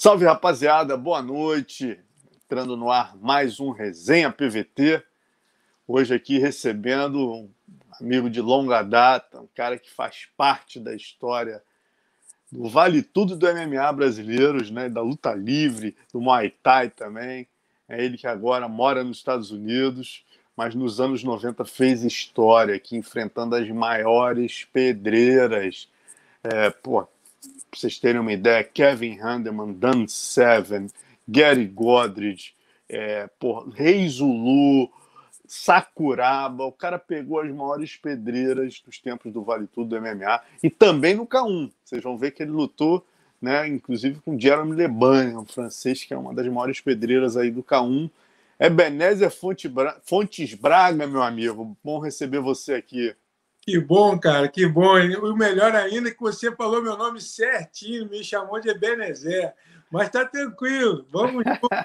Salve, rapaziada, boa noite. Entrando no ar mais um Resenha PVT. Hoje aqui recebendo um amigo de longa data, um cara que faz parte da história do Vale Tudo do MMA brasileiros, né? Da luta livre, do Muay Thai também. É ele que agora mora nos Estados Unidos, mas nos anos 90 fez história aqui, enfrentando as maiores pedreiras. Pra vocês terem uma ideia, Kevin Handeman, Dan Severn, Gary Godridge, Rei Zulu, Sakuraba. O cara pegou as maiores pedreiras dos tempos do Vale Tudo do MMA e também no K1. Vocês vão ver que ele lutou, né, inclusive com Jeremy Leban, um francês que é uma das maiores pedreiras aí do K1. Ebenezer Fontes Braga, meu amigo. Bom receber você aqui. Que bom, cara, que bom. O melhor ainda é que você falou meu nome certinho, me chamou de Ebenezer. Mas tá tranquilo, vamos.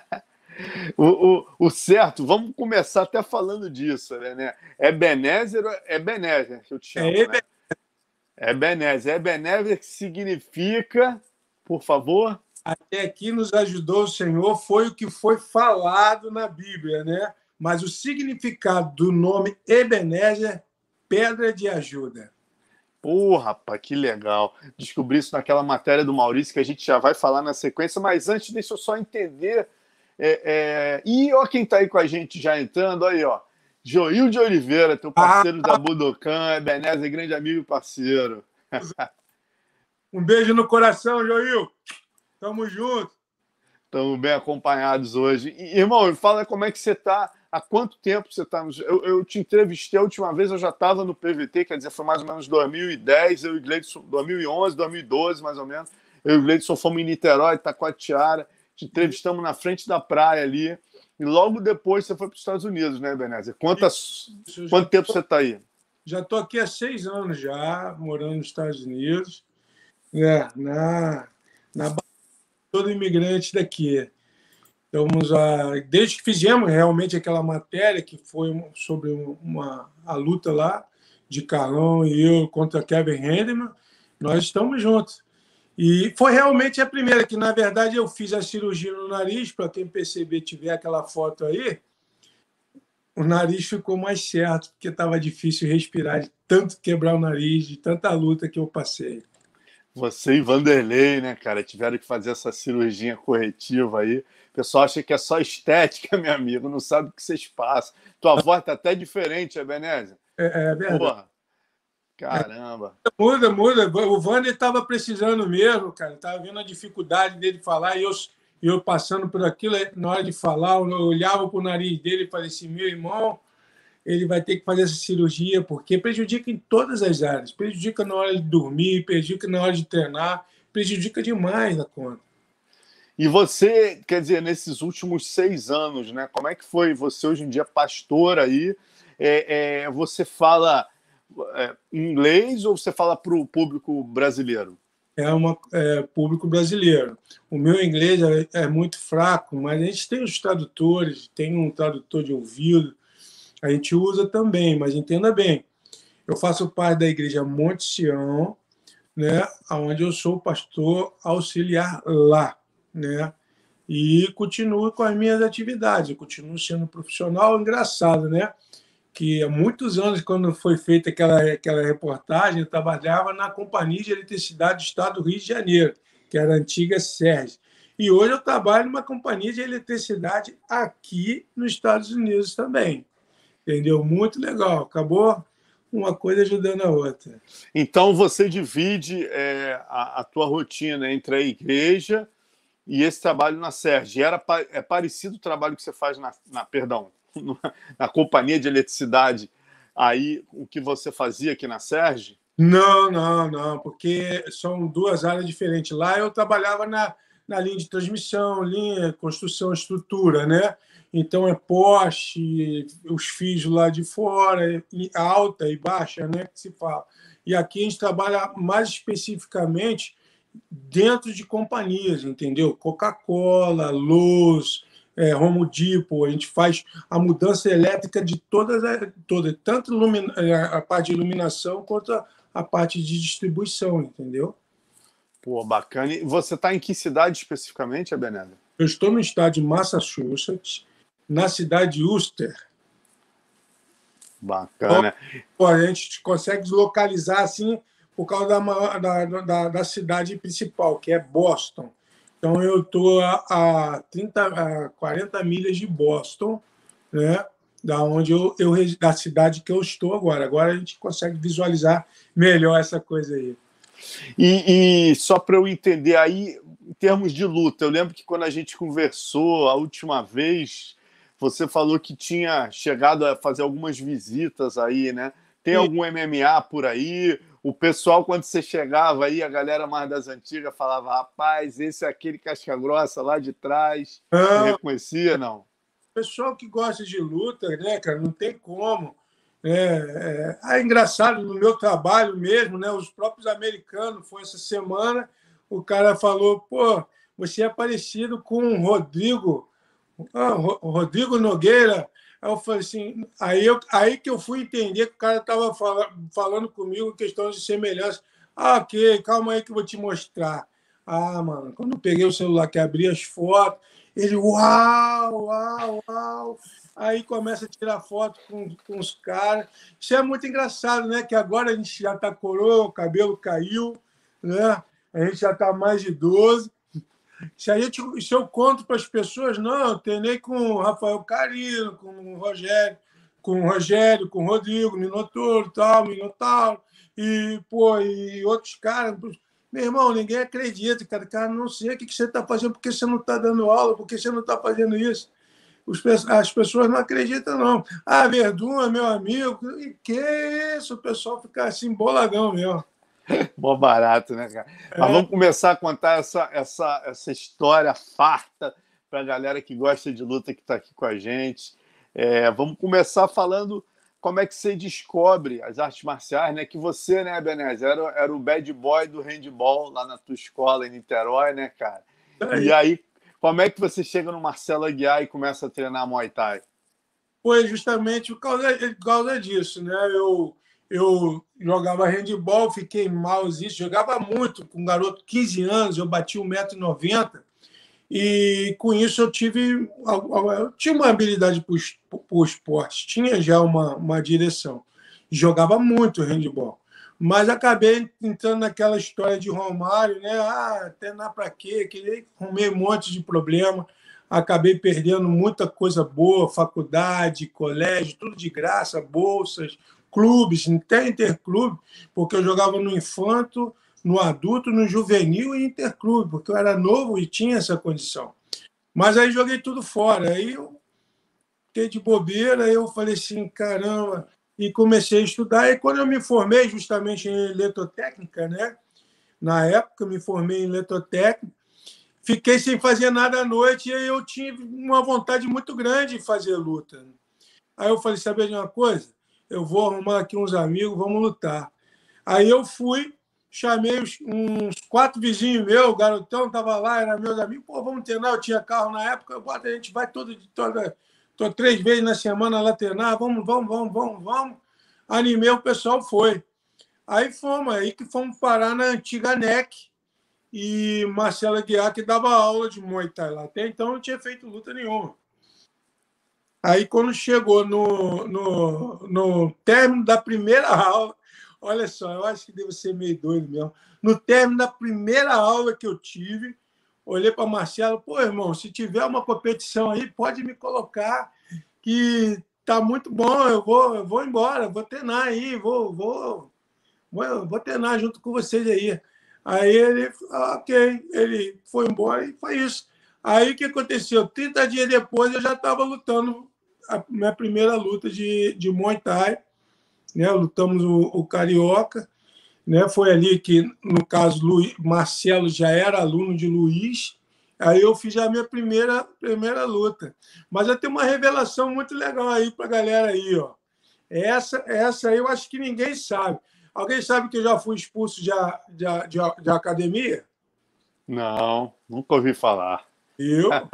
O certo, vamos começar até falando disso, né? Ebenezer ou Ebenezer que eu te chamo, né? Ebenezer. Ebenezer que significa, por favor? Até aqui nos ajudou o Senhor, foi o que foi falado na Bíblia, né? Mas o significado do nome Ebenezer, pedra de ajuda. Pô, rapaz, que legal. Descobri isso naquela matéria do Maurício, que a gente já vai falar na sequência, mas antes deixa eu só entender. E ó, quem tá aí com a gente já entrando, aí, ó. Joil de Oliveira, teu parceiro da Budokan, Ebenezer, grande amigo e parceiro. Um beijo no coração, Joil. Tamo junto. Estamos bem acompanhados hoje. Irmão, fala como é que você tá. Há quanto tempo você está? Eu te entrevistei a última vez, eu já estava no PVT, quer dizer, foi mais ou menos 2010, eu e o Gleidson, 2011, 2012, mais ou menos. Eu e o Gleidson fomos em Niterói, Taquatiara, te entrevistamos na frente da praia ali, e logo depois você foi para os Estados Unidos, né, Ebenezer? Quanto tempo você está aí? Já estou aqui há 6 anos já, morando nos Estados Unidos, na todo imigrante daqui. Desde que fizemos realmente aquela matéria que foi sobre a luta lá de Carlão e eu contra Kevin Handeman, nós estamos juntos. E foi realmente a primeira, que na verdade eu fiz a cirurgia no nariz, para quem perceber, tiver aquela foto aí, o nariz ficou mais certo, porque estava difícil respirar, de tanto quebrar o nariz, de tanta luta que eu passei. Você e Vanderlei, né, cara, tiveram que fazer essa cirurgia corretiva aí. O pessoal acha que é só estética, meu amigo, não sabe o que vocês passam. Tua voz tá até diferente, Ebenezer. É verdade. Porra, caramba. Muda. O Vander estava precisando mesmo, cara. Estava vendo a dificuldade dele falar e eu passando por aquilo, na hora de falar, eu olhava para o nariz dele e falei assim, meu irmão, ele vai ter que fazer essa cirurgia, porque prejudica em todas as áreas. Prejudica na hora de dormir, prejudica na hora de treinar, prejudica demais a conta. E você, quer dizer, nesses últimos 6 anos, né? Como é que foi você hoje em dia pastor aí? Você fala inglês ou você fala para o público brasileiro? Público brasileiro. O meu inglês é muito fraco, mas a gente tem os tradutores, tem um tradutor de ouvido, a gente usa também, mas entenda bem, eu faço parte da Igreja Monte Sião, né, onde eu sou pastor auxiliar lá, né, e continuo com as minhas atividades, eu continuo sendo profissional. Engraçado, né, que há muitos anos, quando foi feita aquela reportagem, eu trabalhava na Companhia de Eletricidade do Estado do Rio de Janeiro, que era a antiga SERG. E hoje eu trabalho numa companhia de eletricidade aqui nos Estados Unidos também. Entendeu? Muito legal. Acabou uma coisa ajudando a outra. Então você divide a tua rotina entre a igreja e esse trabalho na SERG. É parecido o trabalho que você faz na companhia de eletricidade aí, o que você fazia aqui na SERG? Não, porque são 2 áreas diferentes. Lá eu trabalhava na linha de transmissão, linha, construção, estrutura, né? Então é poste, os fios lá de fora, alta e baixa, né, que se fala. E aqui a gente trabalha mais especificamente dentro de companhias, entendeu? Coca-Cola, Luz, Home Depot, a gente faz a mudança elétrica de toda, tanto a parte de iluminação quanto a parte de distribuição, entendeu? Pô, bacana. E você está em que cidade especificamente, Ebenezer? Eu estou no estado de Massachusetts, na cidade de Worcester. Bacana. Então, a gente consegue localizar assim por causa da cidade principal, que é Boston. Então, eu estou a 40 milhas de Boston, né? Da cidade que eu estou agora. Agora a gente consegue visualizar melhor essa coisa aí. E só para eu entender aí, em termos de luta, eu lembro que quando a gente conversou a última vez, você falou que tinha chegado a fazer algumas visitas aí, né? Tem algum MMA por aí? O pessoal, quando você chegava aí, a galera mais das antigas falava, rapaz, esse é aquele casca-grossa lá de trás. Você reconhecia, não? Pessoal que gosta de luta, né, cara, não tem como. É engraçado, no meu trabalho mesmo, né, os próprios americanos, foi essa semana, o cara falou, pô, você é parecido com o Rodrigo, o Rodrigo Nogueira. Aí eu falei assim, aí que eu fui entender que o cara estava falando comigo questão de semelhança. Ah, ok, calma aí que eu vou te mostrar. Ah, mano, quando eu peguei o celular que abri as fotos, ele, uau, uau, uau. Aí começa a tirar foto com os caras. Isso é muito engraçado, né? Que agora a gente já está coroa, o cabelo caiu, né? A gente já está mais idoso. Se eu conto para as pessoas, não, eu treinei com o Rafael Carino, com o Rogério, com o Rodrigo, Minotouro, tal, Minotauro, e outros caras. Meu irmão, ninguém acredita, cara. Cara, não sei o que você está fazendo, porque você não está dando aula, porque você não está fazendo isso. As pessoas não acreditam, não. Ah, Verdun é meu amigo. E que isso? O pessoal fica assim, boladão mesmo. Mó barato, né, cara? Mas vamos começar a contar essa história farta para a galera que gosta de luta que está aqui com a gente. Vamos começar falando como é que você descobre as artes marciais, né? Que você, né, Ebenezer, era o bad boy do handball lá na tua escola em Niterói, né, cara? E aí, como é que você chega no Marcelo Aguiar e começa a treinar Muay Thai? Foi justamente por causa disso, né? Eu jogava handball, fiquei mal isso, jogava muito, com um garoto de 15 anos, eu bati 1,90 m, e com isso eu tinha uma habilidade para o esporte, tinha já uma direção. Jogava muito handball. Mas acabei entrando naquela história de Romário, né? Ah, treinar para quê? Arrumei um monte de problema, acabei perdendo muita coisa boa, faculdade, colégio, tudo de graça, bolsas, clubes, até interclube, porque eu jogava no infanto, no adulto, no juvenil e interclube, porque eu era novo e tinha essa condição. Mas aí joguei tudo fora. Aí eu fiquei de bobeira, eu falei assim, caramba, e comecei a estudar. E quando eu me formei justamente em eletrotécnica, né? Na época, eu me formei em eletrotécnica, fiquei sem fazer nada à noite e aí eu tive uma vontade muito grande de fazer luta. Aí eu falei, saber de uma coisa? Eu vou arrumar aqui uns amigos, vamos lutar. Aí eu fui, chamei uns 4 vizinhos meus, o garotão estava lá, era meus amigos, pô, vamos treinar, eu tinha carro na época, a gente vai toda 3 vezes na semana lá treinar, vamos. Animei, o pessoal foi. Aí fomos, aí que fomos parar na antiga NEC, e Marcelo Aguiar, que dava aula de Muay Thai lá. Até então não tinha feito luta nenhuma. Aí, quando chegou no término da primeira aula, olha só, eu acho que devo ser meio doido mesmo. No término da primeira aula que eu tive, olhei para Marcelo, pô, irmão, se tiver uma competição aí, pode me colocar, que tá muito bom, eu vou embora, vou treinar aí, vou treinar junto com vocês aí. Aí ele, ok, ele foi embora e foi isso. Aí o que aconteceu? 30 dias depois eu já estava lutando a minha primeira luta de Muay Thai, né? Lutamos o Carioca, né? Foi ali que, no caso, Marcelo já era aluno de Luiz, aí eu fiz a minha primeira luta. Mas eu tenho uma revelação muito legal aí para a galera aí, ó. Essa aí eu acho que ninguém sabe. Alguém sabe que eu já fui expulso de academia? Não, nunca ouvi falar.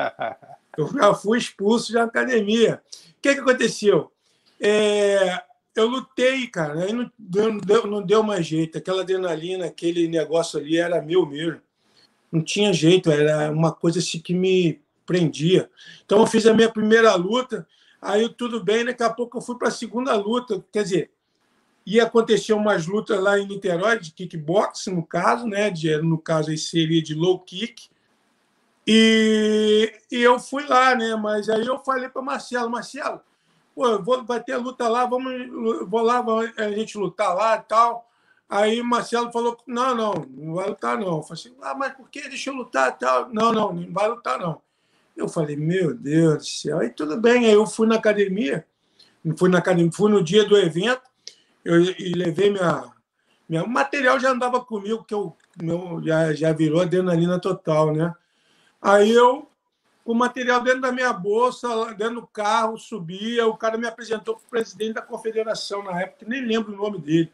Eu já fui expulso de academia. O que aconteceu? eu lutei, cara. Aí não deu mais jeito. Aquela adrenalina, aquele negócio ali era meu mesmo. Não tinha jeito, era uma coisa assim que me prendia. Então eu fiz a minha primeira luta, aí tudo bem, daqui a pouco eu fui para a segunda luta. Quer dizer, ia acontecer umas lutas lá em Niterói, de kickboxing, no caso, né? No caso aí seria de low kick. E eu fui lá, né? Mas aí eu falei para Marcelo, pô, vai ter luta lá, vou lá, a gente lutar lá e tal. Aí Marcelo falou, não vai lutar não. Eu falei assim, mas por que? Deixa eu lutar e tal. Não vai lutar não. Eu falei, meu Deus do céu. Aí tudo bem, aí eu fui na academia, fui no dia do evento, e levei o material já andava comigo, que já virou adrenalina total, né? Aí eu, com o material dentro da minha bolsa, dentro do carro, subia, o cara me apresentou para o presidente da confederação na época, que nem lembro o nome dele.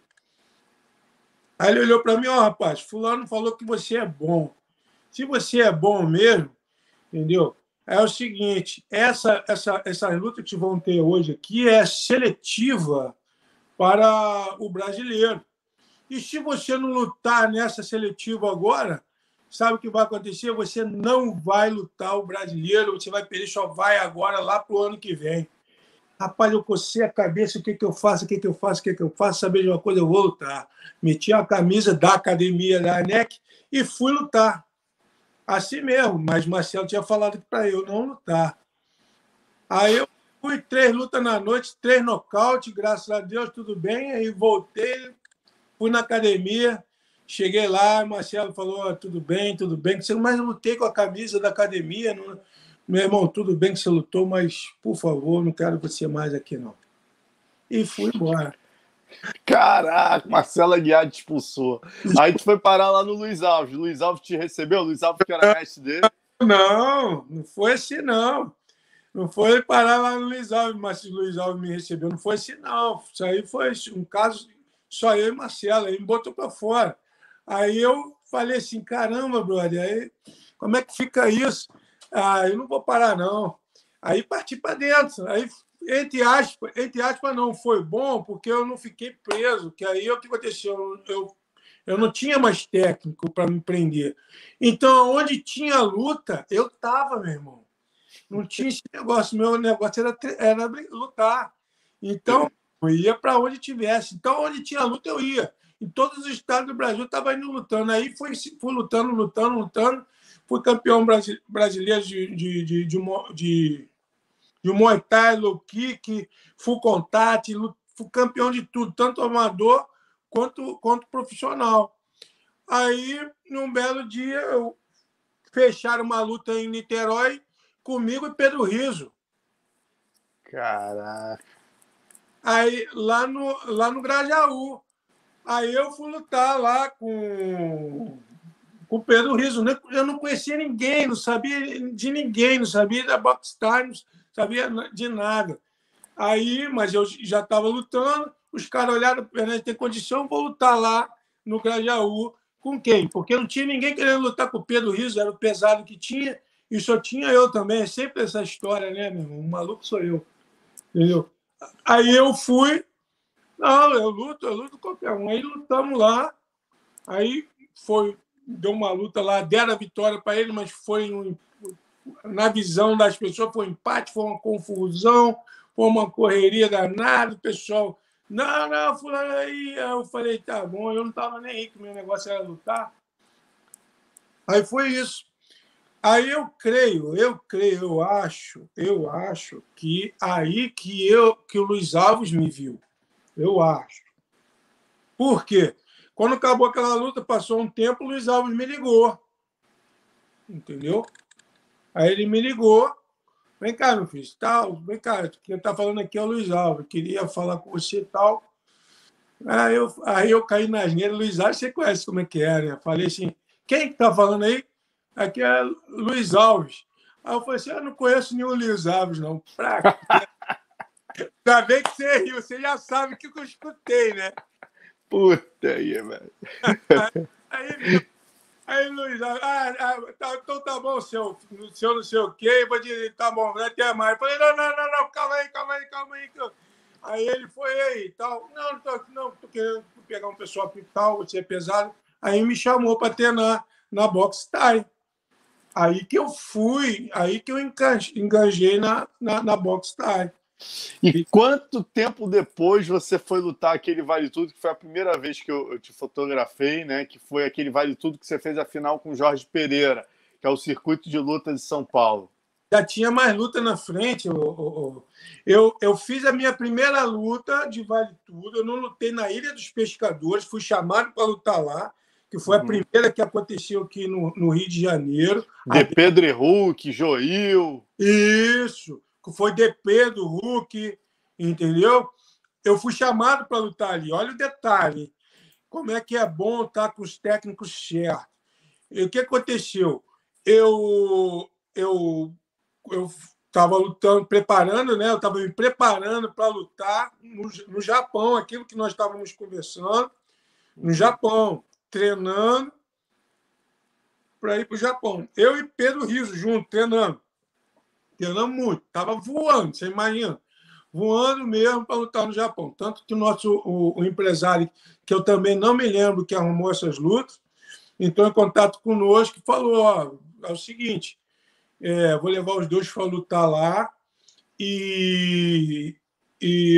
Aí ele olhou para mim, rapaz, fulano falou que você é bom. Se você é bom mesmo, entendeu? É o seguinte, essa luta que vão ter hoje aqui é seletiva para o brasileiro. E se você não lutar nessa seletiva agora, sabe o que vai acontecer? Você não vai lutar o brasileiro, você vai perder, só vai agora lá para o ano que vem. Rapaz, eu cocei a cabeça, o que eu faço, saber de uma coisa, eu vou lutar. Meti a camisa da academia da ANEC e fui lutar. Assim mesmo, mas Marcelo tinha falado para eu não lutar. Aí eu fui 3 lutas na noite, 3 nocaute, graças a Deus, tudo bem. Aí voltei, fui na academia, cheguei lá, Marcelo falou, tudo bem, mas eu lutei com a camisa da academia. Não... Meu irmão, tudo bem que você lutou, mas, por favor, não quero você mais aqui, não. E fui embora. Caraca, Marcelo Aguiar te expulsou. Aí tu foi parar lá no Luiz Alves. Luiz Alves te recebeu? Luiz Alves que era mestre dele? Não foi assim, não. Não foi parar lá no Luiz Alves, mas o Luiz Alves me recebeu. Não foi assim, não. Isso aí foi um caso, só eu e Marcelo. Ele me botou para fora. Aí eu falei assim, caramba, brother, aí, como é que fica isso? Eu não vou parar, não. Aí parti para dentro. Aí, entre aspas, não foi bom, porque eu não fiquei preso. Que aí o que aconteceu? Eu não tinha mais técnico para me prender. Então, onde tinha luta, eu estava, meu irmão. Não tinha esse negócio. Meu negócio era lutar. Então, eu ia para onde tivesse. Então, onde tinha luta, eu ia. Em todos os estados do Brasil, eu estava indo lutando. Aí fui lutando. Fui campeão brasileiro de Muay Thai, low kick, full contact, fui campeão de tudo, tanto amador quanto profissional. Aí, num belo dia, fecharam uma luta em Niterói comigo e Pedro Rizzo. Caraca. Aí, lá no Grajaú. Aí eu fui lutar lá com o Pedro Rizzo. Eu não conhecia ninguém, não sabia de ninguém, não sabia da Box Times, não sabia de nada. Aí, mas eu já estava lutando, os caras olharam, tem condição, vou lutar lá no Grajaú. Com quem? Porque não tinha ninguém querendo lutar com o Pedro Rizzo, era o pesado que tinha, e só tinha eu também. É sempre essa história, né, meu irmão? O maluco sou eu. Entendeu? Aí eu fui, não, eu luto qualquer um. Aí lutamos lá, aí deu uma luta lá, deram a vitória para ele, mas na visão das pessoas, foi um empate, foi uma confusão, foi uma correria danada, o pessoal, não, fulano aí. Eu falei, tá bom, eu não estava nem aí, que o meu negócio era lutar. Aí foi isso. Aí eu acho que aí que o Luiz Alves me viu. Eu acho. Por quê? Quando acabou aquela luta, passou um tempo, o Luiz Alves me ligou. Entendeu? Aí ele me ligou. Vem cá, meu filho, tal, vem cá, quem está falando aqui é o Luiz Alves, queria falar com você e tal. Aí eu caí na asneira, Luiz Alves, você conhece como é que é, né? Falei assim, quem está falando aí? Aqui é Luiz Alves. Aí eu falei assim, eu não conheço nenhum Luiz Alves, não. Pra quê? Ainda bem que você riu, você já sabe o que eu escutei, né? Puta aí, velho. Aí Luiz, então tá bom, seu não sei o quê, vou dizer, tá bom, até mais. Eu falei, não, calma aí. Aí ele foi aí e tal. Não tô aqui, não, tô querendo pegar um pessoal aqui e tal, você é pesado. Aí me chamou para treinar na Box Thai. Aí que eu fui, aí que eu enganjei na Box Thai. E quanto tempo depois você foi lutar aquele Vale Tudo, que foi a primeira vez que eu te fotografei, né? Que foi aquele Vale Tudo que você fez a final com o Jorge Pereira, que é o circuito de luta de São Paulo. Já tinha mais luta na frente. Eu fiz a minha primeira luta de Vale Tudo. Eu não lutei na Ilha dos Pescadores, fui chamado para lutar lá, que foi a primeira que aconteceu aqui no Rio de Janeiro. De Pedro e Hulk, Joil. Isso, que foi de Pedro, Hulk, entendeu? Eu fui chamado para lutar ali. Olha o detalhe, como é que é bom estar com os técnicos certos. E o que aconteceu? Eu estava lutando, preparando, né? Eu estava me preparando para lutar no Japão, aquilo que nós estávamos conversando, no Japão, treinando para ir para o Japão. Eu e Pedro Riso junto, treinando. Treinando muito. Estava voando, você imagina. Voando mesmo para lutar no Japão. Tanto que o empresário, que eu também não me lembro que arrumou essas lutas, entrou em contato conosco e falou: ó, é o seguinte, vou levar os dois para lutar lá e, e,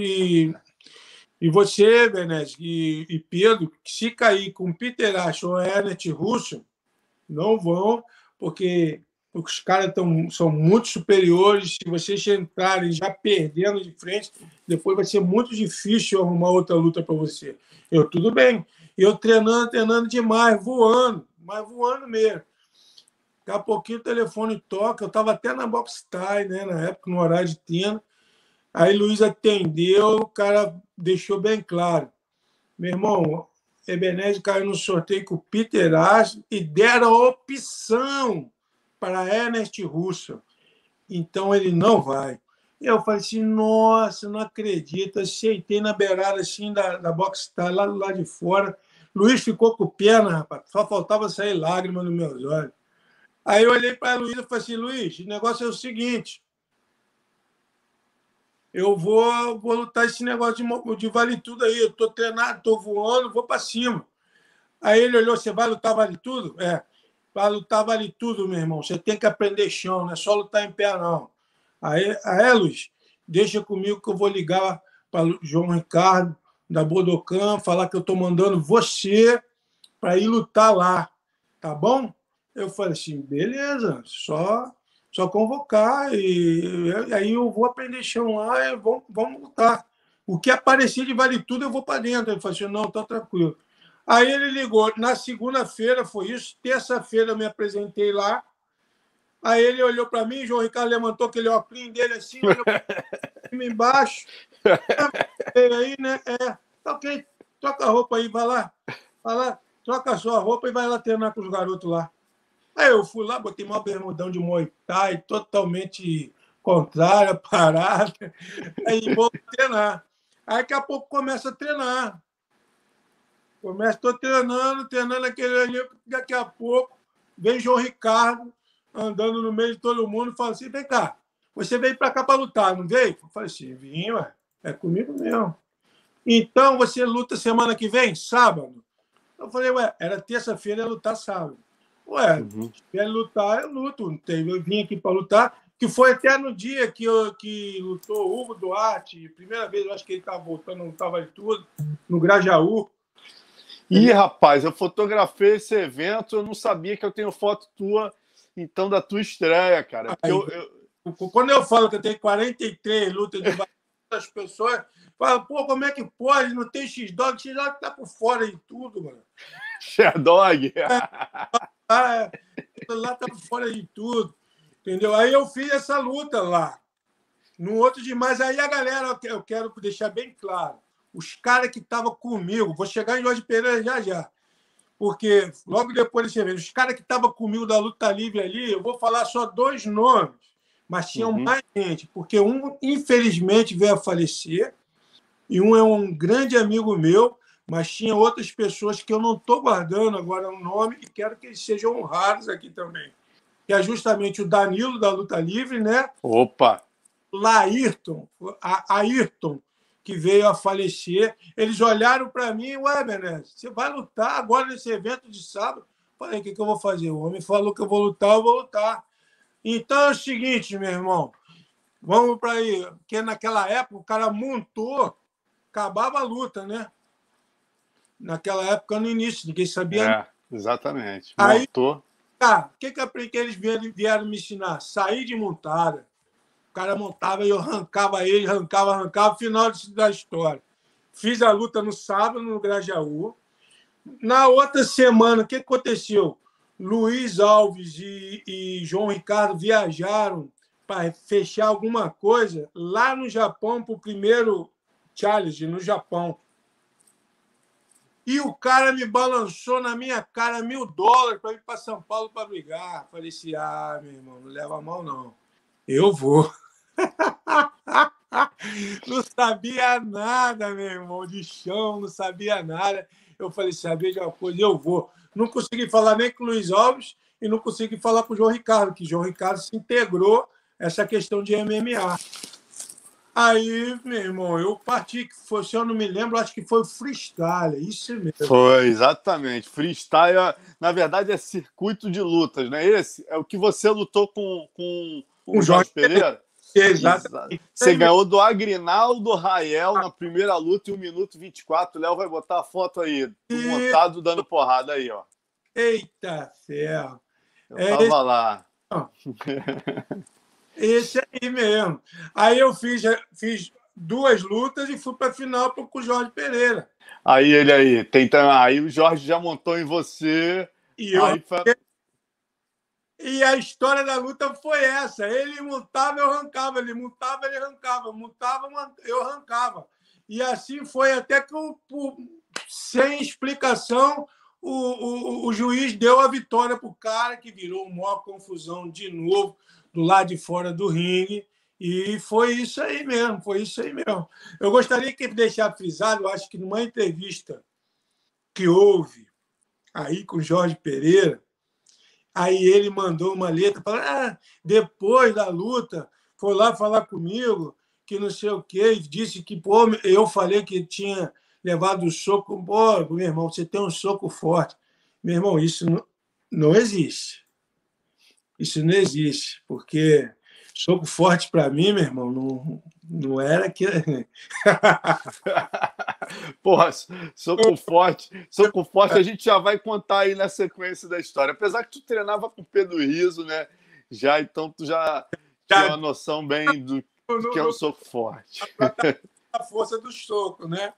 e você, Benes, e Pedro, se cair com Peter Ash ou Ernest Russo, não vão, porque os caras são muito superiores. Se vocês entrarem já perdendo de frente, depois vai ser muito difícil arrumar outra luta para você. Eu, tudo bem. Eu treinando demais, voando, mas voando mesmo. Daqui a pouquinho o telefone toca. Eu estava até na Box Thai, né, na época, no horário de treino. Aí Luiz atendeu, o cara deixou bem claro. Meu irmão, Ebenezer caiu no sorteio com o Peter Ash e deram a opção para Ernest Russo. Então ele não vai. Eu falei assim, nossa, não acredito. Aceitei na beirada assim da Box Thai, lá de fora. Luiz ficou com pena, rapaz. Só faltava sair lágrimas nos meus olhos. Aí eu olhei para a Luiz e falei assim, Luiz, o negócio é o seguinte, eu vou lutar esse negócio de vale tudo aí, eu estou treinado, estou voando, vou para cima. Aí ele olhou, você vai lutar vale tudo? Vai lutar vale tudo, meu irmão, você tem que aprender chão, não é só lutar em pé, não. Aí Luiz, deixa comigo que eu vou ligar para João Ricardo, da Bodocan, falar que eu estou mandando você para ir lutar lá, tá bom? Eu falei assim, beleza, só convocar e aí eu vou aprender chão lá e vamos lutar. O que aparecer de vale tudo, eu vou para dentro. Ele falou assim, não, tá tranquilo. Aí ele ligou, na segunda-feira foi isso, terça-feira eu me apresentei lá, aí ele olhou para mim, João Ricardo levantou aquele óculos dele assim, olhou para cima embaixo, aí, né, ok, troca a roupa aí, vai lá, troca a sua roupa e vai lá treinar com os garotos lá. Aí eu fui lá, botei uma bermudão de Muay Thai, totalmente contrária, parada. Aí vou treinar. Aí daqui a pouco começa a treinar. Estou treinando aquele ali, daqui a pouco vem João Ricardo andando no meio de todo mundo e fala assim, vem cá, você veio para cá para lutar, não veio? Eu falei assim, vim, ué, é comigo mesmo. Então você luta semana que vem, sábado? Eu falei, ué, era terça-feira, ia lutar sábado. Ué, se quer lutar, eu luto. Eu vim aqui para lutar, que foi até no dia que lutou o Hugo Duarte, primeira vez, eu acho que ele estava voltando, não estava de tudo, no Grajaú. Ih, rapaz, eu fotografei esse evento, eu não sabia que eu tenho foto tua, então, da tua estreia, cara. Quando eu falo que eu tenho 43 lutas de várias pessoas, falam, pô, como é que pode? Não tem X-Dog? X-Dog tá por fora de tudo, mano. Sherdog? Lá tá por fora de tudo, entendeu? Aí eu fiz essa luta lá, no outro demais. Aí a galera, eu quero deixar bem claro, os caras que estavam comigo, vou chegar em Jorge Pereira já, porque logo depois desse evento, os caras que estavam comigo da luta livre ali, eu vou falar só 2 nomes, mas tinham mais gente, porque um, infelizmente, veio a falecer, e um é um grande amigo meu, mas tinha outras pessoas que eu não estou guardando agora o nome e quero que eles sejam honrados aqui também. Que é justamente o Danilo, da luta livre, né? Opa! Ayrton, que veio a falecer. Eles olharam para mim, ué, Bené, você vai lutar agora nesse evento de sábado? Falei, o que eu vou fazer? O homem falou que eu vou lutar. Então é o seguinte, meu irmão, vamos para aí, porque naquela época o cara montou, acabava a luta, né? Naquela época, no início, ninguém sabia. Exatamente. Aí, montou. Cara, o que eles vieram me ensinar? Sair de montada. O cara montava e eu arrancava ele, arrancava, final da história. Fiz a luta no sábado, no Grajaú. Na outra semana, o que aconteceu? Luiz Alves e João Ricardo viajaram para fechar alguma coisa lá no Japão, para o primeiro challenge no Japão. E o cara me balançou na minha cara $1.000 para ir para São Paulo para brigar. Falei assim, meu irmão, não leva a mal, não. Eu vou. Não sabia nada, meu irmão, de chão, não sabia nada. Eu falei, sabia de uma coisa, eu vou. Não consegui falar nem com o Luiz Alves e não consegui falar com o João Ricardo, que o João Ricardo se integrou essa questão de MMA. Aí, meu irmão, eu parti, que foi, se eu não me lembro, acho que foi freestyle, isso mesmo. Foi, exatamente. Freestyle, na verdade, é circuito de lutas, né? Esse é o que você lutou com o Jorge Pereira? Exatamente. Você ganhou do Agrinaldo Rael na primeira luta em 1 minuto e 24. O Léo vai botar a foto aí, montado dando porrada aí, ó. Eita ferro. Eu tava lá. Esse aí mesmo. Aí eu fiz 2 lutas e fui para a final com o Jorge Pereira. Aí ele aí, tentando. Aí o Jorge já montou em você. E a história da luta foi essa. Ele montava, eu arrancava. Ele montava, ele arrancava. Montava, eu arrancava. E assim foi até que, sem explicação, o juiz deu a vitória para o cara, que virou uma maior confusão de novo do lado de fora do ringue. E foi isso aí mesmo, Eu gostaria de deixar frisado, eu acho que numa entrevista que houve aí com o Jorge Pereira, aí ele mandou uma letra falando, depois da luta, foi lá falar comigo, que não sei o quê, disse que, eu falei que tinha levado um soco. Meu irmão, você tem um soco forte. Meu irmão, isso não existe. Isso não existe, porque soco forte para mim, meu irmão, não era que. Porra, soco forte a gente já vai contar aí na sequência da história. Apesar que tu treinava com o Pedro Rizzo, né? Já, então tu já tinha uma noção bem do que é um soco forte. A força do soco, né?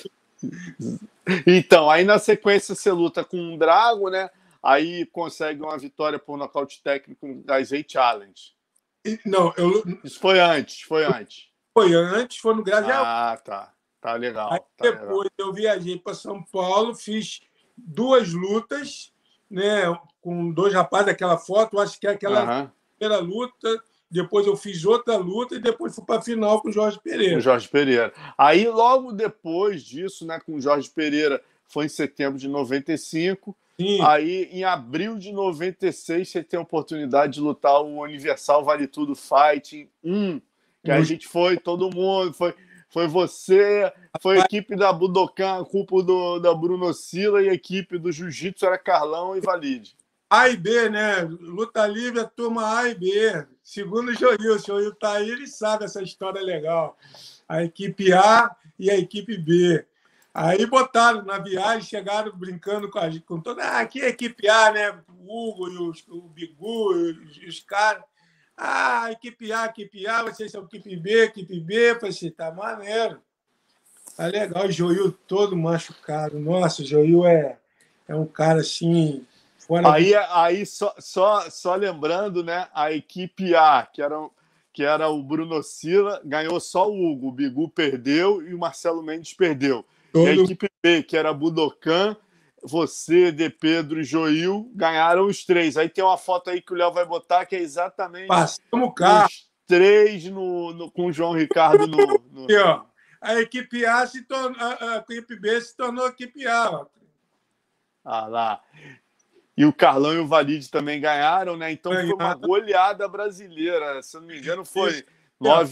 Então, aí na sequência você luta com um Drago, né? Aí consegue uma vitória por nocaute técnico das 8 Challenge. Não, Isso foi antes. Foi antes, foi no Grajaú. Tá. Tá legal. Aí depois eu viajei para São Paulo, fiz 2 lutas, né, com 2 rapazes, aquela foto, acho que é aquela primeira luta. Depois eu fiz outra luta e depois fui para a final com o Jorge Pereira. Aí, logo depois disso, né, com o Jorge Pereira, foi em setembro de 95. Sim. Aí, em abril de 96, você tem a oportunidade de lutar o Universal Vale Tudo Fight 1, que a gente foi, todo mundo, foi você, foi a equipe da Budokan, a culpa da Bruno Sila, e a equipe do Jiu-Jitsu era Carlão e Valide. A e B, né? Luta livre, a turma A e B. Segundo o Joil tá aí, ele sabe essa história legal. A equipe A e a equipe B. Aí botaram na viagem, chegaram brincando com toda. Aqui é a equipe A, né? O Hugo e o Bigu e os caras. Equipe A, vocês são equipe B. Eu falei assim, tá maneiro. Tá legal. O Joil todo machucado. Nossa, o Joil é um cara assim. Aí só lembrando, né? A equipe A, que era o Bruno Sila, ganhou só o Hugo. O Bigu perdeu e o Marcelo Mendes perdeu. E a equipe B, que era Budokan, você, De Pedro e Joil, ganharam os 3. Aí tem uma foto aí que o Léo vai botar, que é exatamente os 3 com o João Ricardo no... Aqui, ó. A equipe A a equipe B se tornou a equipe A. Lá. E o Carlão e o Valide também ganharam, né? Então foi uma goleada brasileira. Se eu não me engano, foi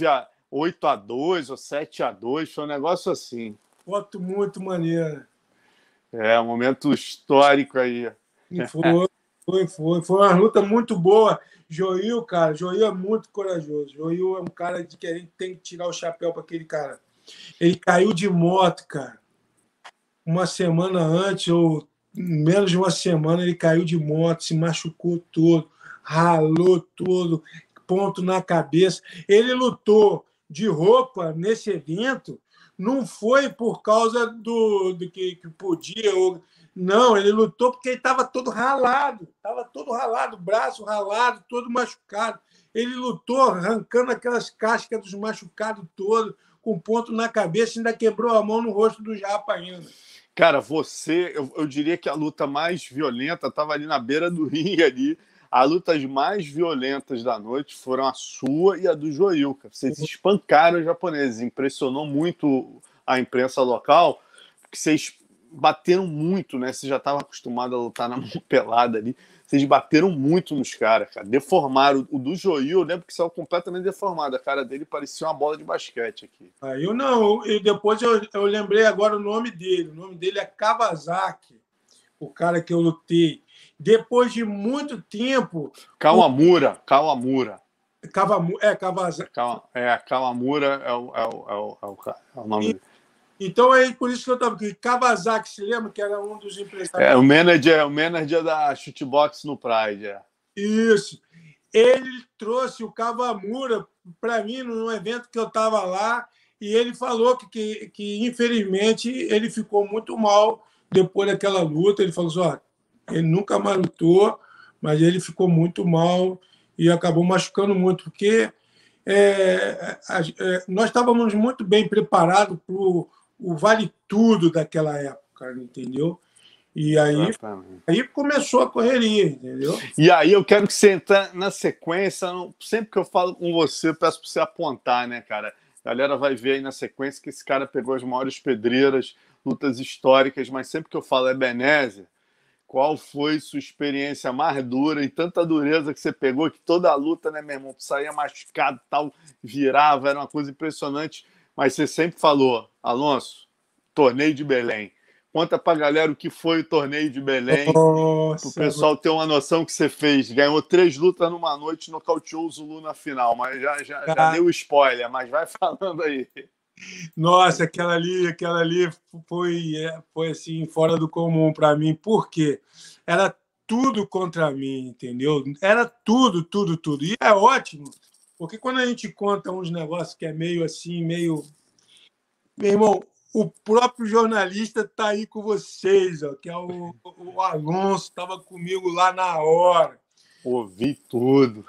8-2 ou 7-2, foi um negócio assim. Foto muito maneira. É, um momento histórico aí. E foi uma luta muito boa. Joil, cara, Joil é muito corajoso. Joil é um cara de que a gente tem que tirar o chapéu para aquele cara. Ele caiu de moto, cara. Uma semana antes, ou menos de uma semana, ele caiu de moto, se machucou todo, ralou todo, ponto na cabeça. Ele lutou de roupa nesse evento, não foi por causa do que podia. Não, ele lutou porque ele estava todo ralado, braço ralado, todo machucado. Ele lutou arrancando aquelas cascas dos machucados todos, com ponto na cabeça, ainda quebrou a mão no rosto do Japa ainda. Cara, eu diria que a luta mais violenta estava ali na beira do ringue ali. As lutas mais violentas da noite foram a sua e a do Joil. Vocês espancaram os japoneses, impressionou muito a imprensa local, porque vocês bateram muito, né? Você já estava acostumado a lutar na mão pelada ali. Vocês bateram muito nos caras, cara. Deformaram. O do Joil, eu lembro que saiu completamente deformado. A cara dele parecia uma bola de basquete aqui. Eu não. E depois eu lembrei agora o nome dele. O nome dele é Kawasaki, o cara que eu lutei. Depois de muito tempo... Kawamura. Kawasaki. Kawamura é o nome dele. Então é por isso que eu estava aqui. Kawasaki, se lembra que era um dos empresários? É o manager da Shootbox no Pride. É. Isso. Ele trouxe o Kawamura para mim num evento que eu estava lá e ele falou que infelizmente, ele ficou muito mal depois daquela luta. Ele falou assim, ele nunca mais lutou, mas ele ficou muito mal e acabou machucando muito, porque nós estávamos muito bem preparados para o vale tudo daquela época, entendeu? E aí começou a correria, entendeu? E aí eu quero que você entre na sequência. Sempre que eu falo com você, eu peço para você apontar, né, cara? A galera vai ver aí na sequência que esse cara pegou as maiores pedreiras, lutas históricas, mas sempre que eu falo Ebenezer, qual foi sua experiência mais dura e tanta dureza que você pegou, que toda a luta, né, meu irmão, saía machucado, tal, virava, era uma coisa impressionante, mas você sempre falou, Alonso, torneio de Belém. Conta pra galera o que foi o torneio de Belém, pro pessoal ter uma noção que você fez. Ganhou 3 lutas numa noite, nocauteou o Zulu na final, mas já deu spoiler, mas vai falando aí. Nossa, aquela ali foi assim, fora do comum para mim. Por quê? Era tudo contra mim, entendeu? Era tudo, tudo, tudo. E é ótimo, porque quando a gente conta uns negócios que é meio assim, meio... Meu irmão, o próprio jornalista está aí com vocês, que é o Alonso, estava comigo lá na hora. Ouvi tudo.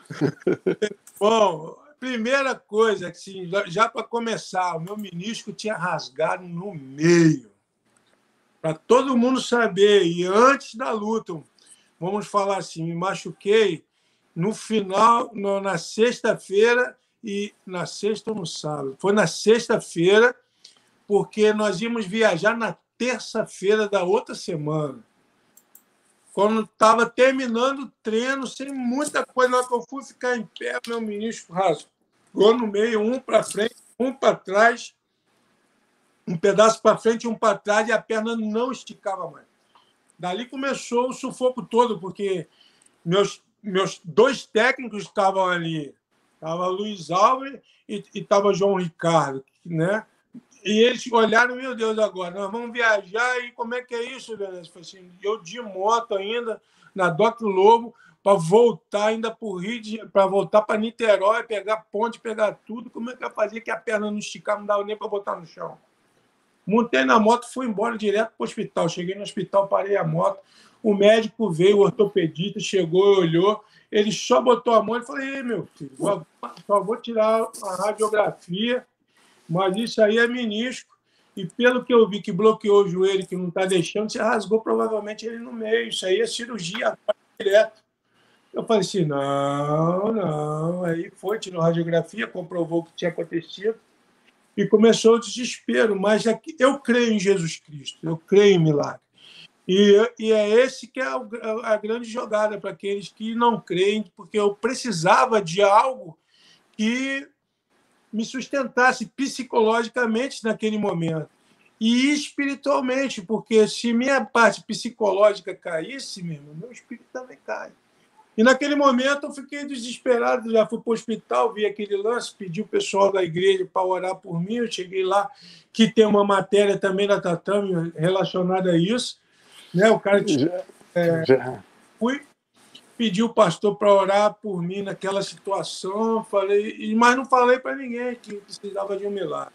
Bom, primeira coisa, assim, já para começar, o meu menisco tinha rasgado no meio. Para todo mundo saber. E antes da luta, vamos falar assim, me machuquei no final, na sexta-feira, e na sexta ou no sábado. Foi na sexta-feira, porque nós íamos viajar na terça-feira da outra semana. Quando estava terminando o treino, sem muita coisa, na hora que eu fui ficar em pé, meu menisco rasgou no meio, um para frente, um para trás, um pedaço para frente e um para trás, e a perna não esticava mais. Dali começou o sufoco todo, porque meus 2 técnicos estavam ali. Estava Luiz Alves e estava João Ricardo, né? E eles olharam, meu Deus, agora, nós vamos viajar, e como é que é isso, Venâncio? Eu falei assim, eu de moto ainda, na Doc Lobo, para voltar ainda para o Rio, para voltar para Niterói, pegar ponte, pegar tudo, como é que eu fazia que a perna não esticava, não dava nem para botar no chão? Montei na moto, fui embora direto para o hospital. Cheguei no hospital, parei a moto, o médico veio, o ortopedista chegou, olhou, ele só botou a mão e falou, ei, meu filho, só vou tirar a radiografia, mas isso aí é menisco, e pelo que eu vi que bloqueou o joelho, que não está deixando, você rasgou provavelmente ele no meio, isso aí é cirurgia agora, direto. Eu falei assim, não. Aí foi, tirou radiografia, comprovou o que tinha acontecido, e começou o desespero. Mas eu creio em Jesus Cristo, eu creio em milagre. E é esse que é a grande jogada para aqueles que não creem, porque eu precisava de algo que me sustentasse psicologicamente naquele momento e espiritualmente, porque se minha parte psicológica caísse, meu espírito também cai. E naquele momento eu fiquei desesperado, já fui para o hospital, vi aquele lance, pedi o pessoal da igreja para orar por mim, eu cheguei lá, que tem uma matéria também da Tatame relacionada a isso, né? O cara fui, pedi o pastor para orar por mim naquela situação, falei, mas não falei para ninguém que precisava de um milagre.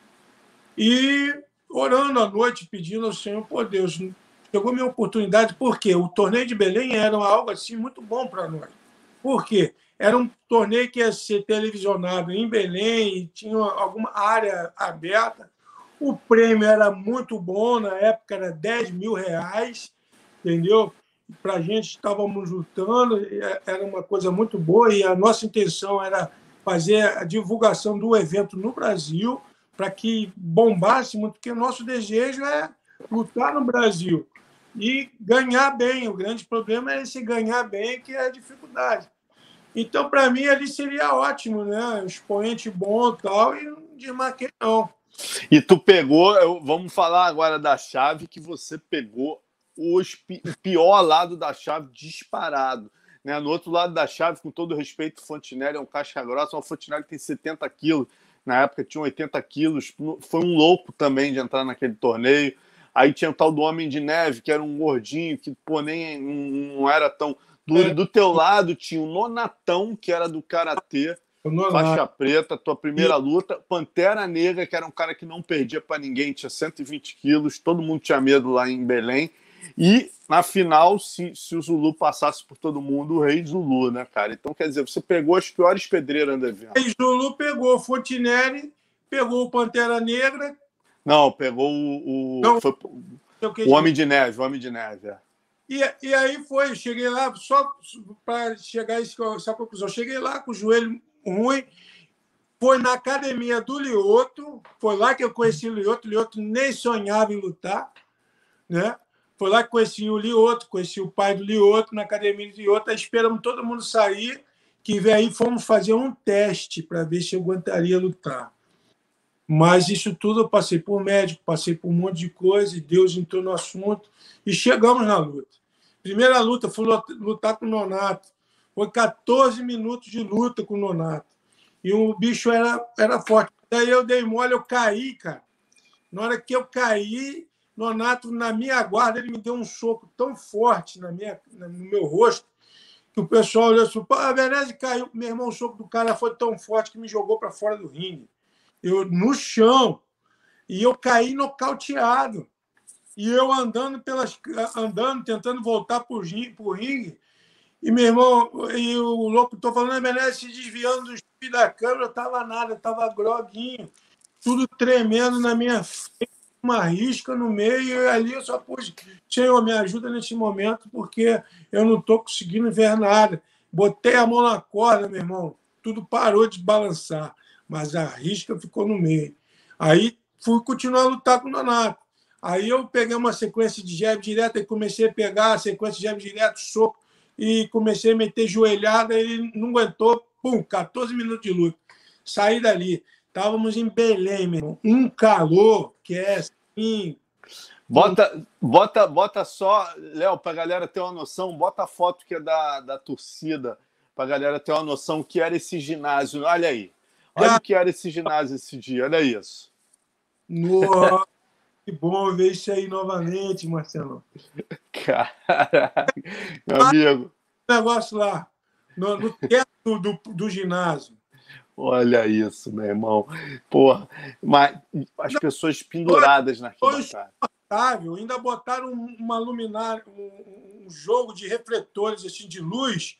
E orando à noite, pedindo ao Senhor, por Deus, chegou minha oportunidade, porque o torneio de Belém era algo assim muito bom para nós. Por quê? Era um torneio que ia ser televisionado em Belém e tinha alguma área aberta. O prêmio era muito bom, na época era R$ 10.000, entendeu? Para a gente estávamos lutando, era uma coisa muito boa e a nossa intenção era fazer a divulgação do evento no Brasil para que bombasse muito, porque o nosso desejo é lutar no Brasil e ganhar bem. O grande problema é esse ganhar bem, que é a dificuldade. Então, para mim, ali seria ótimo, né? Um expoente bom e tal, e não desmarquei, não. E tu pegou, vamos falar agora da chave, que você pegou o pior lado da chave disparado. Né? No outro lado da chave, com todo respeito, o Fontinelli é um casca grossa, o Fontinelli tem 70 quilos, na época tinha 80 quilos, foi um louco também de entrar naquele torneio. Aí tinha o tal do Homem de Neve, que era um gordinho, que pô, nem não era tão duro. E do teu lado tinha o Nonatão, que era do Karatê, faixa preta, tua primeira luta. Pantera Negra, que era um cara que não perdia para ninguém, tinha 120 quilos, todo mundo tinha medo lá em Belém. E na final, se o Zulu passasse por todo mundo, o Rei Zulu, né, cara? Então, quer dizer, você pegou as piores pedreiras do evento. O Rei Zulu pegou o Fontinelli, pegou o Pantera Negra. Não, pegou o Homem de Neve, o Homem de Neve. E aí foi, cheguei lá, só para chegar a essa conclusão, cheguei lá com o joelho ruim, foi na academia do Lioto, foi lá que eu conheci o Lioto nem sonhava em lutar, né? Foi lá que conheci o Lioto, conheci o pai do Lioto, na academia do Lioto, aí esperamos todo mundo sair, que aí fomos fazer um teste para ver se eu aguentaria lutar. Mas isso tudo eu passei por médico, passei por um monte de coisa, e Deus entrou no assunto, e chegamos na luta. Primeira luta, fui lutar com o Nonato. Foi 14 minutos de luta com o Nonato. E o bicho era forte. Daí eu dei mole, eu caí, cara. Na hora que eu caí, Nonato, na minha guarda, ele me deu um soco tão forte no meu rosto, que o pessoal olhou assim, pô, a Venezia caiu. Meu irmão, o soco do cara foi tão forte que me jogou para fora do ringue. Eu no chão. E eu caí nocauteado. E eu andando, tentando voltar para o ringue. E, meu irmão, e o locutor falando, a Venezia se desviando do espelho da câmera, eu estava nada, eu estava groguinho, tudo tremendo na minha frente, uma risca no meio, e ali eu só pus, Senhor, me ajuda nesse momento, porque eu não estou conseguindo ver nada. Botei a mão na corda, meu irmão, tudo parou de balançar, mas a risca ficou no meio. Aí fui continuar a lutar com o Nonato. Aí eu peguei uma sequência de jab direto e comecei a pegar a sequência de jab direto, soco, e comecei a meter joelhada, ele não aguentou, pum, 14 minutos de luta. Saí dali. Estávamos em Belém, meu irmão. Um calor que é assim. Bota só, Léo, para a galera ter uma noção, bota a foto que é da torcida, para a galera ter uma noção que era esse ginásio. Olha aí. Olha o que era esse ginásio esse dia, olha isso. Nossa, que bom ver isso aí novamente, Marcelo. Caraca, meu amigo. Negócio lá, no teto do ginásio. Olha isso, meu irmão. Porra, mas as pessoas penduradas na arquibancada. Ainda botaram uma luminária, um jogo de refletores assim, de luz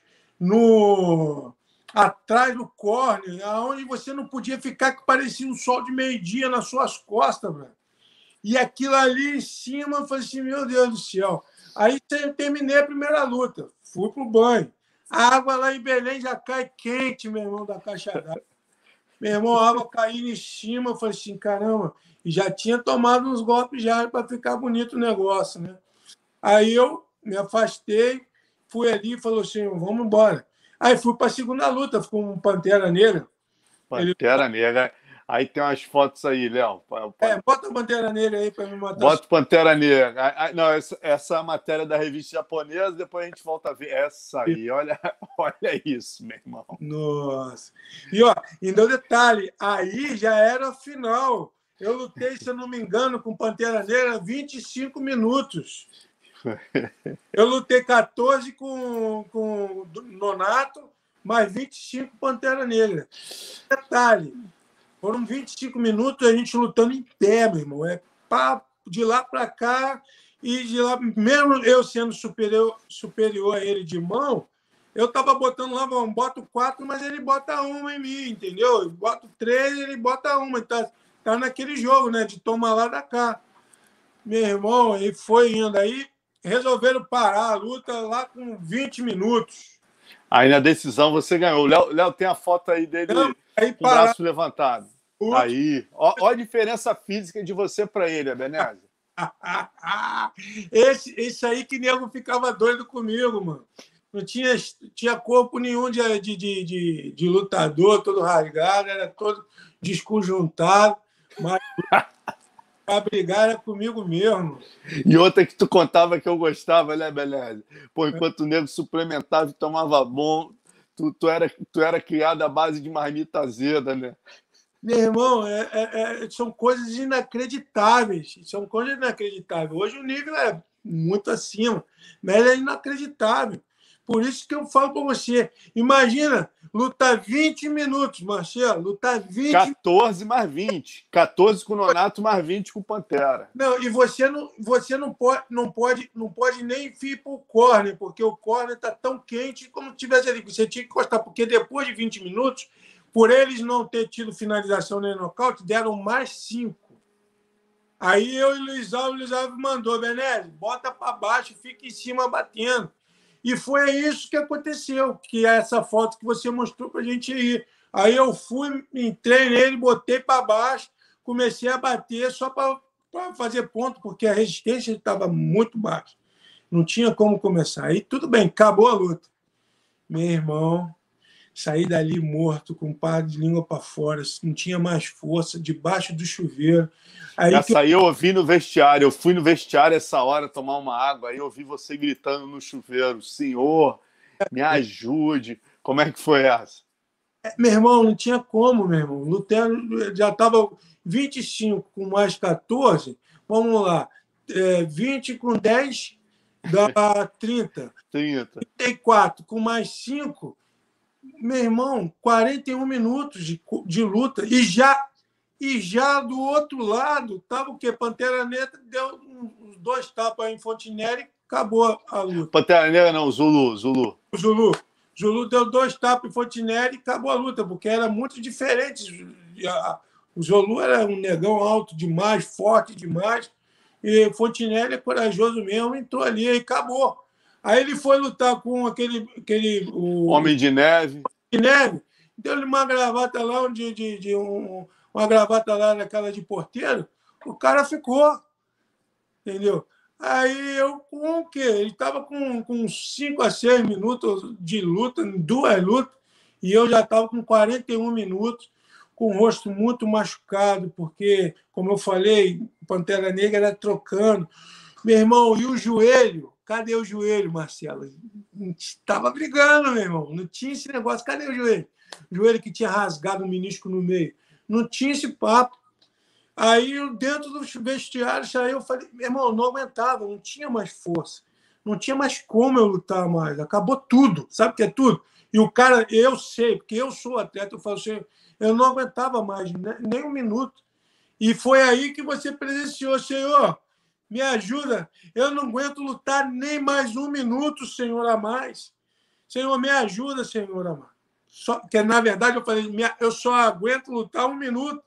atrás do córneo, onde você não podia ficar, que parecia um sol de meio-dia nas suas costas, velho. E aquilo ali em cima, eu falei assim, meu Deus do céu. Aí eu terminei a primeira luta, fui pro banho. A água lá em Belém já cai quente, meu irmão, da caixa d'água. Meu irmão, a água caindo em cima, eu falei assim, caramba, e já tinha tomado uns golpes já para ficar bonito o negócio, né? Aí eu me afastei, fui ali e falei assim, vamos embora. Aí fui para a segunda luta com o Pantera Negra. Pantera Negra. Aí tem umas fotos aí, Léo. Bota a Pantera Negra aí para me matar. Bota Pantera Negra. Não, essa é a matéria da revista japonesa, depois a gente volta a ver. Essa aí, olha isso, meu irmão. Nossa. E, ó, ainda um detalhe, aí já era a final. Eu lutei, se eu não me engano, com Pantera Negra 25 minutos. Eu lutei 14 com Nonato, mais 25 Pantera Negra. Detalhe, foram 25 minutos a gente lutando em pé, meu irmão. De lá para cá, e de lá, mesmo eu sendo superior a ele de mão, eu estava botando lá, boto 4, mas ele bota uma em mim, entendeu? Eu boto 3, ele bota uma. Tá naquele jogo, né? De tomar lá da cá. Meu irmão, e foi indo. Aí resolveram parar a luta lá com 20 minutos. Aí na decisão você ganhou. O Léo tem a foto aí dele com o braço levantado. Aí, ó a diferença física de você para ele, Ebenezer. Esse aí que nego ficava doido comigo, mano. Não tinha corpo nenhum de lutador, todo rasgado, era todo desconjuntado, mas para brigar era comigo mesmo. E outra que tu contava que eu gostava, né, Beleza? Pô, enquanto o nego suplementava e tomava bom, tu era criado à base de marmita azeda, né? Meu irmão, são coisas inacreditáveis. São coisas inacreditáveis. Hoje o nível é muito acima, mas é inacreditável. Por isso que eu falo para você. Imagina, lutar 20 minutos, Marcelo. Lutar 20 14 mais 20. 14 com o Nonato, mais 20 com o Pantera. Não, e você não pode nem ir para o corner, porque o corner está tão quente como se tivesse ali. Você tinha que encostar, porque depois de 20 minutos, por eles não ter tido finalização nem nocaute, deram mais 5. Aí eu e o Luiz Alves mandou, Benésio, bota para baixo, fica em cima batendo. E foi isso que aconteceu, que é essa foto que você mostrou para a gente aí. Aí eu fui, entrei nele, botei para baixo, comecei a bater só para fazer ponto, porque a resistência estava muito baixa. Não tinha como começar. Aí tudo bem, acabou a luta. Meu irmão, saí dali morto, com um par de língua para fora, não tinha mais força, debaixo do chuveiro. Aí eu ouvi no vestiário, eu fui no vestiário essa hora tomar uma água, aí eu ouvi você gritando no chuveiro, Senhor, me ajude. Como é que foi essa? Meu irmão, não tinha como, meu irmão. O Lutero já estava 25 com mais 14, vamos lá, 20 com 10 dá 30. 34 com mais 5, meu irmão, 41 minutos de luta. E já do outro lado, estava o quê? Pantera Negra deu uns 2 tapas em Fontenelle e acabou a luta. Pantera Negra não, Zulu. Zulu deu 2 tapas em Fontenelle e acabou a luta, porque era muito diferente. O Zulu era um negão alto demais, forte demais, e Fontenelle é corajoso mesmo, entrou ali e acabou. Aí ele foi lutar com o Homem de Neve. Deu-lhe uma gravata lá, uma gravata lá naquela de porteiro, o cara ficou, entendeu? Aí eu com o quê? Ele estava com 5 a 6 minutos de luta, em 2 lutas, e eu já estava com 41 minutos, com o rosto muito machucado, porque, como eu falei, o Pantera Negra era trocando. Meu irmão, e o joelho? Cadê o joelho, Marcelo? Estava brigando, meu irmão. Não tinha esse negócio. Cadê o joelho? O joelho que tinha rasgado o menisco no meio. Não tinha esse papo. Aí, dentro do vestiário, eu falei, meu irmão, não aguentava, não tinha mais força. Não tinha mais como eu lutar mais. Acabou tudo. Sabe o que é tudo? E o cara, eu sei, porque eu sou atleta, eu falo assim, eu não aguentava mais, nem um minuto. E foi aí que você presenciou, Senhor, me ajuda. Eu não aguento lutar nem mais um minuto, Senhor, a mais. Senhor, me ajuda, Senhor, a mais. Que, na verdade, eu falei, eu só aguento lutar um minuto.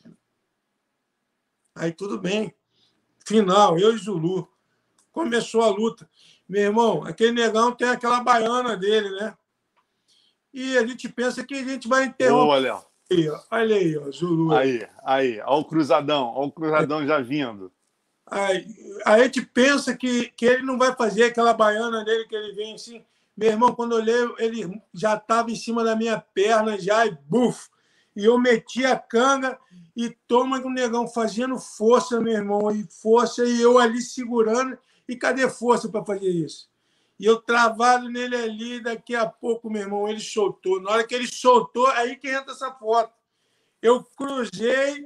Aí tudo bem. Final, eu e Zulu. Começou a luta. Meu irmão, aquele negão tem aquela baiana dele, né? E a gente pensa que a gente vai interromper. Olha aí, ó, Zulu. Aí. Olha o cruzadão já vindo. Aí, a gente pensa que ele não vai fazer aquela baiana dele, que ele vem assim. Meu irmão, quando eu olhei, ele já estava em cima da minha perna, já, e buf! e eu meti a canga e toma o negão fazendo força, meu irmão, e força, e eu ali segurando, e cadê força para fazer isso? E eu travado nele ali, daqui a pouco, meu irmão, ele soltou. Na hora que ele soltou, aí que entra essa foto. Eu cruzei,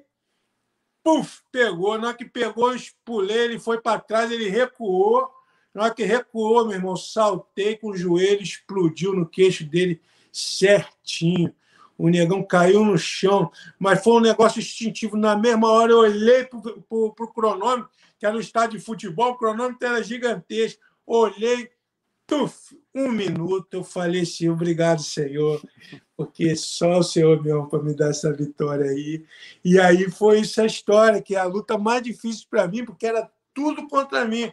puf, pegou. Na hora que pegou, eu pulei, ele foi para trás, ele recuou. Na hora que recuou, meu irmão, saltei com o joelho, explodiu no queixo dele certinho. O negão caiu no chão, mas foi um negócio instintivo. Na mesma hora, eu olhei para o cronômetro, que era no estádio de futebol, o cronômetro era gigantesco. Olhei, tuf, 1 minuto, eu falei assim, obrigado, Senhor, porque só o Senhor mesmo para me dar essa vitória aí. E aí foi essa história, que é a luta mais difícil para mim, porque era tudo contra mim.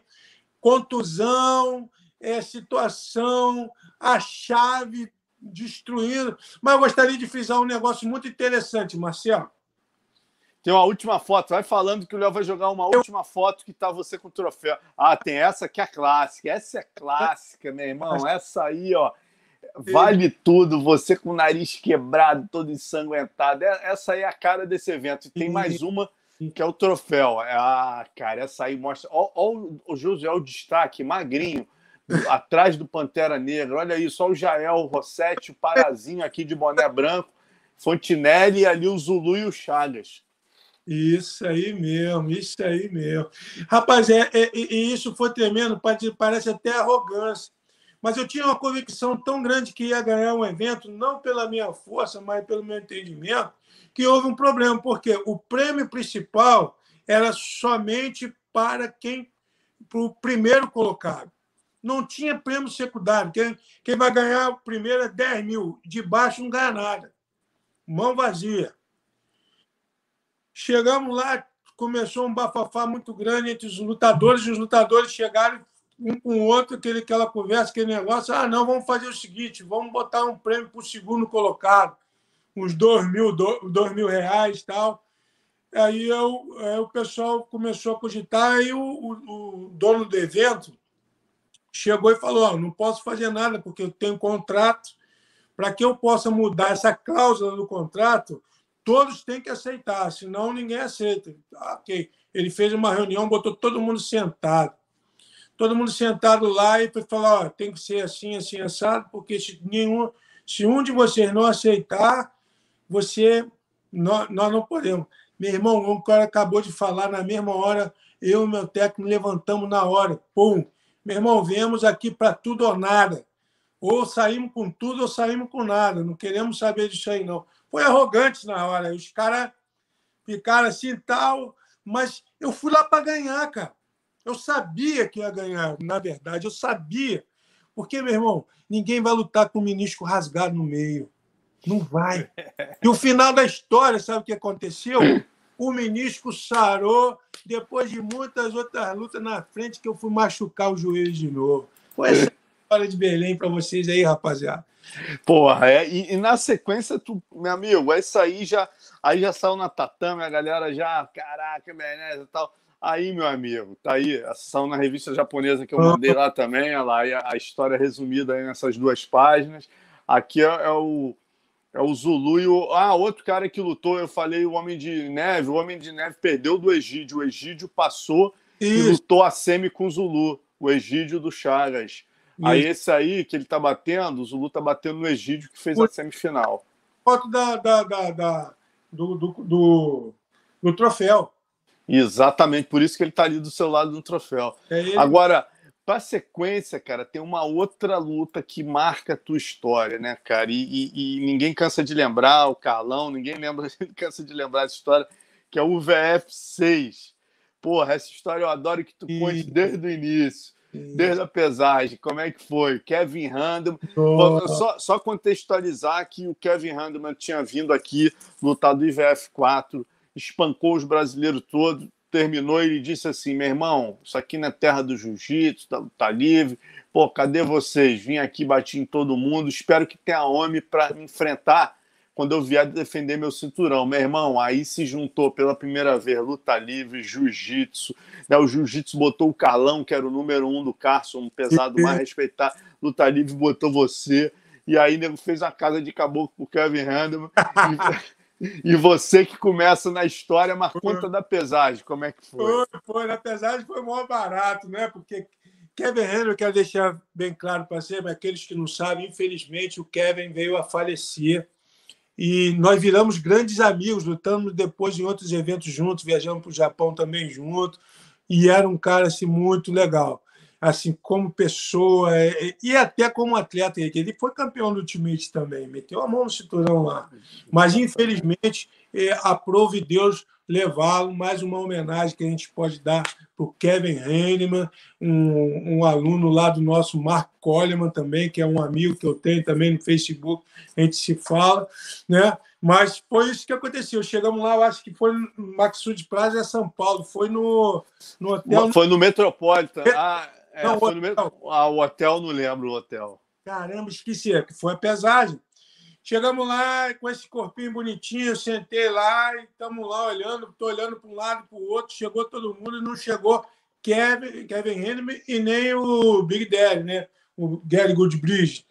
Contusão, situação, a chave destruindo. Mas eu gostaria de frisar um negócio muito interessante, Marcelo. Tem uma última foto. Vai falando que o Léo vai jogar uma última foto que tá você com o troféu. Ah, tem essa que é a clássica. Essa é clássica, meu irmão. Essa aí, ó, vale tudo. Você com o nariz quebrado, todo ensanguentado. Essa aí é a cara desse evento. E tem mais uma que é o troféu. Ah, cara, essa aí mostra... Olha o Josué, o destaque, magrinho, atrás do Pantera Negra. Olha isso, olha o Jael, o Rossetti, o Parazinho aqui de boné branco, Fontinelli e ali o Zulu e o Chagas. Isso aí mesmo, isso aí mesmo. Rapaz, e isso foi tremendo, parece até arrogância. Mas eu tinha uma convicção tão grande que ia ganhar um evento, não pela minha força, mas pelo meu entendimento, que houve um problema, porque o prêmio principal era somente para o primeiro colocado. Não tinha prêmio secundário. Quem vai ganhar o primeiro é 10 mil. De baixo não ganha nada. Mão vazia. Chegamos lá, começou um bafafá muito grande entre os lutadores, e os lutadores chegaram um com o outro, aquela conversa, aquele negócio. Ah, não, vamos fazer o seguinte, vamos botar um prêmio para o segundo colocado, uns 2 mil reais e tal. Aí o pessoal começou a cogitar, e o dono do evento chegou e falou, oh, não posso fazer nada, porque eu tenho contrato. Para que eu possa mudar essa cláusula do contrato, todos têm que aceitar, senão ninguém aceita. Ok. Ele fez uma reunião, botou todo mundo sentado. Todo mundo sentado lá e falou, oh, tem que ser assim, assim, assado, porque se um de vocês não aceitar, nós não podemos. Meu irmão, o cara acabou de falar, na mesma hora, eu e meu técnico levantamos na hora. Pum! Meu irmão, viemos aqui para tudo ou nada. Ou saímos com tudo ou saímos com nada. Não queremos saber disso aí, não. Foi arrogante na hora. Os caras ficaram assim e tal, mas eu fui lá para ganhar, cara. Eu sabia que ia ganhar, na verdade, eu sabia. Porque, meu irmão, ninguém vai lutar com o menisco rasgado no meio. Não vai. E o final da história, sabe o que aconteceu? O menisco sarou depois de muitas outras lutas na frente, que eu fui machucar o joelho de novo. Foi essa história de Belém para vocês aí, rapaziada. Porra, e na sequência, meu amigo, aí já saiu na tatame, a galera já, caraca, beleza e tal. Aí, meu amigo, tá aí, saiu na revista japonesa que eu mandei lá também, olha lá, a história resumida aí nessas 2 páginas. Aqui é o Zulu e outro cara que lutou, eu falei, o Homem de Neve. O Homem de Neve perdeu do Egídio. O Egídio passou e lutou a semi com o Zulu. O Egídio do Chagas. Aí esse aí que ele tá batendo, o Zulu tá batendo no Egídio, que fez a semifinal. Foto do troféu. Exatamente, por isso que ele tá ali do seu lado no troféu. Agora, pra sequência, cara, tem uma outra luta que marca a tua história, né, cara? E ninguém cansa de lembrar, o Carlão, ninguém cansa de lembrar essa história, que é o VF6. Porra, essa história eu adoro que tu conte desde o início, desde a pesagem, como é que foi? Kevin Randleman. Só contextualizar que o Kevin Randleman tinha vindo aqui lutar do IVF4, espancou os brasileiros todos, terminou e ele disse assim, meu irmão, isso aqui não é terra do jiu-jitsu, tá livre, pô, cadê vocês? Vim aqui, bati em todo mundo, espero que tenha homem para me enfrentar quando eu vier defender meu cinturão. Meu irmão, aí se juntou pela primeira vez luta livre, jiu-jitsu, né? O jiu-jitsu botou o Carlão, que era o número 1 do Carson, um pesado mais respeitado, luta livre botou você, e aí nego fez a casa de caboclo pro Kevin Randleman, E você que começa na história, mas conta da pesagem, como é que foi? Foi, na pesagem foi maior barato, né? Porque Kevin Henry, eu quero deixar bem claro para você, mas aqueles que não sabem, infelizmente, o Kevin veio a falecer. E nós viramos grandes amigos, lutamos depois em outros eventos juntos, viajamos para o Japão também juntos, e era um cara assim, muito legal. Assim, como pessoa e até como atleta. Ele foi campeão do Ultimate também, meteu a mão no cinturão lá. Mas, infelizmente, aprove Deus levá-lo. Mais uma homenagem que a gente pode dar para o Kevin Heinemann, um aluno lá do nosso Mark Coleman também, que é um amigo que eu tenho também no Facebook, a gente se fala, né? Mas foi isso que aconteceu. Chegamos lá, eu acho que foi no Maxud Plaza, São Paulo, foi no hotel. Foi no Metropolitan. Não, foi o hotel, não lembro o hotel. Caramba, esqueci, que foi a pesagem. Chegamos lá com esse corpinho bonitinho, eu sentei lá e estamos lá olhando, estou olhando para um lado e para o outro, chegou todo mundo e não chegou Kevin Heinemann e nem o Big Daddy, né? O Gary Goodbridge.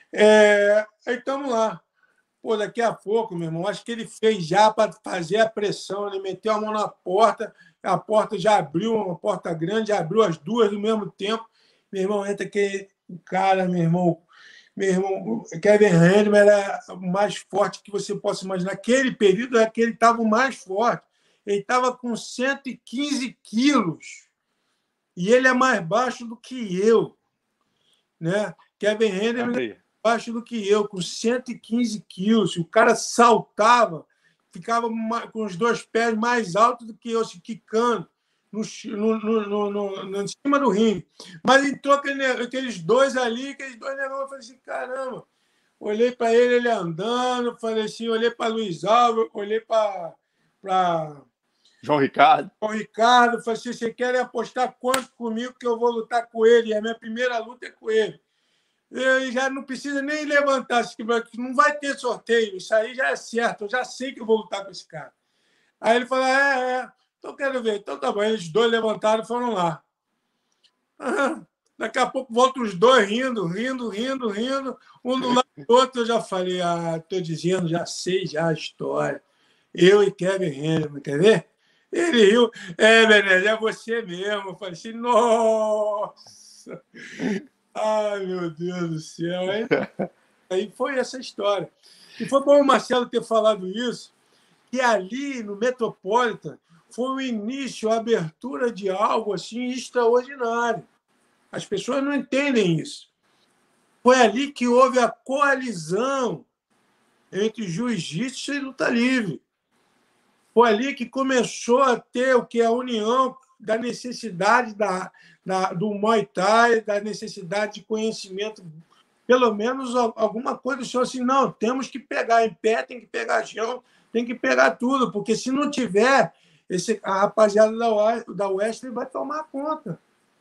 Aí estamos lá. Pô, daqui a pouco, meu irmão, acho que ele fez já para fazer a pressão, ele meteu a mão na porta, a porta já abriu, uma porta grande, abriu as duas no mesmo tempo. Meu irmão, entra aquele cara, meu irmão, Kevin Heinemann era o mais forte que você possa imaginar. Naquele período é que ele estava o mais forte. Ele estava com 115 quilos. E ele é mais baixo do que eu. Né? Kevin Heinemann é mais baixo do que eu, com 115 quilos. O cara saltava, ficava com os dois pés mais altos do que eu, se quicando em cima do ringue. Mas entrou aqueles dois ali, aqueles dois negócios, eu falei assim, caramba. Olhei para ele andando, falei assim, olhei para Luiz Alves, olhei para João Ricardo. Falei assim, você quer apostar quanto comigo que eu vou lutar com ele? E a minha primeira luta é com ele. Ele já não precisa nem levantar, não vai ter sorteio, isso aí já é certo, eu já sei que eu vou lutar com esse cara. Aí ele falou, então quero ver. Então tá bom, eles dois levantaram e foram lá. Daqui a pouco voltam os dois rindo, um do lado do outro. Eu já falei, estou dizendo, já sei já a história. Eu e Kevin Heinemann, quer ver? Ele riu, Menezes, é você mesmo. Eu falei assim, nossa! Ai, meu Deus do céu. Aí foi essa história. E foi bom o Marcelo ter falado isso, que ali no Metropolitan foi o início, a abertura de algo assim extraordinário. As pessoas não entendem isso. Foi ali que houve a coalizão entre jiu-jitsu e luta livre. Foi ali que começou a ter o que é a união da necessidade do Muay Thai, da necessidade de conhecimento, pelo menos alguma coisa só assim, não, temos que pegar em pé, tem que pegar chão, tem que pegar tudo, porque se não tiver, a rapaziada da Wesley vai tomar conta.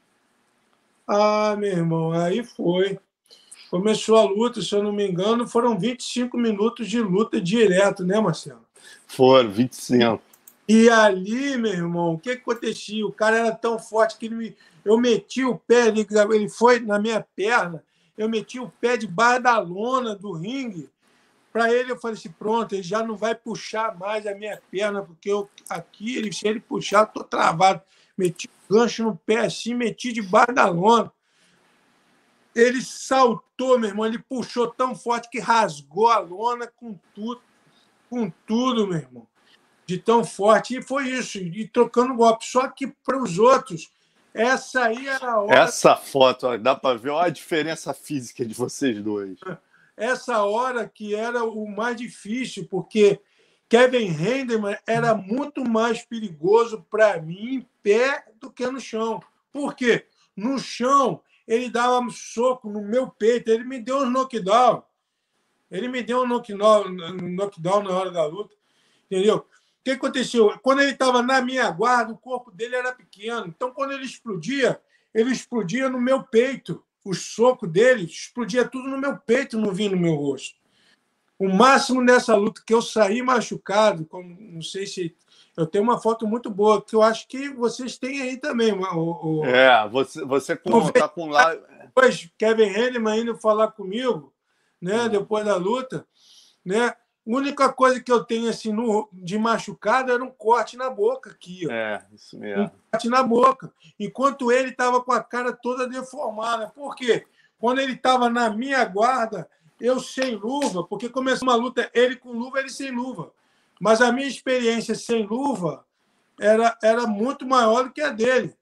Meu irmão, aí foi. Começou a luta, se eu não me engano, foram 25 minutos de luta direto, né, Marcelo? Foram, 25. E ali, meu irmão, o que acontecia? O cara era tão forte que eu meti o pé, ele foi na minha perna, eu meti o pé debaixo da lona do ringue. Para ele, eu falei assim, pronto, ele já não vai puxar mais a minha perna, porque se ele puxar, eu estou travado. Meti o gancho no pé assim, meti debaixo da lona. Ele saltou, meu irmão, ele puxou tão forte que rasgou a lona com tudo, meu irmão. De tão forte. E foi isso, e trocando golpe. Só que para os outros, essa aí era a hora... Essa foto, ó, dá para ver olha a diferença física de vocês dois. Essa hora que era o mais difícil, porque Kevin Heinemann era muito mais perigoso para mim em pé do que no chão. Por quê? No chão, ele dava um soco no meu peito, ele me deu um knockdown. Ele me deu um knockdown na hora da luta. Entendeu? O que aconteceu? Quando ele estava na minha guarda, o corpo dele era pequeno. Então, quando ele explodia no meu peito. O soco dele explodia tudo no meu peito, não vinha no meu rosto. O máximo dessa luta que eu saí machucado, não sei se... Eu tenho uma foto muito boa, que eu acho que vocês têm aí também. Você tá com lá... Depois, Kevin Heinemann indo falar comigo, né, depois da luta, né? A única coisa que eu tenho assim, de machucado era um corte na boca aqui. Ó. Isso mesmo. Um corte na boca. Enquanto ele estava com a cara toda deformada. Por quê? Quando ele estava na minha guarda, eu sem luva, porque começou uma luta, ele com luva, ele sem luva. Mas a minha experiência sem luva era muito maior do que a dele.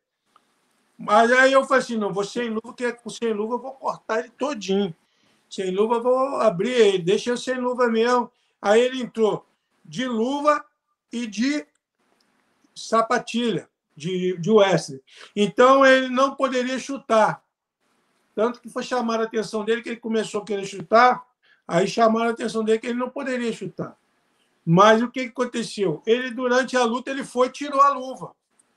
Mas aí eu falei assim, não, vou sem luva, porque sem luva eu vou cortar ele todinho. Sem luva eu vou abrir ele, deixa eu sem luva mesmo. Aí ele entrou de luva e de sapatilha, de Wesley. Então ele não poderia chutar. Tanto que foi chamar a atenção dele que ele começou a querer chutar, aí chamaram a atenção dele que ele não poderia chutar. Mas o que aconteceu? Ele, durante a luta, ele foi e tirou a luva.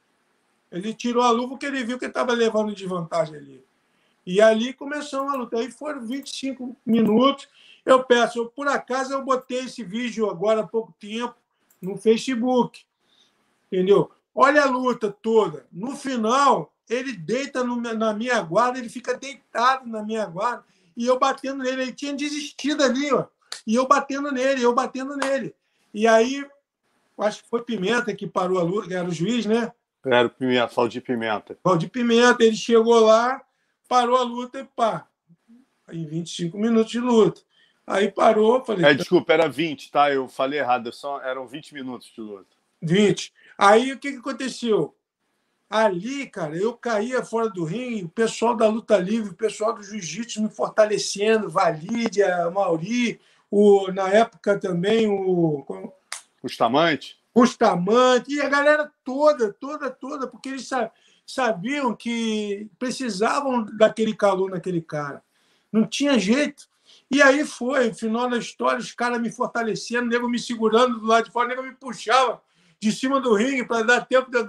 Ele tirou a luva porque ele viu que ele estava levando desvantagem ali. E ali começou a luta. Aí foram 25 minutos. Eu peço, por acaso, eu botei esse vídeo agora há pouco tempo no Facebook. Entendeu? Olha a luta toda. No final, ele deita na minha guarda, ele fica deitado na minha guarda, e eu batendo nele. Ele tinha desistido ali, ó. E eu batendo nele. E aí, acho que foi Pimenta que parou a luta, que era o juiz, né? Era o Pimenta, Valdir Pimenta. Valdir Pimenta, ele chegou lá, parou a luta e pá. Aí 25 minutos de luta. Aí parou, falei... Desculpa, era 20, tá? Eu falei errado, eram 20 minutos de luta. 20. Aí o que aconteceu? Ali, cara, eu caía fora do ringue, o pessoal da luta livre, o pessoal do jiu-jitsu me fortalecendo, Valídia, Mauri, na época também o Bustamante? Bustamante, e a galera toda, porque eles sabiam que precisavam daquele calor naquele cara. Não tinha jeito. E aí foi, no final da história, os caras me fortalecendo, o nego me segurando do lado de fora, o nego me puxava de cima do ringue para dar tempo de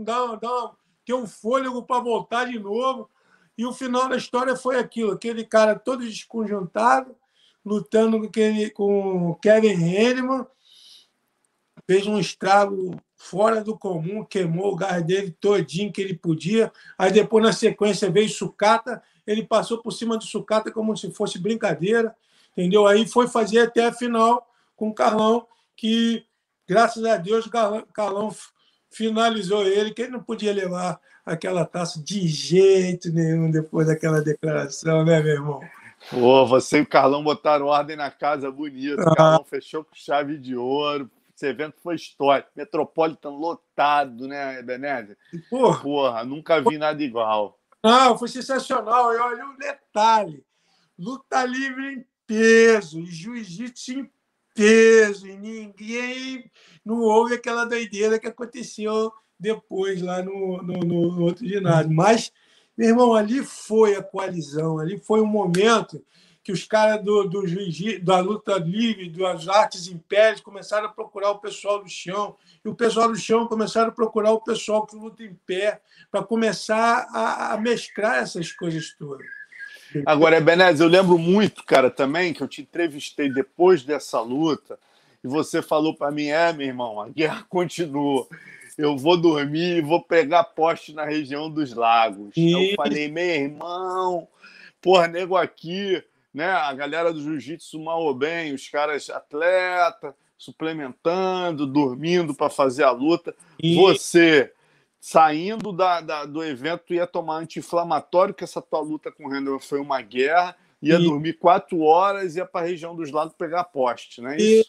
eu ter um fôlego para voltar de novo. E o final da história foi aquilo, aquele cara todo desconjuntado, lutando com o Kevin Henneman, fez um estrago fora do comum, queimou o gás dele todinho que ele podia. Aí depois, na sequência, veio Sucata, ele passou por cima do Sucata como se fosse brincadeira, entendeu? Aí foi fazer até a final com o Carlão, que, graças a Deus, o Carlão finalizou ele, que ele não podia levar aquela taça de jeito nenhum depois daquela declaração, né, meu irmão? Pô, você e o Carlão botaram ordem na casa bonito. O Carlão fechou com chave de ouro. Esse evento foi histórico. Metropolitan lotado, né, Ebenezer? Porra, nunca vi nada igual. Não, foi sensacional. E olha o detalhe: luta livre em peso, e jiu-jitsu em peso, e ninguém. Não houve aquela doideira que aconteceu depois lá no outro ginásio. Mas, meu irmão, ali foi a coalizão, ali foi um momento que os caras do jiu-jitsu, da luta livre, das artes impérios, começaram a procurar o pessoal do chão, e o pessoal do chão começaram a procurar o pessoal que luta em pé, para começar a mesclar essas coisas todas. Agora, Ebenezer, eu lembro muito, cara, também, que eu te entrevistei depois dessa luta, e você falou para mim, meu irmão, a guerra continua. Eu vou dormir e vou pegar poste na região dos lagos. Eu falei, meu irmão, porra, nego aqui, né? A galera do jiu-jitsu mal ou bem, os caras atleta, suplementando, dormindo para fazer a luta. Você, saindo do evento, ia tomar anti-inflamatório, que essa tua luta com o Randall foi uma guerra, ia dormir 4 horas e ia para a região dos lagos pegar poste, não é isso?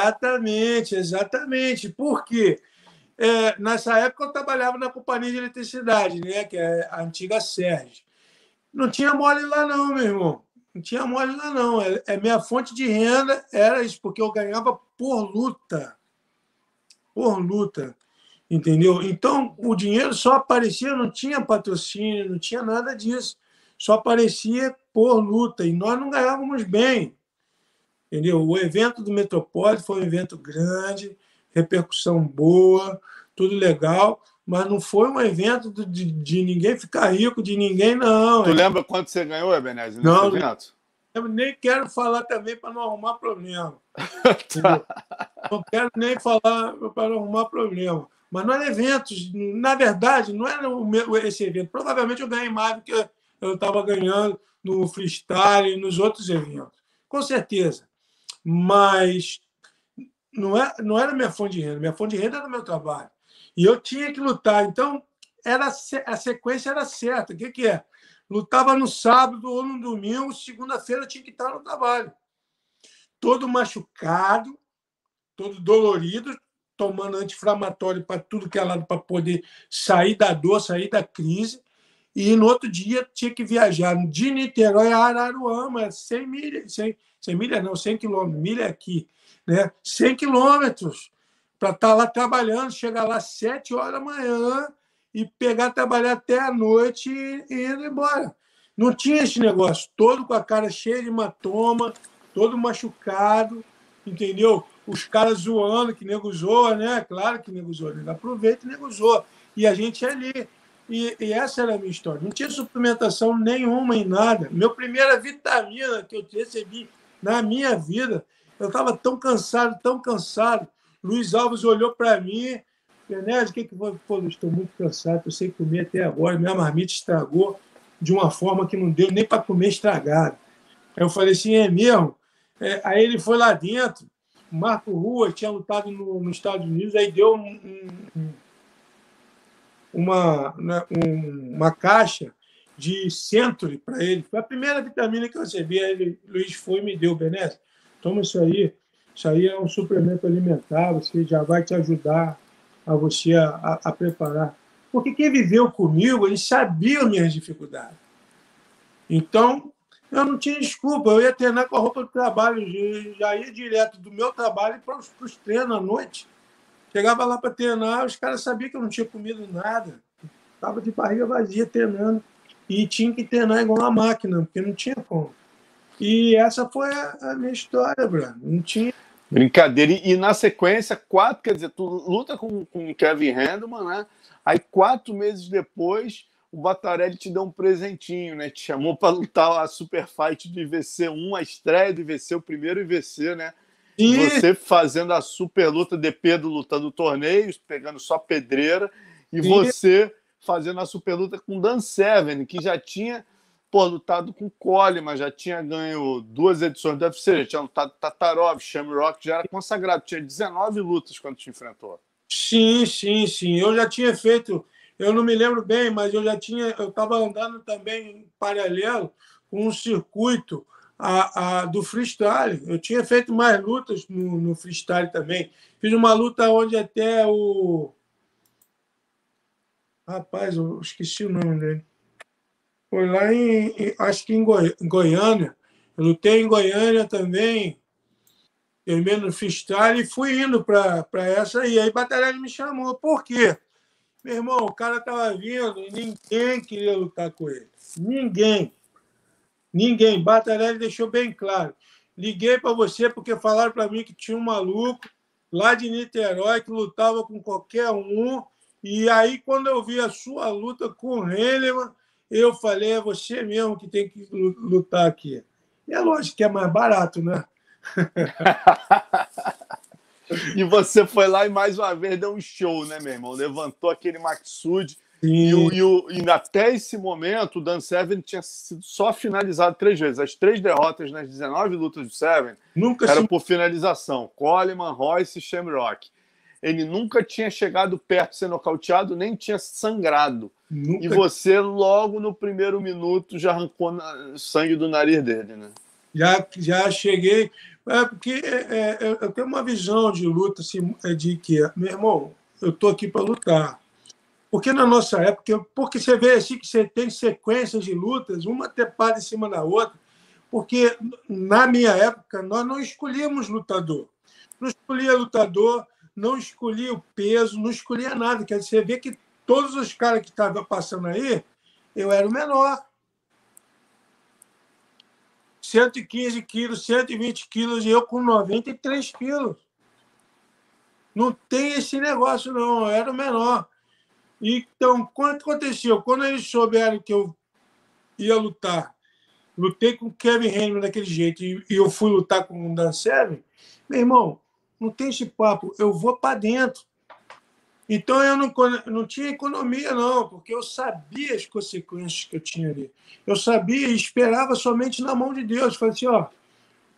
Exatamente. Por quê? Nessa época eu trabalhava na companhia de eletricidade, né? Que é a antiga Sérgio. Não tinha mole lá não, meu irmão. Não tinha mole lá não. Minha fonte de renda era isso, porque eu ganhava por luta. Por luta. Entendeu? Então, o dinheiro só aparecia, não tinha patrocínio, não tinha nada disso. Só aparecia por luta. E nós não ganhávamos bem. Entendeu? O evento do Metropolitan foi um evento grande, repercussão boa, tudo legal, mas não foi um evento de ninguém ficar rico, de ninguém, não. Tu lembra quanto você ganhou, Ebenezer, nesse evento? Eu nem quero falar também para não arrumar problema. Tá. Não quero nem falar para não arrumar problema. Mas não eram eventos, na verdade, não era esse evento. Provavelmente eu ganhei mais do que eu estava ganhando no freestyle e nos outros eventos. Com certeza. Mas não era minha fonte de renda. Minha fonte de renda era o meu trabalho. E eu tinha que lutar. Então, a sequência era certa. O que é? Lutava no sábado ou no domingo, segunda-feira eu tinha que estar no trabalho. Todo machucado, todo dolorido, tomando anti-inflamatório para tudo que é lado, para poder sair da dor, sair da crise. E no outro dia tinha que viajar de Niterói a Araruama, 100 milhas, 100 milhas não, 100 quilômetros, milha aqui, né? 100 quilômetros para estar lá trabalhando, chegar lá às 7 horas da manhã e pegar, trabalhar até a noite e ir embora. Não tinha esse negócio, todo com a cara cheia de hematoma, todo machucado, entendeu? Os caras zoando, que nego zoa, né? Claro que nego zoa, né? Aproveita e nego zoa. E a gente ali. E essa era a minha história. Não tinha suplementação nenhuma em nada. Minha primeira vitamina que eu recebi na minha vida, eu estava tão cansado, tão cansado. Luiz Alves olhou para mim, Penés, o que foi? Pô, estou muito cansado, eu sei comer até agora, minha marmita estragou de uma forma que não deu nem para comer estragado. Aí eu falei assim, é mesmo? Aí ele foi lá dentro, Marco Rua tinha lutado nos Estados Unidos, aí deu uma caixa de Century para ele. Foi a primeira vitamina que eu recebi. Aí Luiz foi e me deu, Benesse, toma isso aí. Isso aí é um suplemento alimentar, você já vai te ajudar a você a preparar. Porque quem viveu comigo, ele sabia as minhas dificuldades. Então, eu não tinha desculpa. Eu ia treinar com a roupa do trabalho, já ia direto do meu trabalho para os treinos à noite. Chegava lá para treinar, os caras sabiam que eu não tinha comido nada. Estava de barriga vazia treinando. E tinha que treinar igual uma máquina, porque não tinha como. E essa foi a minha história, Bruno. Não tinha. Brincadeira. E na sequência, quer dizer, tu luta com o Kevin Randleman, né? Aí 4 meses depois, o Batarelli te deu um presentinho, né? Te chamou para lutar a Super Fight do IVC 1, a estreia do IVC, o primeiro IVC, né? E você fazendo a super luta de Pedro lutando torneios, pegando só pedreira, e você fazendo a super luta com Dan Severn, que já tinha lutado com Coleman, já tinha ganho 2 edições do UFC, já tinha lutado Tatarov, Shamrock, já era consagrado, tinha 19 lutas quando te enfrentou. Sim, sim, sim. Eu já tinha feito, eu não me lembro bem, mas eu estava andando também em paralelo com um circuito do freestyle. Eu tinha feito mais lutas no freestyle também. Fiz uma luta onde até o... Rapaz, eu esqueci o nome dele. Foi lá acho que em Goiânia. Eu lutei em Goiânia também, terminei no freestyle e fui indo para essa aí. Aí Batarelli me chamou. Por quê? Meu irmão, o cara estava vindo e ninguém queria lutar com ele. Ninguém. Ninguém. Batarelli deixou bem claro. Liguei para você porque falaram para mim que tinha um maluco lá de Niterói que lutava com qualquer um. E aí, quando eu vi a sua luta com o Henleman, eu falei, é você mesmo que tem que lutar aqui. E é lógico que é mais barato, né? E você foi lá e mais uma vez deu um show, né, meu irmão? Levantou aquele Maksud. E até esse momento, o Dan Severn tinha sido só finalizado 3 vezes. As 3 derrotas nas 19 lutas do Severn eram por finalização. Coleman, Royce e Shamrock. Ele nunca tinha chegado perto de ser nocauteado, nem tinha sangrado. E você, logo no primeiro minuto, já arrancou sangue do nariz dele, né? Já cheguei... porque eu tenho uma visão de luta assim, de que, meu irmão, eu estou aqui para lutar. Porque na nossa época, porque você vê assim que você tem sequências de lutas, uma trepada em cima da outra, porque na minha época nós não escolhíamos lutador. Não escolhia lutador, não escolhia o peso, não escolhia nada. Quer dizer, você vê que todos os caras que estavam passando aí, eu era o menor. 115 quilos, 120 quilos e eu com 93 quilos. Não tem esse negócio, não. Eu era o menor. Então, quando aconteceu? Quando eles souberam que eu ia lutar, lutei com o Kevin Henry daquele jeito e eu fui lutar com o Dan Severn, meu irmão, não tem esse papo, eu vou para dentro. Então, eu não tinha economia, não, porque eu sabia as consequências que eu tinha ali. Eu sabia e esperava somente na mão de Deus. Falei assim, ó,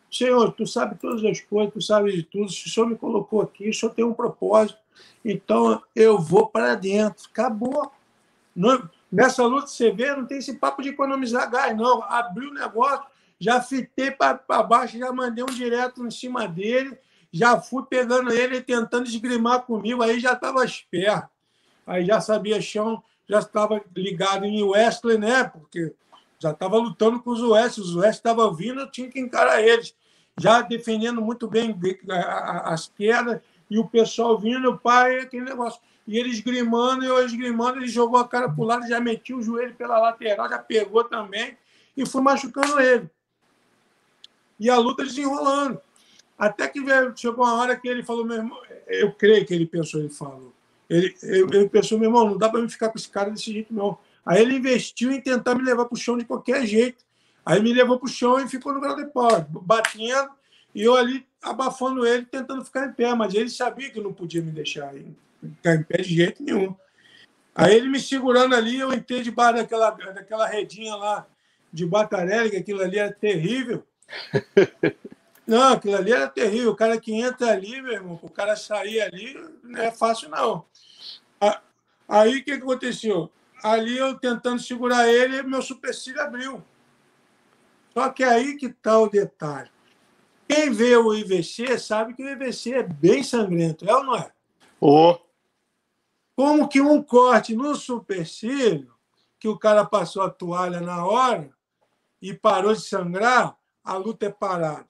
Senhor, tu sabe todas as coisas, tu sabe de tudo, se o Senhor me colocou aqui, o Senhor tem um propósito, então eu vou para dentro. Acabou. Não, nessa luta, você vê, não tem esse papo de economizar gás, não. Abri o negócio, já fitei para baixo, já mandei um direto em cima dele, já fui pegando ele e tentando esgrimar comigo, aí já estava esperto. Aí já sabia chão, já estava ligado em Wesley, né? Porque já estava lutando com os Wesley estavam vindo, eu tinha que encarar eles. Já defendendo muito bem as quedas, e o pessoal vindo, o pai, aquele negócio. E ele esgrimando, e eu esgrimando, ele jogou a cara para o lado, já metiu o joelho pela lateral, já pegou também, e fui machucando ele. E a luta desenrolando. Até que chegou uma hora que ele falou, meu irmão, eu creio que ele pensou, ele falou. Ele pensou, meu irmão, não dá para me ficar com esse cara desse jeito, não. Aí ele investiu em tentar me levar para o chão de qualquer jeito. Aí me levou para o chão e ficou no grau de pau, batendo, e eu ali abafando ele, tentando ficar em pé, mas ele sabia que não podia me deixar ficar em pé de jeito nenhum. Aí ele me segurando ali, eu entrei debaixo daquela redinha lá de Batarelli, que aquilo ali era terrível. Não, aquilo ali era terrível. O cara que entra ali, meu irmão, o cara sair ali, não é fácil, não. Aí o que aconteceu? Ali eu tentando segurar ele, meu supercílio abriu. Só que aí que está o detalhe. Quem vê o IVC sabe que o IVC é bem sangrento, é ou não é? Oh. Como que um corte no supercílio, que o cara passou a toalha na hora e parou de sangrar, a luta é parada.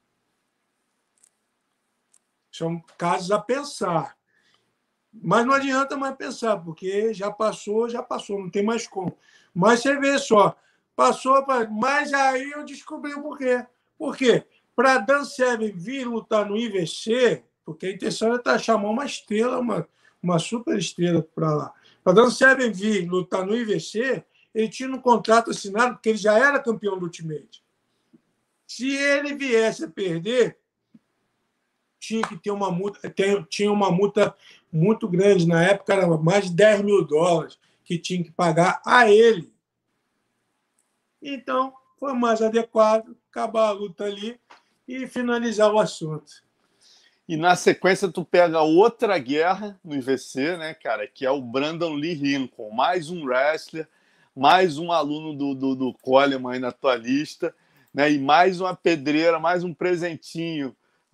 São casos a pensar. Mas não adianta mais pensar, porque já passou, não tem mais como. Mas você vê só, passou, mas aí eu descobri o porquê. Por quê? Para Dan Severn vir lutar no IVC, porque a intenção era chamar uma estrela, uma super estrela para lá. Para Dan Severn vir lutar no IVC, ele tinha um contrato assinado, porque ele já era campeão do Ultimate. Se ele viesse a perder, tinha que ter uma multa, tinha uma multa muito grande, na época era mais de $10 mil que tinha que pagar a ele. Então, foi mais adequado acabar a luta ali e finalizar o assunto. E na sequência tu pega outra guerra no IVC, né, cara, que é o Brandon Lee Lincoln, mais um wrestler, mais um aluno do Coleman aí na tua lista, né, e mais uma pedreira, mais um presentinho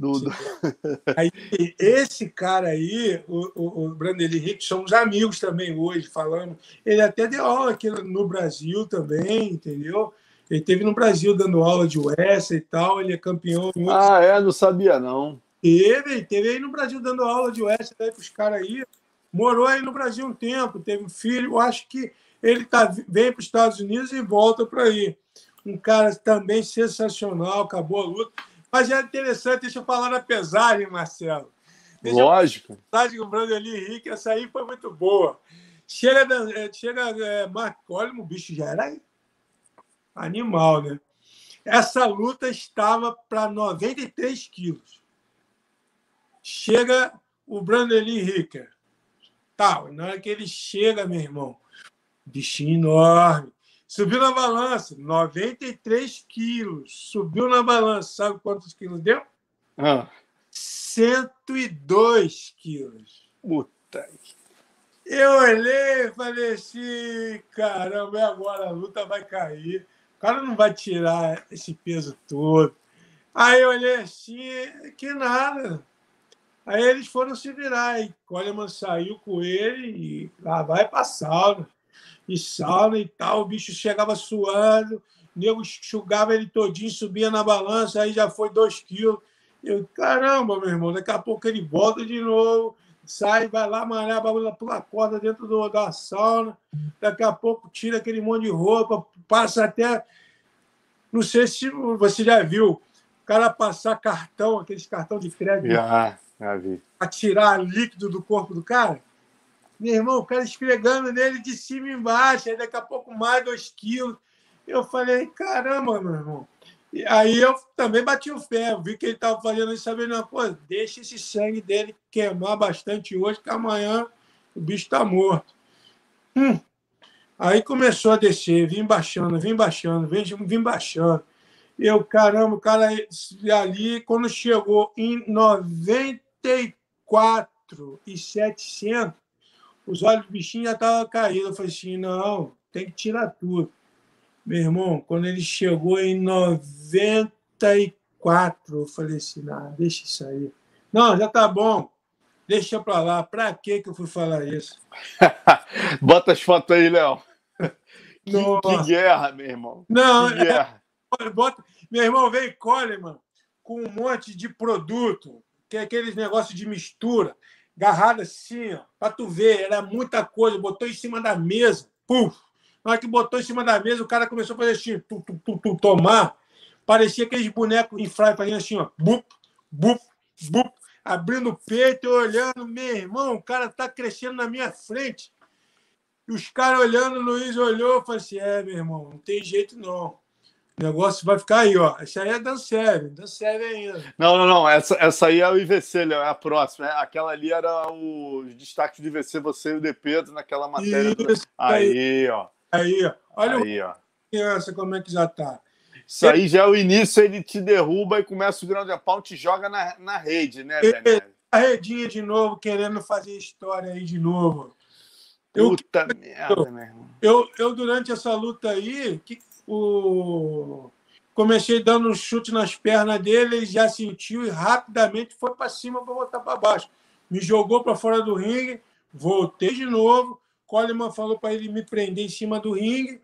Aí, esse cara aí, o Brandon Lee Lincoln, somos amigos também hoje, falando. Ele até deu aula aqui no Brasil também, entendeu? Ele esteve no Brasil dando aula de Wrestling e tal, ele é campeão. Não sabia não. Teve aí no Brasil dando aula de Wrestling para os caras aí. Morou aí no Brasil um tempo, teve um filho. Eu acho que ele vem para os Estados Unidos e volta para aí. Um cara também sensacional, acabou a luta. Mas é interessante, deixa eu falar na pesagem, Marcelo. Lógico. A pesagem com o Brandon Lee Henrique, essa aí foi muito boa. Chega Mark Coleman, o bicho já era animal, né? Essa luta estava para 93 quilos. Chega o Brandon Lee Henrique. Tá, na hora que ele chega, meu irmão, bichinho enorme. Subiu na balança, 93 quilos. Subiu na balança, sabe quantos quilos deu? 102 quilos. Puta. Eu olhei e falei assim, caramba, agora a luta vai cair. O cara não vai tirar esse peso todo. Aí eu olhei assim, que nada. Aí eles foram se virar. E Coleman saiu com ele e lá vai pra sauna. E sauna e tal, o bicho chegava suando, o nego enxugava ele todinho, subia na balança, aí já foi 2 quilos. Eu, caramba, meu irmão, daqui a pouco ele volta de novo, sai, vai lá, malhar, pula a corda dentro da sauna, daqui a pouco tira aquele monte de roupa, passa até... Não sei se você já viu o cara passar cartão, aqueles cartão de crédito, já vi. para tirar líquido do corpo do cara. Meu irmão, o cara esfregando nele de cima e embaixo, aí daqui a pouco mais 2 quilos. Eu falei, caramba, meu irmão. E aí eu também bati o pé, vi que ele estava fazendo isso, sabendo uma coisa, deixa esse sangue dele queimar bastante hoje, que amanhã o bicho está morto. Aí começou a descer, vim baixando, vim baixando. Eu, caramba, o cara ali, quando chegou em 94.700, os olhos do bichinho já estavam caídos. Eu falei assim, não, tem que tirar tudo. Meu irmão, quando ele chegou em 94, eu falei assim, não, deixa isso aí. Não, já tá bom, deixa pra lá. Pra que eu fui falar isso? Bota as fotos aí, Léo. Que Nossa. guerra, meu irmão. Não, Que guerra. bota... Meu irmão veio Coleman com um monte de produto, que é aqueles negócios de mistura, agarrado assim, ó, pra tu ver, era muita coisa, botou em cima da mesa, puf! Na hora que botou em cima da mesa, o cara começou a fazer assim, tomar, parecia aqueles bonecos em fly, fazendo assim, ó, bup, bup, bup, abrindo o peito e olhando, meu irmão, o cara tá crescendo na minha frente. E os caras olhando, o Luiz olhou e falou assim, meu irmão, não tem jeito não. O negócio vai ficar aí, ó. Essa aí é Dan serve ainda. Não. Essa aí é o IVC, Léo, é a próxima. Aquela ali era os destaques do IVC, você e o De Pedro naquela matéria. Isso Aí, ó. Aí, ó. Olha aí, ó. Criança, como é que já tá. Isso aí já é o início, ele te derruba e começa o grão de pau, te joga na rede, né, Bené? A redinha de novo, querendo fazer história aí de novo. Puta merda, meu irmão. Eu, durante essa luta aí, comecei dando um chute nas pernas dele, ele já sentiu e rapidamente foi para cima para voltar para baixo. Me jogou para fora do ringue, voltei de novo. Coleman falou para ele me prender em cima do ringue.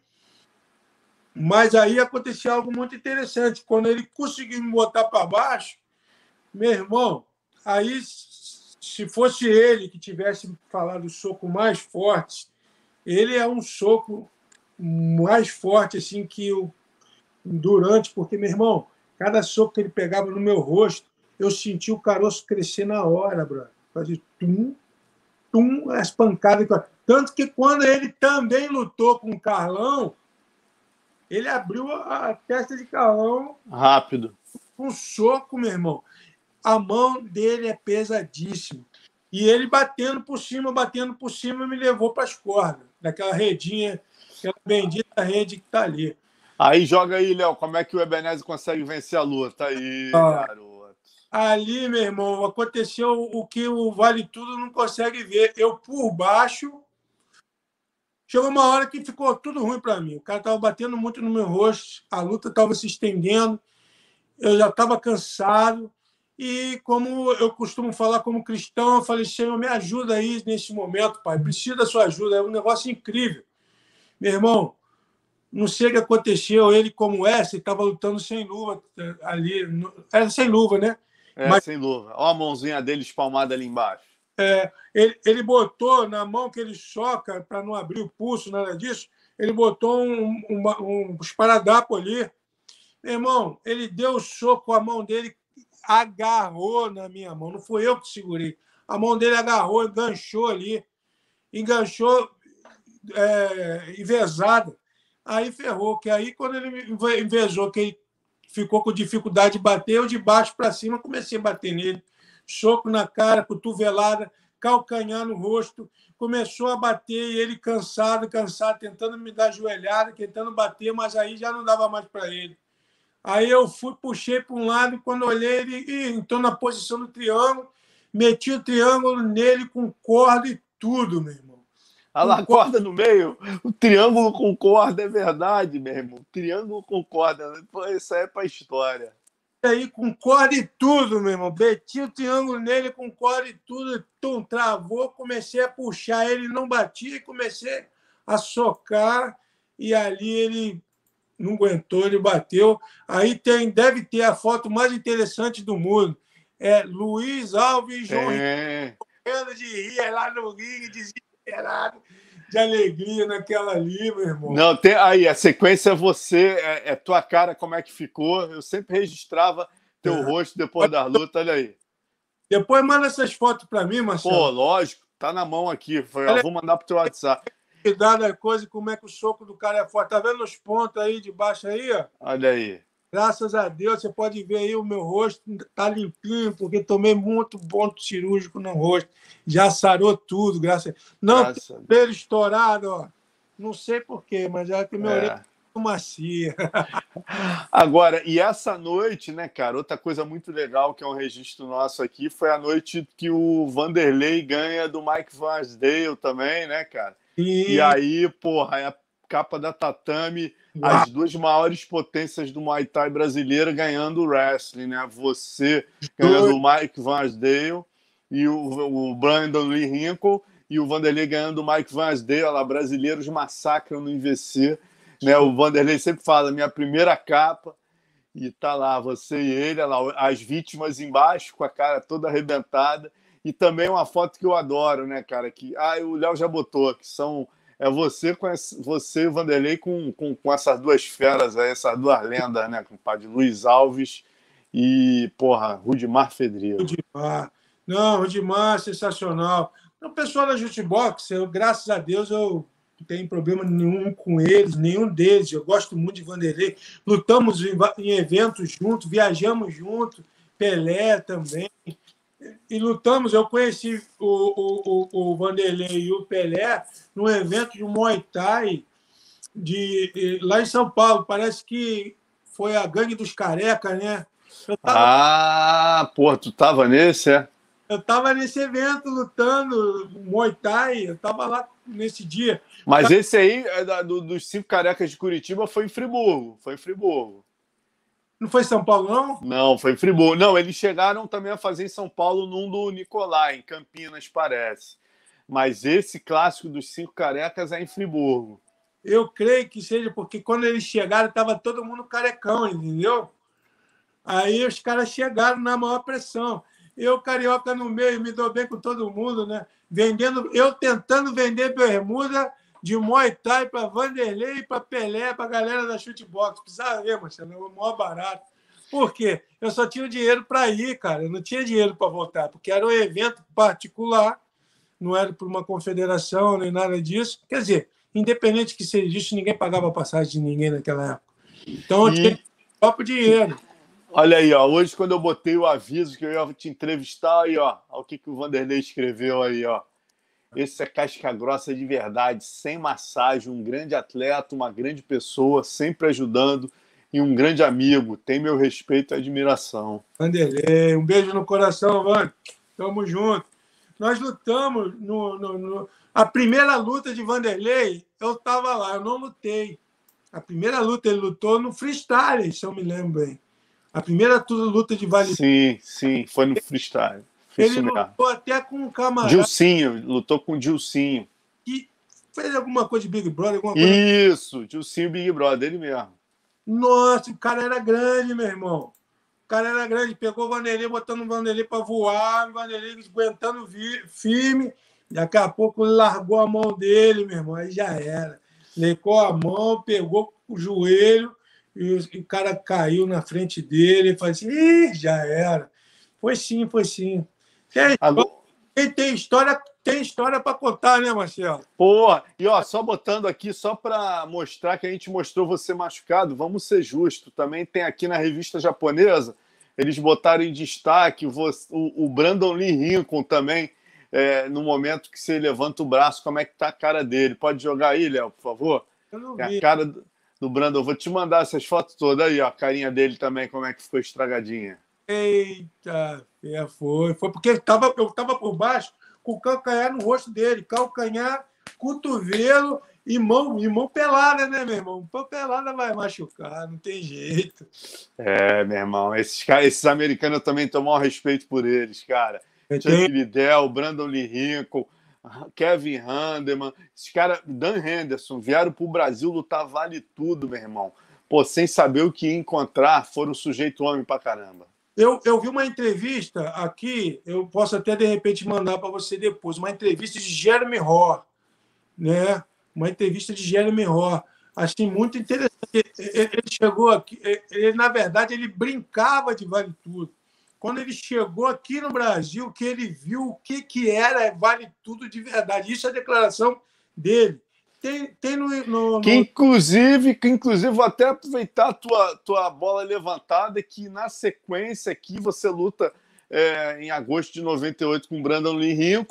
Mas aí aconteceu algo muito interessante. Quando ele conseguiu me botar para baixo, meu irmão, aí se fosse ele que tivesse falado o soco mais forte, ele é um soco mais forte assim que eu durante, porque, meu irmão, cada soco que ele pegava no meu rosto, eu senti o caroço crescer na hora, brother. Fazia tum, tum, as pancadas. Tanto que quando ele também lutou com o Carlão, ele abriu a testa de Carlão rápido. Um soco, meu irmão. A mão dele é pesadíssima. E ele batendo por cima, me levou para as cordas, daquela redinha, aquela bendita rede que está ali. Aí joga aí, Léo, como é que o Ebenezer consegue vencer a luta? Aí, garoto. Ali, meu irmão, aconteceu o que o Vale Tudo não consegue ver. Eu, por baixo, chegou uma hora que ficou tudo ruim para mim. O cara estava batendo muito no meu rosto, a luta estava se estendendo, eu já estava cansado. E como eu costumo falar como cristão, eu falei, Senhor, me ajuda aí nesse momento, pai. Preciso da sua ajuda. É um negócio incrível. Meu irmão, não sei o que aconteceu. Ele, como essa, estava lutando sem luva ali. Era sem luva, né? Mas, sem luva. Olha a mãozinha dele espalmada ali embaixo. Ele botou na mão que ele soca para não abrir o pulso, nada disso. Ele botou um esparadrapo ali. Meu irmão, ele deu o soco com a mão dele, agarrou na minha mão. Não fui eu que segurei. A mão dele agarrou, enganchou ali. Enganchou envezada. Aí ferrou. Que aí, quando ele envezou, que ele ficou com dificuldade de bater, eu de baixo para cima comecei a bater nele. Soco na cara, cotovelada, calcanhar no rosto. Começou a bater e ele cansado, tentando me dar joelhada, tentando bater, mas aí já não dava mais para ele. Aí eu puxei para um lado e quando olhei, ele entrou na posição do triângulo, meti o triângulo nele com corda e tudo, meu irmão. Ah lá, corda no meio, o triângulo com corda, é verdade, meu irmão. Triângulo com corda, isso aí é para história. E aí, com corda e tudo, meu irmão. Meti o triângulo nele com corda e tudo, travou, comecei a puxar, ele não batia e comecei a socar, e ali ele não aguentou, ele bateu. Aí deve ter a foto mais interessante do mundo. É Luiz Alves e João Ricardo de rir lá no ringue, desesperado, de alegria naquela ali, meu irmão. Não, tem aí, a sequência é você, é tua cara, como é que ficou. Eu sempre registrava teu rosto depois da luta, olha aí. Depois manda essas fotos para mim, Marcelo. Pô, lógico, tá na mão aqui. Eu vou mandar pro teu WhatsApp. Cuidado coisa, como é que o soco do cara é forte. Tá vendo os pontos aí de baixo aí, ó? Olha aí. Graças a Deus, você pode ver aí o meu rosto tá limpinho, porque tomei muito ponto cirúrgico no rosto. Já sarou tudo, graças a Deus. Não, pelo estourado, ó. Não sei porquê, mas já que meu orelha macia. Agora, e essa noite, né, cara, outra coisa muito legal que é um registro nosso aqui foi a noite que o Vanderlei ganha do Mike Vansdale também, né, cara? E E, aí, porra, é a capa da tatame, uau, as duas maiores potências do Muay Thai brasileiro ganhando o wrestling, né? Você ganhando dois, o Mike Vansdale e o Brandon Lee Hinkle e o Vanderlei ganhando o Mike Vansdale, lá, brasileiros massacram no IVC, né? O Vanderlei sempre fala, minha primeira capa, e tá lá você e ele, lá, as vítimas embaixo com a cara toda arrebentada, e também uma foto que eu adoro, né, cara, que o Léo já botou, que são você você e o Vanderlei com essas duas feras aí, essas duas lendas, né, compadre, Luiz Alves e, porra, Rudimar Fedrigo. Rudimar. Não, Rudimar, sensacional. O pessoal da Jutebox, graças a Deus, eu não tenho problema nenhum com eles, nenhum deles. Eu gosto muito de Vanderlei. Lutamos em eventos juntos, viajamos juntos, Pelé também. E lutamos, eu conheci o Vanderlei e o Pelé num evento de Muay Thai lá em São Paulo. Parece que foi a Gangue dos Carecas, né? Eu estava Pô, tu tava nesse, é? Eu estava nesse evento lutando Muay Thai, eu estava lá nesse dia. Mas esse aí, dos 5 carecas de Curitiba, foi em Friburgo. Foi em Friburgo. Não foi em São Paulo, não? Não, foi em Friburgo. Não, eles chegaram também a fazer em São Paulo, num do Nicolai, em Campinas, parece. Mas esse clássico dos 5 carecas é em Friburgo. Eu creio que seja porque quando eles chegaram, estava todo mundo carecão, entendeu? Aí os caras chegaram na maior pressão. Eu, carioca no meio, me dou bem com todo mundo, né? Eu tentando vender bermuda de Muay Thai para Vanderlei, para Pelé, para a galera da Chutebox. Precisava ver, Marcelo, é o maior barato. Por quê? Eu só tinha o dinheiro para ir, cara. Eu não tinha dinheiro para voltar, porque era um evento particular, não era por uma confederação nem nada disso. Quer dizer, independente que seja disso, ninguém pagava passagem de ninguém naquela época. Então eu tinha próprio dinheiro. Olha aí, ó. Hoje, quando eu botei o aviso que eu ia te entrevistar, aí, ó. Olha o que o Vanderlei escreveu aí, ó. Esse é casca grossa de verdade, sem massagem, um grande atleta, uma grande pessoa, sempre ajudando e um grande amigo. Tem meu respeito e admiração. Vanderlei, um beijo no coração, Van. Tamo junto. Nós lutamos a primeira luta de Vanderlei, eu estava lá, eu não lutei. A primeira luta ele lutou no freestyle, se eu me lembro bem. A primeira luta de vale. Sim, foi no freestyle. Ele lutou até com um camarada. Dilcinho, lutou com o Dilcinho. Que fez alguma coisa de Big Brother, alguma coisa. Isso, Dilcinho Big Brother, ele mesmo. Nossa, o cara era grande, meu irmão. O cara era grande, pegou o Vanderlei, botando o Vanderlei para voar, o Vanderlei aguentando firme. Daqui a pouco ele largou a mão dele, meu irmão, aí já era. Lecou a mão, pegou o joelho e o cara caiu na frente dele e falou assim: ih, já era. Foi sim, foi sim. Quem tem história para contar, né, Marcelo? Porra, e ó, só botando aqui, só para mostrar que a gente mostrou você machucado, vamos ser justos, também tem aqui na revista japonesa, eles botaram em destaque o Brandon Lee Rincon também, no momento que você levanta o braço, como é que tá a cara dele. Pode jogar aí, Léo, por favor? Eu não É vi. a cara do Brandon, vou te mandar essas fotos todas aí, ó, a carinha dele também, como é que ficou estragadinha. Eita, foi porque eu estava por baixo com o calcanhar no rosto dele, calcanhar, cotovelo e mão pelada, né, meu irmão? Mão pelada vai machucar, não tem jeito. Meu irmão, esses americanos eu também tomo um respeito por eles, cara. Chuck Liddell, Brandon Lee Rincon, Kevin Handeman, esses caras, Dan Henderson, vieram pro Brasil lutar vale tudo, meu irmão. Pô, sem saber o que ia encontrar, foram sujeito homem pra caramba. Eu vi uma entrevista aqui, eu posso até de repente mandar para você depois, uma entrevista de Jeremy Hoare, né? Uma entrevista de Jeremy Hoare. Achei muito interessante. Ele chegou aqui, na verdade, ele brincava de vale tudo. Quando ele chegou aqui no Brasil, que ele viu o que era vale tudo de verdade. Isso é a declaração dele. Tem no... Que inclusive, vou até aproveitar a tua bola levantada, que na sequência aqui você luta em agosto de 98 com o Brandon Lee Rincon,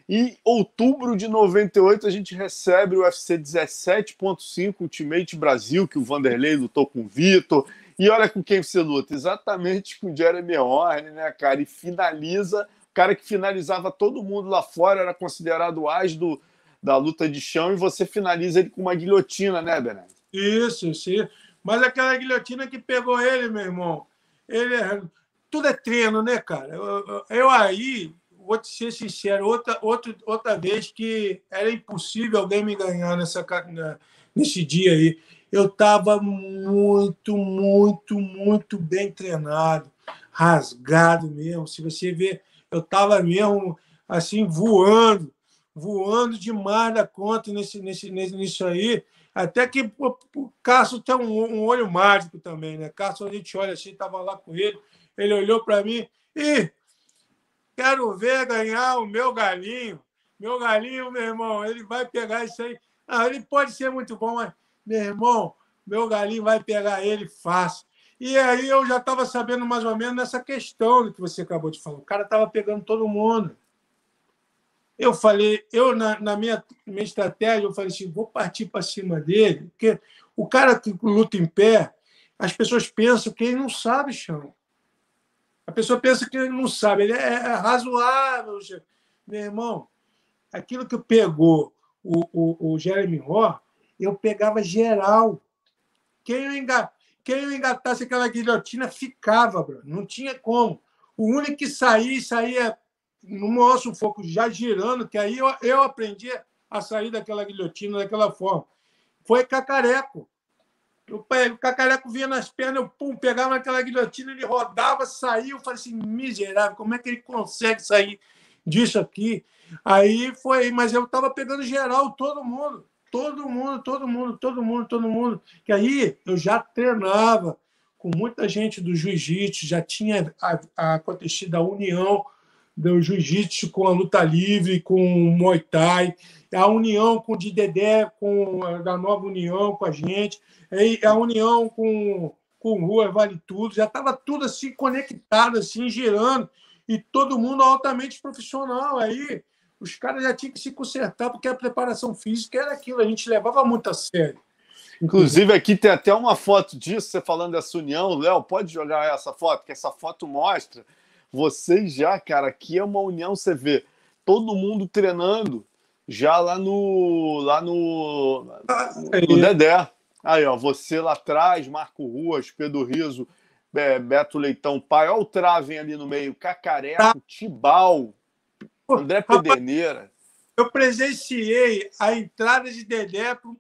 E outubro de 98 a gente recebe o UFC 17.5 Ultimate Brasil, que o Vanderlei lutou com o Vitor. E olha com quem você luta, exatamente com o Jeremy Horn, né, cara? E finaliza, o cara que finalizava todo mundo lá fora, era considerado o as da luta de chão, e você finaliza ele com uma guilhotina, né, Bernardo? Isso, sim. Mas aquela guilhotina que pegou ele, meu irmão, ele tudo é treino, né, cara? Eu aí, vou te ser sincero, outra vez que era impossível alguém me ganhar nesse dia aí. Eu estava muito bem treinado, rasgado mesmo. Se você ver, eu estava mesmo assim, voando demais da conta nisso aí. Até que o Cássio tem um olho mágico também, né? Cássio, a gente olha assim, estava lá com ele olhou para mim e quero ver ganhar o meu galinho. Meu galinho, meu irmão, ele vai pegar isso aí. Ah, ele pode ser muito bom, mas, meu irmão, meu galinho vai pegar ele fácil. E aí eu já estava sabendo mais ou menos nessa questão que você acabou de falar. O cara estava pegando todo mundo. Eu falei, na minha estratégia, eu falei assim, vou partir para cima dele, porque o cara que luta em pé, as pessoas pensam que ele não sabe chão. A pessoa pensa que ele não sabe, ele é razoável. Meu irmão, aquilo que pegou o Jeremy Horn, eu pegava geral. Quem eu engatasse aquela guilhotina ficava, bro. Não tinha como. O único que saía no maior sufoco, já girando, que aí eu aprendi a sair daquela guilhotina daquela forma. Foi Cacareco. O Cacareco vinha nas pernas, eu pegava naquela guilhotina, ele rodava, saía, eu falei assim, miserável, como é que ele consegue sair disso aqui? Aí foi, mas eu estava pegando geral, todo mundo. Que aí eu já treinava com muita gente do jiu-jitsu, já tinha acontecido a união do jiu-jitsu com a luta livre, com o Muay Thai, a união com o de Dedé, com a nova união com a gente, a união com Rua Vale Tudo, já estava tudo assim conectado, assim, girando, e todo mundo altamente profissional. Aí os caras já tinham que se consertar, porque a preparação física era aquilo, a gente levava muito a sério. Inclusive, aqui tem até uma foto disso, você falando dessa união. Léo, pode jogar essa foto, que essa foto mostra vocês já, cara, aqui é uma união, você vê todo mundo treinando já lá no Dedé. Aí, ó, você lá atrás, Marco Ruas, Pedro Riso, Beto Leitão Pai, olha o Travem ali no meio, Cacareco, Tibau, André Pederneira. Eu presenciei a entrada de Dedé pro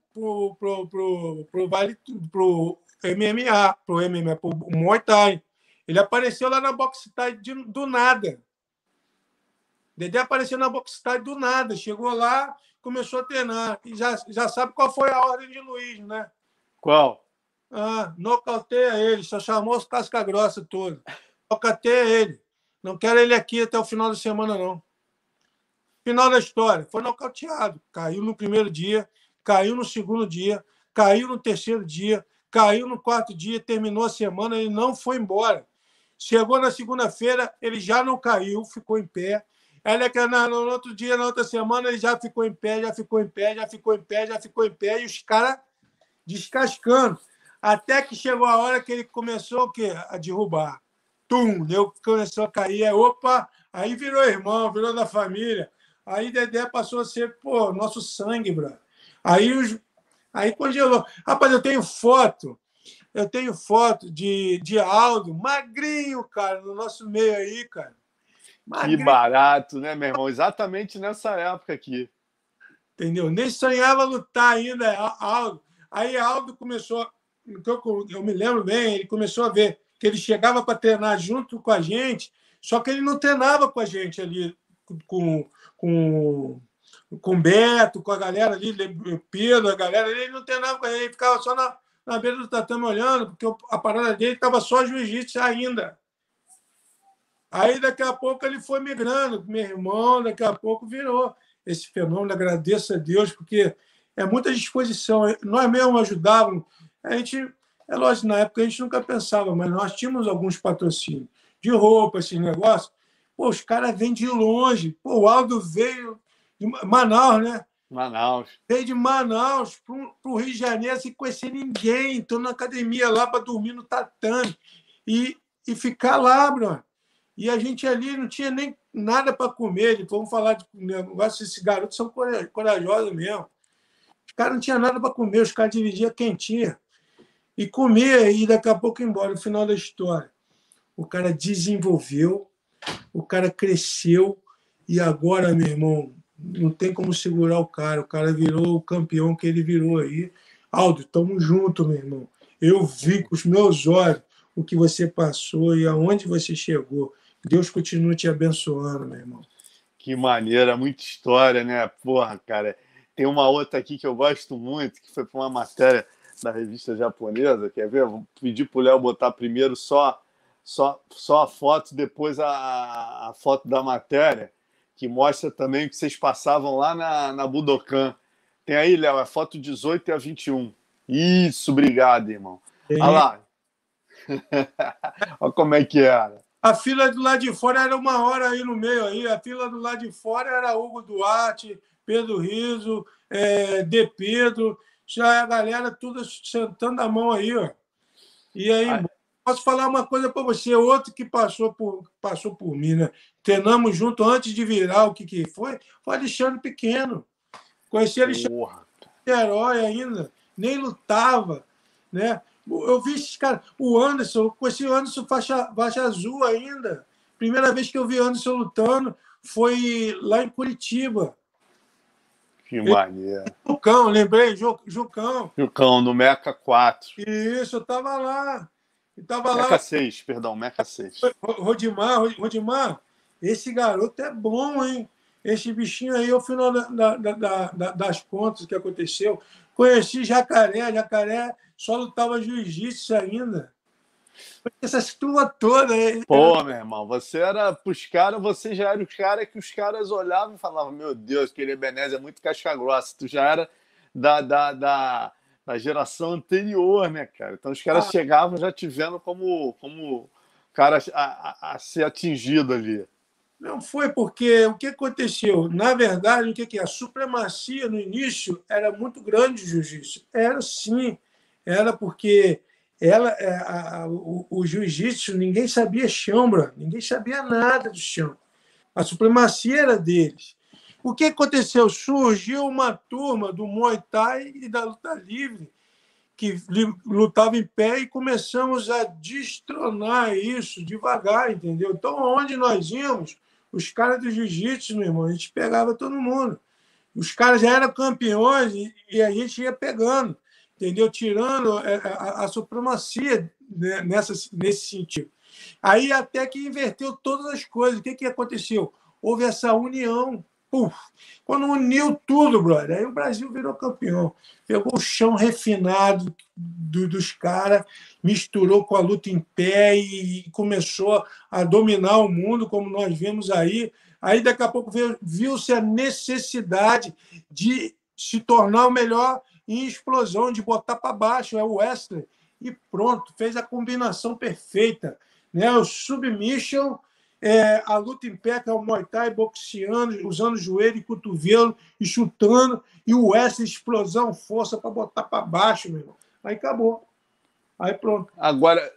MMA, pro Muay Thai. Ele apareceu lá na Box Thai do nada. Dedé apareceu na Box Thai do nada. Chegou lá, começou a treinar. E já sabe qual foi a ordem de Luiz, né? Qual? Nocauteia ele. Só chamou os casca-grossa todos. Nocauteia ele. Não quero ele aqui até o final da semana, não. Final da história, foi nocauteado. Caiu no primeiro dia, caiu no segundo dia, caiu no terceiro dia, caiu no quarto dia, terminou a semana, ele não foi embora. Chegou na segunda-feira, ele já não caiu, ficou em pé. Aí, no outro dia, na outra semana, ele já ficou em pé, já ficou em pé, e os caras descascando. Até que chegou a hora que ele começou o quê? A derrubar. Deu, começou a cair. Opa! Aí virou irmão, virou da família. Aí Dedé passou a ser, nosso sangue, bro. Aí congelou. Rapaz, eu tenho foto de Aldo, magrinho, cara, no nosso meio aí, cara. Magrinho. Que barato, né, meu irmão? Exatamente nessa época aqui. Entendeu? Nem sonhava lutar ainda, Aldo. Aí Aldo começou, eu me lembro bem, ele começou a ver que ele chegava para treinar junto com a gente, só que ele não treinava com a gente ali, com o Beto, com a galera ali, Pedro, a galera, ele não treinava com ele ficava só na beira do tatame olhando, porque a parada dele estava só jiu-jitsu ainda. Aí, daqui a pouco, ele foi migrando, meu irmão, daqui a pouco virou esse fenômeno. Agradeço a Deus, porque é muita disposição. Nós mesmos ajudávamos. A gente, é lógico, na época a gente nunca pensava, mas nós tínhamos alguns patrocínios de roupa, esses negócios. Os caras vêm de longe. O Aldo veio de Manaus, né? Manaus. Veio de Manaus para o Rio de Janeiro sem conhecer ninguém. Estou na academia lá para dormir no tatame e ficar lá, Bruno. E a gente ali não tinha nem nada para comer. Vamos falar de negócio, esses garotos são corajosos mesmo. Os caras não tinham nada para comer, os caras dividiam quentinha. E comia, e daqui a pouco ia embora. No final da história, o cara desenvolveu, o cara cresceu, e agora, meu irmão, não tem como segurar o cara. O cara virou o campeão que ele virou aí. Aldo, tamo junto, meu irmão. Eu vi com os meus olhos o que você passou e aonde você chegou. Deus continue te abençoando, meu irmão. Que maneira, muita história, né? Porra, cara. Tem uma outra aqui que eu gosto muito, que foi para uma matéria da revista japonesa. Quer ver? Vou pedir para o Léo botar primeiro só a foto, depois a foto da matéria, que mostra também o que vocês passavam lá na Budokan. Tem aí, Léo, a foto 18 e a 21. Isso, obrigado, irmão. Olha lá. Olha como é que era. A fila do lado de fora era 1 hora aí no meio. Aí. A fila do lado de fora era Hugo Duarte, Pedro Rizzo, De Pedro, já a galera toda sentando a mão aí. Ó. E aí, posso falar uma coisa para você, outro que passou por mim, né? Treinamos junto antes de virar o que foi Alexandre Pequeno. Conheci Alexandre herói ainda, nem lutava, né? Eu vi esses caras, o Anderson, conheci o Anderson faixa azul ainda. Primeira vez que eu vi o Anderson lutando foi lá em Curitiba. Que maneiro. Jucão, lembrei, Jucão. Jucão, no Meca 4. Isso, eu estava lá. Meca 6, perdão, Meca 6. Rodimar, esse garoto é bom, hein? Esse bichinho aí, ao final das contas, que aconteceu, conheci Jacaré só lutava jiu-jitsu ainda. Essa turma toda. Pô, meu irmão, você era pros caras, você já era os caras que os caras olhavam e falavam: meu Deus, aquele Ebenezer é muito casca grossa. Tu já era da geração anterior, né, cara? Então os caras chegavam já te vendo como cara a ser atingido ali. Não foi porque o que aconteceu? Na verdade, o que é? A supremacia no início era muito grande o jiu-jitsu. Era sim, era porque o jiu-jitsu, ninguém sabia chão, bro. Ninguém sabia nada do chão. A supremacia era deles. O que aconteceu? Surgiu uma turma do Muay Thai e da luta livre que lutava em pé e começamos a destronar isso devagar, entendeu? Então, onde nós íamos, os caras do jiu-jitsu, meu irmão, a gente pegava todo mundo. Os caras já eram campeões e a gente ia pegando, entendeu? Tirando a supremacia nesse sentido. Aí até que inverteu todas as coisas. O que aconteceu? Houve essa união. Puf, quando uniu tudo, brother, aí o Brasil virou campeão. Pegou o chão refinado dos caras, misturou com a luta em pé e começou a dominar o mundo, como nós vimos aí. Aí, daqui a pouco, viu-se a necessidade de se tornar o melhor em explosão, de botar para baixo, é o Wesley. E pronto, fez a combinação perfeita. Né? O submission, a luta em pé, que é o Muay Thai, boxeando, usando joelho e cotovelo e chutando, e o Wesley, explosão, força para botar para baixo, meu irmão. Aí acabou. Aí pronto. Agora,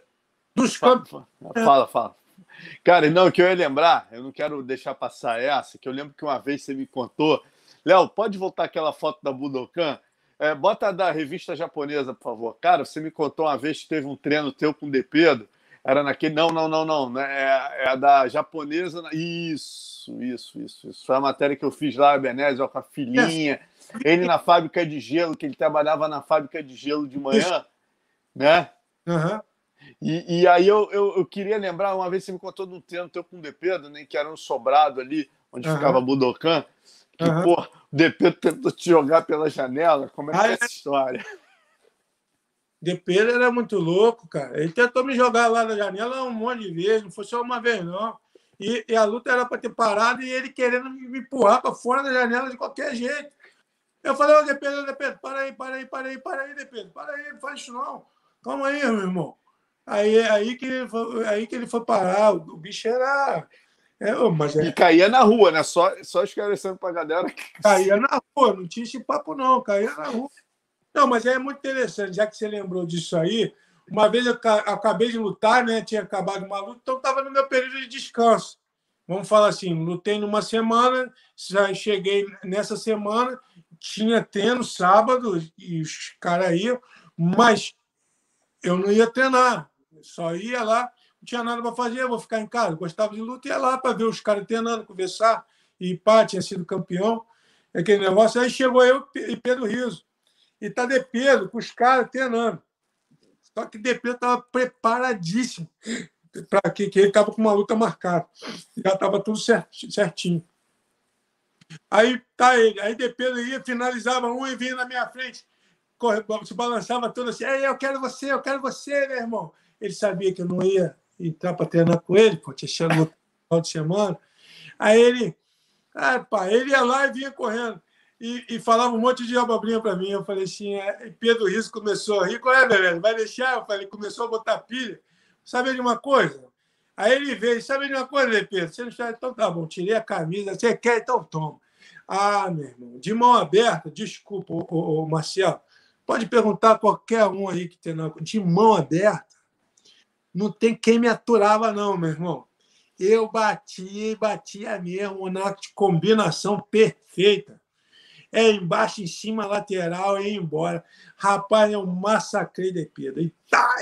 fala. Cara, não, que eu ia lembrar, eu não quero deixar passar essa, que eu lembro que uma vez você me contou. Léo, pode voltar aquela foto da Budokan? Bota a da revista japonesa, por favor. Cara, você me contou uma vez que teve um treino teu com o De Pedro. Era naquele. Não. É a da japonesa. Isso. Foi a matéria que eu fiz lá, Ebenezer, com a filhinha. Ele na fábrica de gelo, que ele trabalhava na fábrica de gelo de manhã, né? Uhum. E aí eu queria lembrar, uma vez você me contou de um treino teu com o De Pedro, né, que era um sobrado ali, onde ficava Budokan, que, pô, o De Pedro tentou te jogar pela janela. Como é que é essa história? De Pedro era muito louco, cara. Ele tentou me jogar lá na janela um monte de vezes, não foi só uma vez, não. E a luta era para ter parado e ele querendo me empurrar para fora da janela de qualquer jeito. Eu falei, ô, De Pedro, para aí, De Pedro, para aí, não faz isso não. Calma aí, meu irmão. Aí que ele foi parar. O bicho era Mas E caía na rua, né? Só esclarecendo para a galera. Caía na rua, não tinha esse papo, não, caía na rua. Não, mas é muito interessante, já que você lembrou disso aí. Uma vez eu acabei de lutar, né? Tinha acabado uma luta, então estava no meu período de descanso. Vamos falar assim, lutei numa semana, já cheguei nessa semana, tinha treino sábado e os caras iam, mas eu não ia treinar, só ia lá, não tinha nada para fazer, eu vou ficar em casa. Gostava de luta, ia lá para ver os caras treinando, conversar, e pá, tinha sido campeão, aquele negócio. Aí chegou eu e Pedro Riso, e tá de Pedro com os caras treinando. Só que de Pedro estava preparadíssimo, para que ele estava com uma luta marcada. Já estava tudo certinho. Aí tá ele, aí de Pedro ia, finalizava um e vinha na minha frente, se balançava todo assim, eu quero você, meu irmão. Ele sabia que eu não ia entrar para treinar com ele, porque tinha luta no final de semana. Aí ele ia lá e vinha correndo. E falava um monte de abobrinha para mim. Eu falei assim, e Pedro Riso começou a rir. Qual é, velho? Vai deixar? Eu falei, começou a botar pilha. Sabe de uma coisa? Aí ele veio, sabe de uma coisa, Pedro? Você não sabe? Então tá bom, tirei a camisa. Você quer? Então toma. Ah, meu irmão, de mão aberta, desculpa, ô Marcelo, pode perguntar a qualquer um aí que tem de mão aberta, não tem quem me aturava, não, meu irmão. Eu batia mesmo na combinação perfeita. Embaixo, em cima, lateral e ia embora. Rapaz, eu massacrei de Pedro. E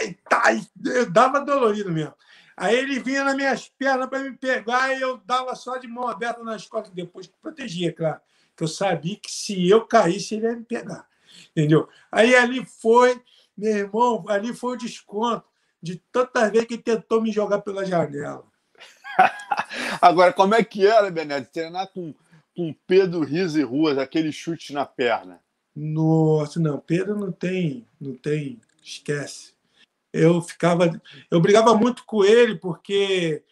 eu dava dolorido mesmo. Aí ele vinha nas minhas pernas para me pegar e eu dava só de mão aberta nas costas, depois que protegia, claro. Que eu sabia que se eu caísse, ele ia me pegar. Entendeu? Aí ali foi, meu irmão, ali foi o desconto de tantas vezes que ele tentou me jogar pela janela. Agora, como é que era, Benetti, treinar com Pedro Riso e Ruas, aquele chute na perna? Nossa, não, Pedro não tem, esquece. Eu brigava muito com ele porque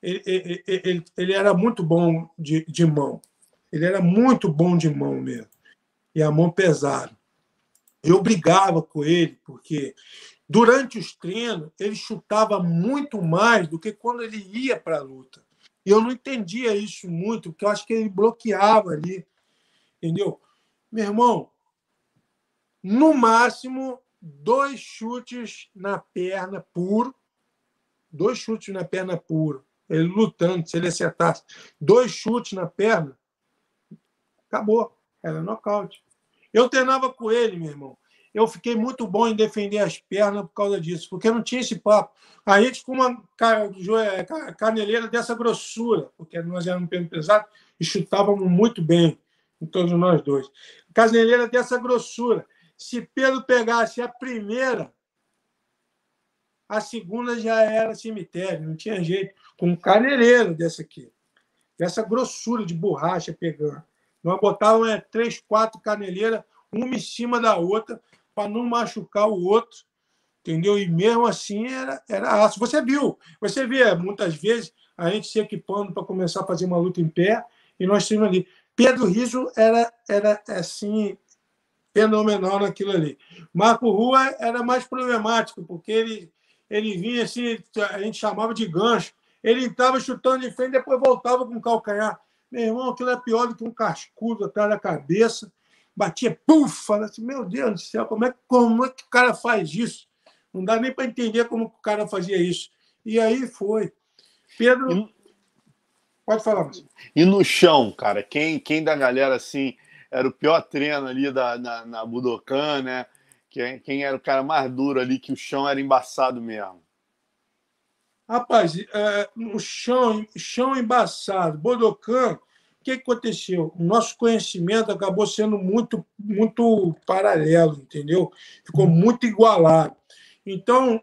ele era muito bom de mão. Ele era muito bom de mão mesmo. E a mão pesada. Eu brigava com ele porque durante os treinos ele chutava muito mais do que quando ele ia para a luta. E eu não entendia isso muito, porque eu acho que ele bloqueava ali. Entendeu? Meu irmão, no máximo 2 chutes na perna puro. 2 chutes na perna puro. Ele lutando, se ele acertasse 2 chutes na perna, acabou. Era nocaute. Eu treinava com ele, meu irmão. Eu fiquei muito bom em defender as pernas por causa disso, porque não tinha esse papo. A gente com uma caneleira dessa grossura, porque nós éramos peso pesado e chutávamos muito bem, todos nós dois. Caneleira dessa grossura. Se Pedro pegasse a primeira, a segunda já era cemitério, não tinha jeito. Com caneleira dessa aqui, dessa grossura de borracha pegando. Nós botávamos 3, 4 caneleiras, uma em cima da outra, para não machucar o outro, entendeu? E mesmo assim era aço. Você vê muitas vezes a gente se equipando para começar a fazer uma luta em pé, e nós tínhamos ali. Pedro Riso era assim, fenomenal naquilo ali. Marco Rua era mais problemático, porque ele vinha assim, a gente chamava de gancho. Ele estava chutando de frente, depois voltava com o calcanhar. Meu irmão, aquilo é pior do que um cascudo atrás da cabeça. Batia, puf, fala assim, meu Deus do céu, como é que o cara faz isso? Não dá nem para entender como o cara fazia isso. E aí foi. Pedro, pode falar. Mas... E no chão, cara, quem da galera assim era o pior treino ali na Budokan, né? Quem era o cara mais duro ali, que o chão era embaçado mesmo? Rapaz, o chão embaçado, Budokan, o que aconteceu? O nosso conhecimento acabou sendo muito, muito paralelo, entendeu? Ficou muito igualado. Então,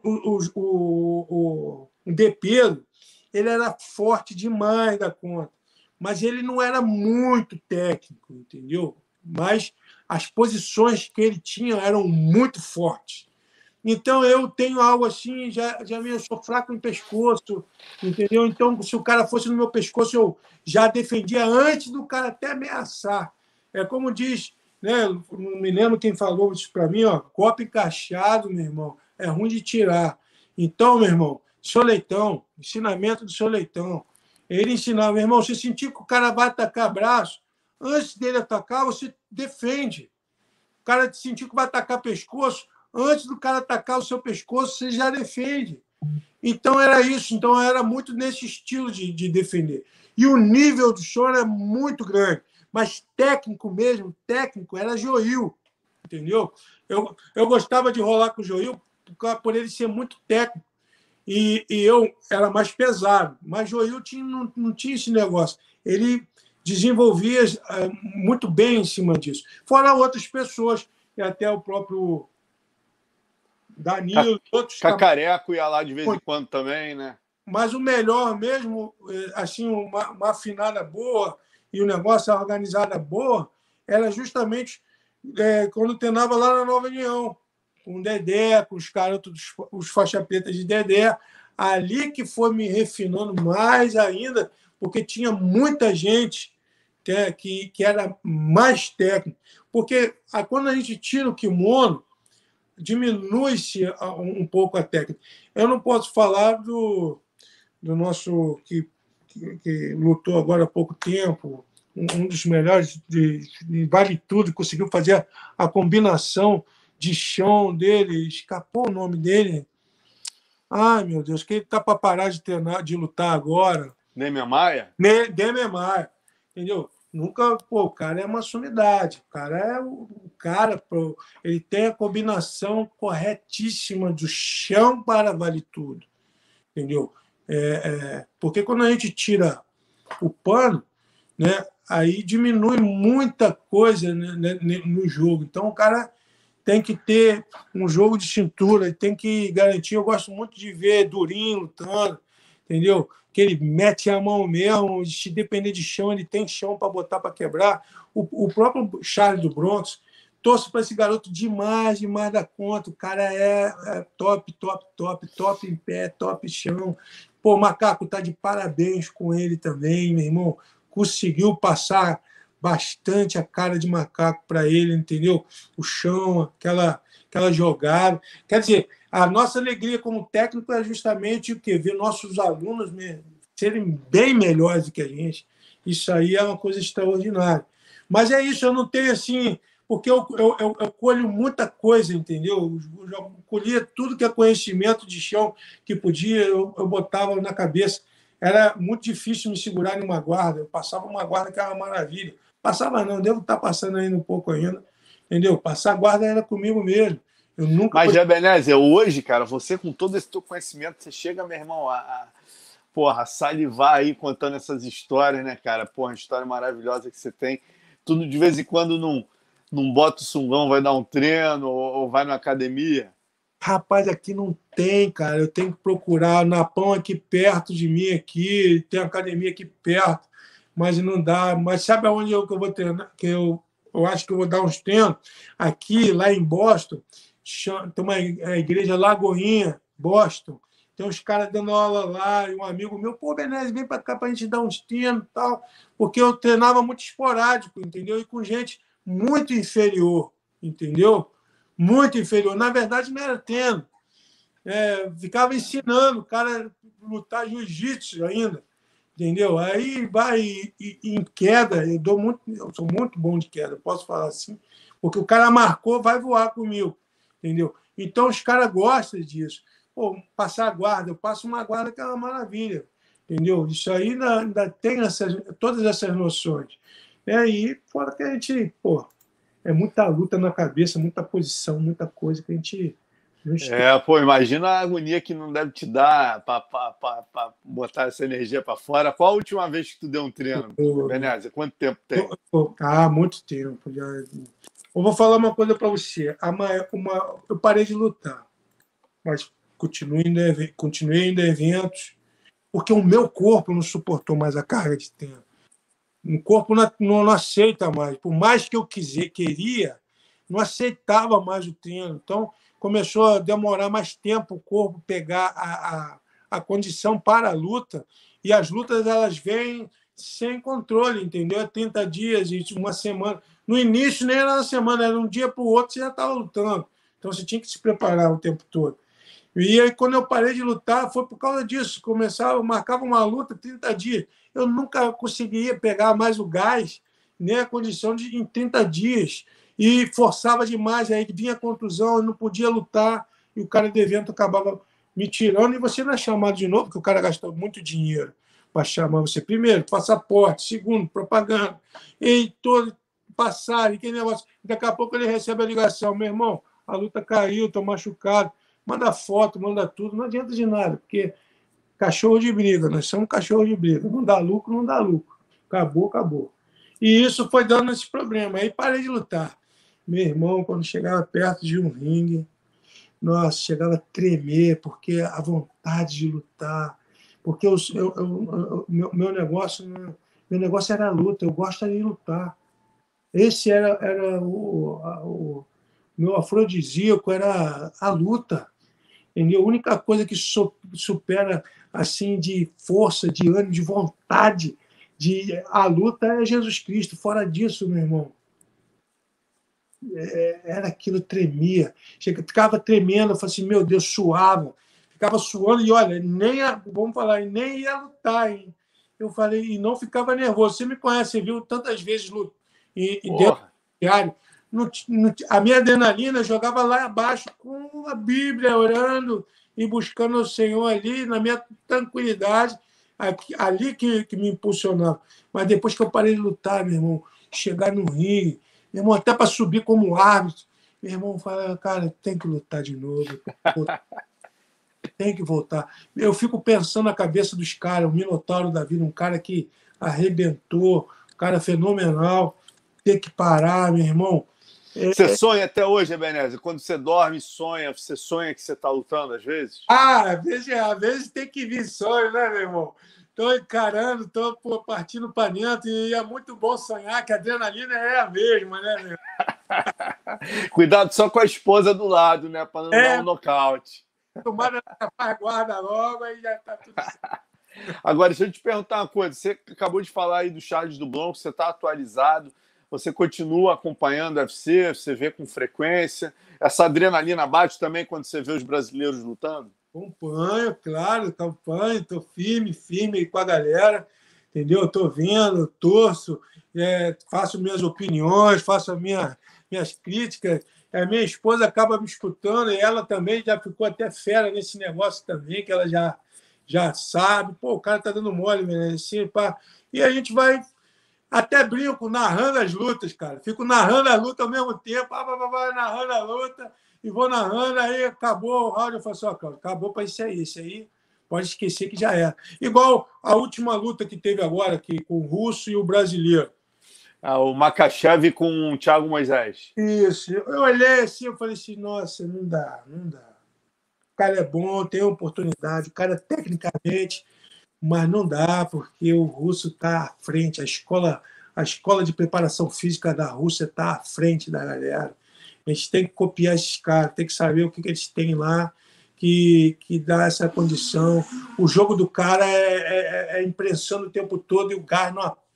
o De Pedro, ele era forte demais da conta, mas ele não era muito técnico, entendeu? Mas as posições que ele tinha eram muito fortes. Então, eu tenho algo assim, eu sou fraco no pescoço, entendeu? Então, se o cara fosse no meu pescoço, eu já defendia antes do cara até ameaçar. É como diz, né? Não me lembro quem falou isso para mim, ó, copo encaixado, meu irmão, é ruim de tirar. Então, meu irmão, seu Leitão, ensinamento do seu Leitão, Ele ensinava, meu irmão, você sentir que o cara vai atacar braço, antes dele atacar, você defende. O cara sentir que vai atacar pescoço, antes do cara atacar o seu pescoço, você já defende. Então era isso, então era muito nesse estilo de defender. E o nível do show era muito grande, mas técnico mesmo, técnico, era Joil, entendeu? Eu gostava de rolar com o Joil por ele ser muito técnico. E eu era mais pesado, mas Joil não tinha esse negócio. Ele desenvolvia muito bem em cima disso. Fora outras pessoas, e até o próprio Danilo, outros Cacareco ia lá de vez em quando também, né? Mas o melhor mesmo, assim, uma afinada boa e o negócio, a organizada boa, era justamente quando treinava lá na Nova União, com o Dedé, com os garotos, os faixa preta de Dedé. Ali que foi me refinando mais ainda, porque tinha muita gente que era mais técnico. Porque quando a gente tira o kimono, diminui-se um pouco a técnica. Eu não posso falar do nosso que lutou agora há pouco tempo, um dos melhores de vale tudo, conseguiu fazer a combinação de chão dele, escapou o nome dele. Ai, meu Deus, que ele está para parar de treinar, de lutar agora. Demian Maia? Demian Maia, entendeu? Nunca, pô, o cara é uma sumidade, o cara é o cara, pô, ele tem a combinação corretíssima do chão para vale tudo, entendeu? Porque quando a gente tira o pano, né, aí diminui muita coisa, né, no jogo. Então o cara tem que ter um jogo de cintura, ele tem que garantir. Eu gosto muito de ver Durinho lutando, entendeu? Que ele mete a mão mesmo, se depender de chão, ele tem chão para botar para quebrar. O próprio Charles do Bronx, torço para esse garoto demais da conta. O cara é top, top, top, top em pé, top chão. Pô, o Macaco tá de parabéns com ele também, meu irmão. Conseguiu passar bastante a cara de Macaco para ele, entendeu? O chão, aquela jogada. Quer dizer, a nossa alegria como técnico é justamente o quê? Ver nossos alunos serem bem melhores do que a gente. Isso aí é uma coisa extraordinária. Mas é isso, eu não tenho assim, porque eu colho muita coisa, entendeu? Eu colhia tudo que é conhecimento de chão que podia, eu botava na cabeça. Era muito difícil me segurar em uma guarda. Eu passava uma guarda que era uma maravilha. Passava não, devo estar passando ainda um pouco ainda, entendeu? Passar a guarda era comigo mesmo. Eu nunca. Mas, Ebenezer, hoje, cara, você com todo esse teu conhecimento, você chega, meu irmão, porra, salivar aí contando essas histórias, né, cara? Porra, uma história maravilhosa que você tem. Tudo de vez em quando não bota o sungão, vai dar um treino ou vai na academia. Rapaz, aqui não tem, cara. Eu tenho que procurar. Napão aqui perto de mim, aqui, tem academia aqui perto, mas não dá. Mas sabe aonde que eu vou treinar? Que eu acho que eu vou dar uns treinos? Aqui, lá em Boston, tem uma igreja Lagoinha, Boston. Tem uns caras dando aula lá, e um amigo meu, pô, Benésio, vem para cá para a gente dar uns treinos e tal, porque eu treinava muito esporádico, entendeu? E com gente muito inferior, entendeu? Muito inferior. Na verdade, não era treino. Ficava ensinando o cara a lutar jiu-jitsu ainda, entendeu? Aí vai em queda, eu sou muito bom de queda, posso falar assim, porque o cara marcou, vai voar comigo, entendeu? Então os caras gostam disso. Pô, passar a guarda, eu passo uma guarda que é uma maravilha, entendeu? Isso aí ainda tem todas essas noções. E fora que a gente, pô, é muita luta na cabeça, muita posição, muita coisa que a gente. Pô, imagina a agonia que não deve te dar para botar essa energia para fora. Qual a última vez que tu deu um treino, Ebenezer? Quanto tempo tem? Muito tempo. Eu vou falar uma coisa para você. Eu parei de lutar, mas continuei indo a eventos, porque o meu corpo não suportou mais a carga de tempo. O corpo não aceita mais. Por mais que eu queria, não aceitava mais o treino. Então, começou a demorar mais tempo o corpo pegar a condição para a luta. E as lutas elas vêm sem controle, entendeu? 30 dias, uma semana. No início, nem era uma semana, era um dia para o outro, você já estava lutando. Então, você tinha que se preparar o tempo todo. E aí, quando eu parei de lutar, foi por causa disso. Eu marcava uma luta 30 dias. Eu nunca conseguia pegar mais o gás, nem a condição de em 30 dias. E forçava demais, aí vinha contusão, eu não podia lutar, e o cara do evento acabava me tirando, e você não é chamado de novo, porque o cara gastou muito dinheiro para chamar você. Primeiro, passaporte. Segundo, propaganda. E todo passagem, aquele negócio. Daqui a pouco ele recebe a ligação: meu irmão, a luta caiu, estou machucado. Manda foto, manda tudo, não adianta de nada, porque cachorro de briga, nós somos cachorro de briga. Não dá lucro, não dá lucro. Acabou, acabou. E isso foi dando esse problema. Aí parei de lutar. Meu irmão, quando chegava perto de um ringue, nossa, chegava a tremer, porque a vontade de lutar. Porque meu negócio era a luta, eu gosto de lutar. Esse era o meu afrodisíaco, era a luta. Entendeu? A única coisa que supera assim de força, de ânimo, de vontade, de a luta é Jesus Cristo. Fora disso, meu irmão, era aquilo, tremia. Ficava tremendo, eu falei assim, meu Deus, suava. Ficava suando e olha, vamos falar, nem ia lutar, hein? Eu falei, e não ficava nervoso. Você me conhece, você viu tantas vezes e dentro do diário. A minha adrenalina eu jogava lá abaixo com a Bíblia, orando e buscando o Senhor ali, na minha tranquilidade, ali que me impulsionava. Mas depois que eu parei de lutar, meu irmão, chegar no ringue, meu irmão, até para subir como árbitro, meu irmão fala, cara, tem que lutar de novo, tem que voltar. Eu fico pensando na cabeça dos caras, o Minotauro da vida, um cara que arrebentou, um cara fenomenal, ter que parar, meu irmão. Você sonha até hoje, Ebenezer? Quando você dorme, você sonha que você está lutando às vezes? Às vezes tem que vir sonho, né, meu irmão? Estou encarando, estou partindo para dentro e é muito bom sonhar que a adrenalina é a mesma, né, meu irmão? Cuidado só com a esposa do lado, né? Para não dar um nocaute. Tomara que guarda logo e já está tudo certo. Agora, deixa eu te perguntar uma coisa. Você acabou de falar aí do Charles do Bronx, você está atualizado, você continua acompanhando o UFC, você vê com frequência. Essa adrenalina bate também quando você vê os brasileiros lutando? Acompanho, claro, acompanho, estou firme com a galera, entendeu? Estou vendo, torço, faço minhas opiniões, faço minhas críticas. A minha esposa acaba me escutando e ela também já ficou até fera nesse negócio também, que ela já sabe. Pô, o cara está dando mole, né? Assim, pá. E a gente vai, até brinco, narrando as lutas, cara. Fico narrando as lutas ao mesmo tempo, narrando a luta e vou narrando, aí acabou o round, eu falo assim, acabou para esse aí pode esquecer que já é. Igual a última luta que teve agora aqui com o russo e o brasileiro. O Makhachev com o Thiago Moisés. Isso. Eu olhei assim, eu falei assim, nossa, não dá. O cara é bom, tem oportunidade, o cara tecnicamente, mas não dá, porque o russo está à frente, a escola de preparação física da Rússia está à frente da galera. A gente tem que copiar esses caras, tem que saber o que eles têm lá que dá essa condição. O jogo do cara é imprensando o tempo todo e o gás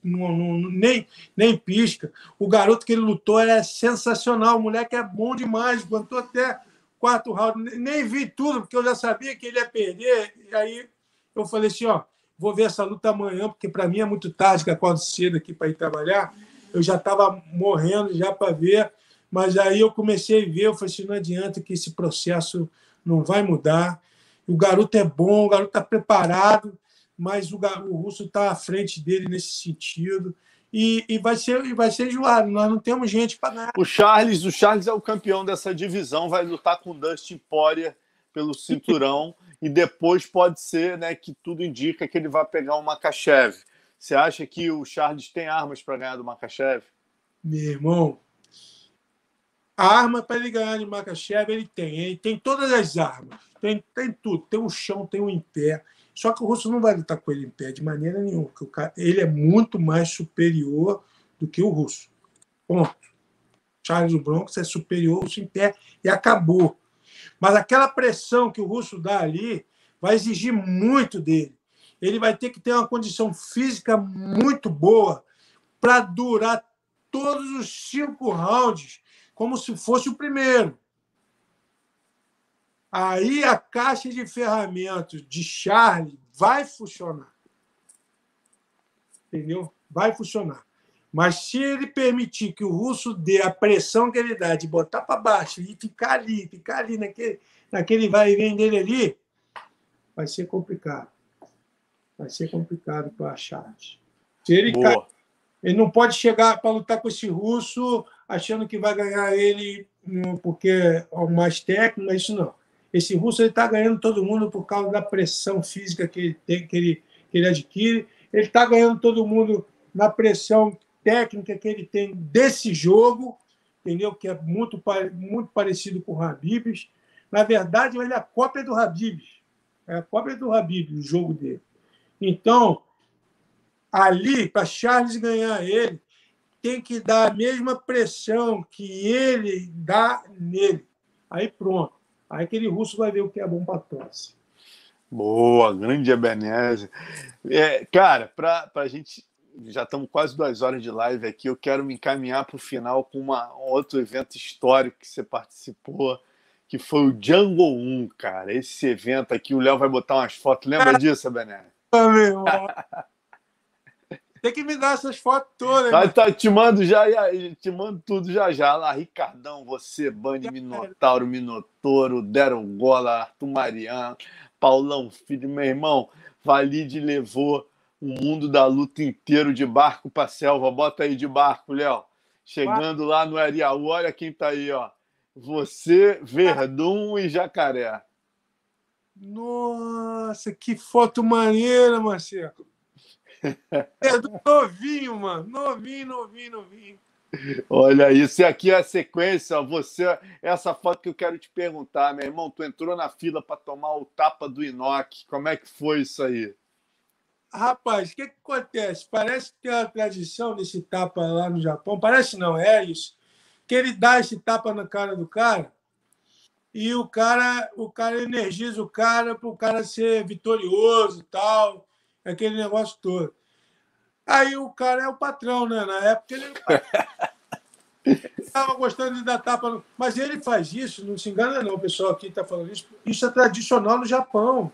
nem pisca. O garoto que ele lutou é sensacional, o moleque é bom demais, aguentou até 4 rounds. Nem vi tudo, porque eu já sabia que ele ia perder, e aí eu falei assim, vou ver essa luta amanhã, porque para mim é muito tarde, que acordo cedo aqui para ir trabalhar. Eu já estava morrendo já para ver, mas aí eu comecei a ver, eu falei assim, não adianta que esse processo não vai mudar. O garoto é bom, o garoto está preparado, mas o russo está à frente dele nesse sentido. E vai ser enjoado. Nós não temos gente para nada. O Charles é o campeão dessa divisão, vai lutar com o Dustin Poirier pelo cinturão e depois pode ser, né, que tudo indica que ele vai pegar o Makhachev. Você acha que o Charles tem armas para ganhar do Makhachev? Meu irmão, a arma para ele ganhar de Makhachev ele tem todas as armas, tem tudo, tem o chão, tem o em pé. Só que o russo não vai lutar com ele em pé de maneira nenhuma, porque ele é muito mais superior do que o russo. Ponto. Charles do Bronx é superior ao russo em pé e acabou. Mas aquela pressão que o russo dá ali vai exigir muito dele. Ele vai ter que ter uma condição física muito boa para durar todos os 5 rounds como se fosse o primeiro. Aí a caixa de ferramentas de Charlie vai funcionar. Entendeu? Vai funcionar. Mas se ele permitir que o russo dê a pressão que ele dá de botar para baixo e ficar ali naquele vai e vem dele ali, vai ser complicado. Vai ser complicado para a Charles. Se ele cai, ele não pode chegar para lutar com esse russo achando que vai ganhar ele porque é o mais técnico, mas isso não. Esse russo está ganhando todo mundo por causa da pressão física que ele tem, que ele adquire. Ele está ganhando todo mundo na pressão técnica que ele tem desse jogo, entendeu? Que é muito parecido com o Khabib. Na verdade, ele é a cópia do Khabib. É a cópia do Khabib, o jogo dele. Então, ali, para Charles ganhar ele, tem que dar a mesma pressão que ele dá nele. Aí pronto. Aí aquele russo vai ver o que é bom para tosse. Boa, grande Ebenezer. Cara, para a gente... Já estamos quase 2 horas de live aqui. Eu quero me encaminhar para o final com um outro evento histórico que você participou, que foi o Jungle 1, cara. Esse evento aqui, o Léo vai botar umas fotos. Lembra disso, Ebenezer? Meu irmão. Tem que me dar essas fotos todas. Te mando tudo já. Lá, Ricardão, você, Bani, Minotauro, Minotouro, Daryl Gola, Arthur Mariano, Paulão Filho, meu irmão. Valide levou o mundo da luta inteiro de barco para selva. Bota aí de barco, Léo. Chegando lá no Ariaú, olha quem tá aí, ó. Você, Verdun e Jacaré. Nossa, que foto maneira, Marcelo. Novinho, mano. Novinho. Olha isso. E aqui é a sequência. Você, essa foto que eu quero te perguntar, meu irmão. Tu entrou na fila para tomar o tapa do Inoki. Como é que foi isso aí? Rapaz, o que acontece? Parece que tem uma tradição desse tapa lá no Japão. Parece não, é isso. Que ele dá esse tapa na cara do cara e o cara energiza o cara para o cara ser vitorioso e tal, aquele negócio todo. Aí o cara é o patrão, né? Na época ele estava gostando de dar tapa. Mas ele faz isso, não se engana não, o pessoal aqui está falando isso. Isso é tradicional no Japão.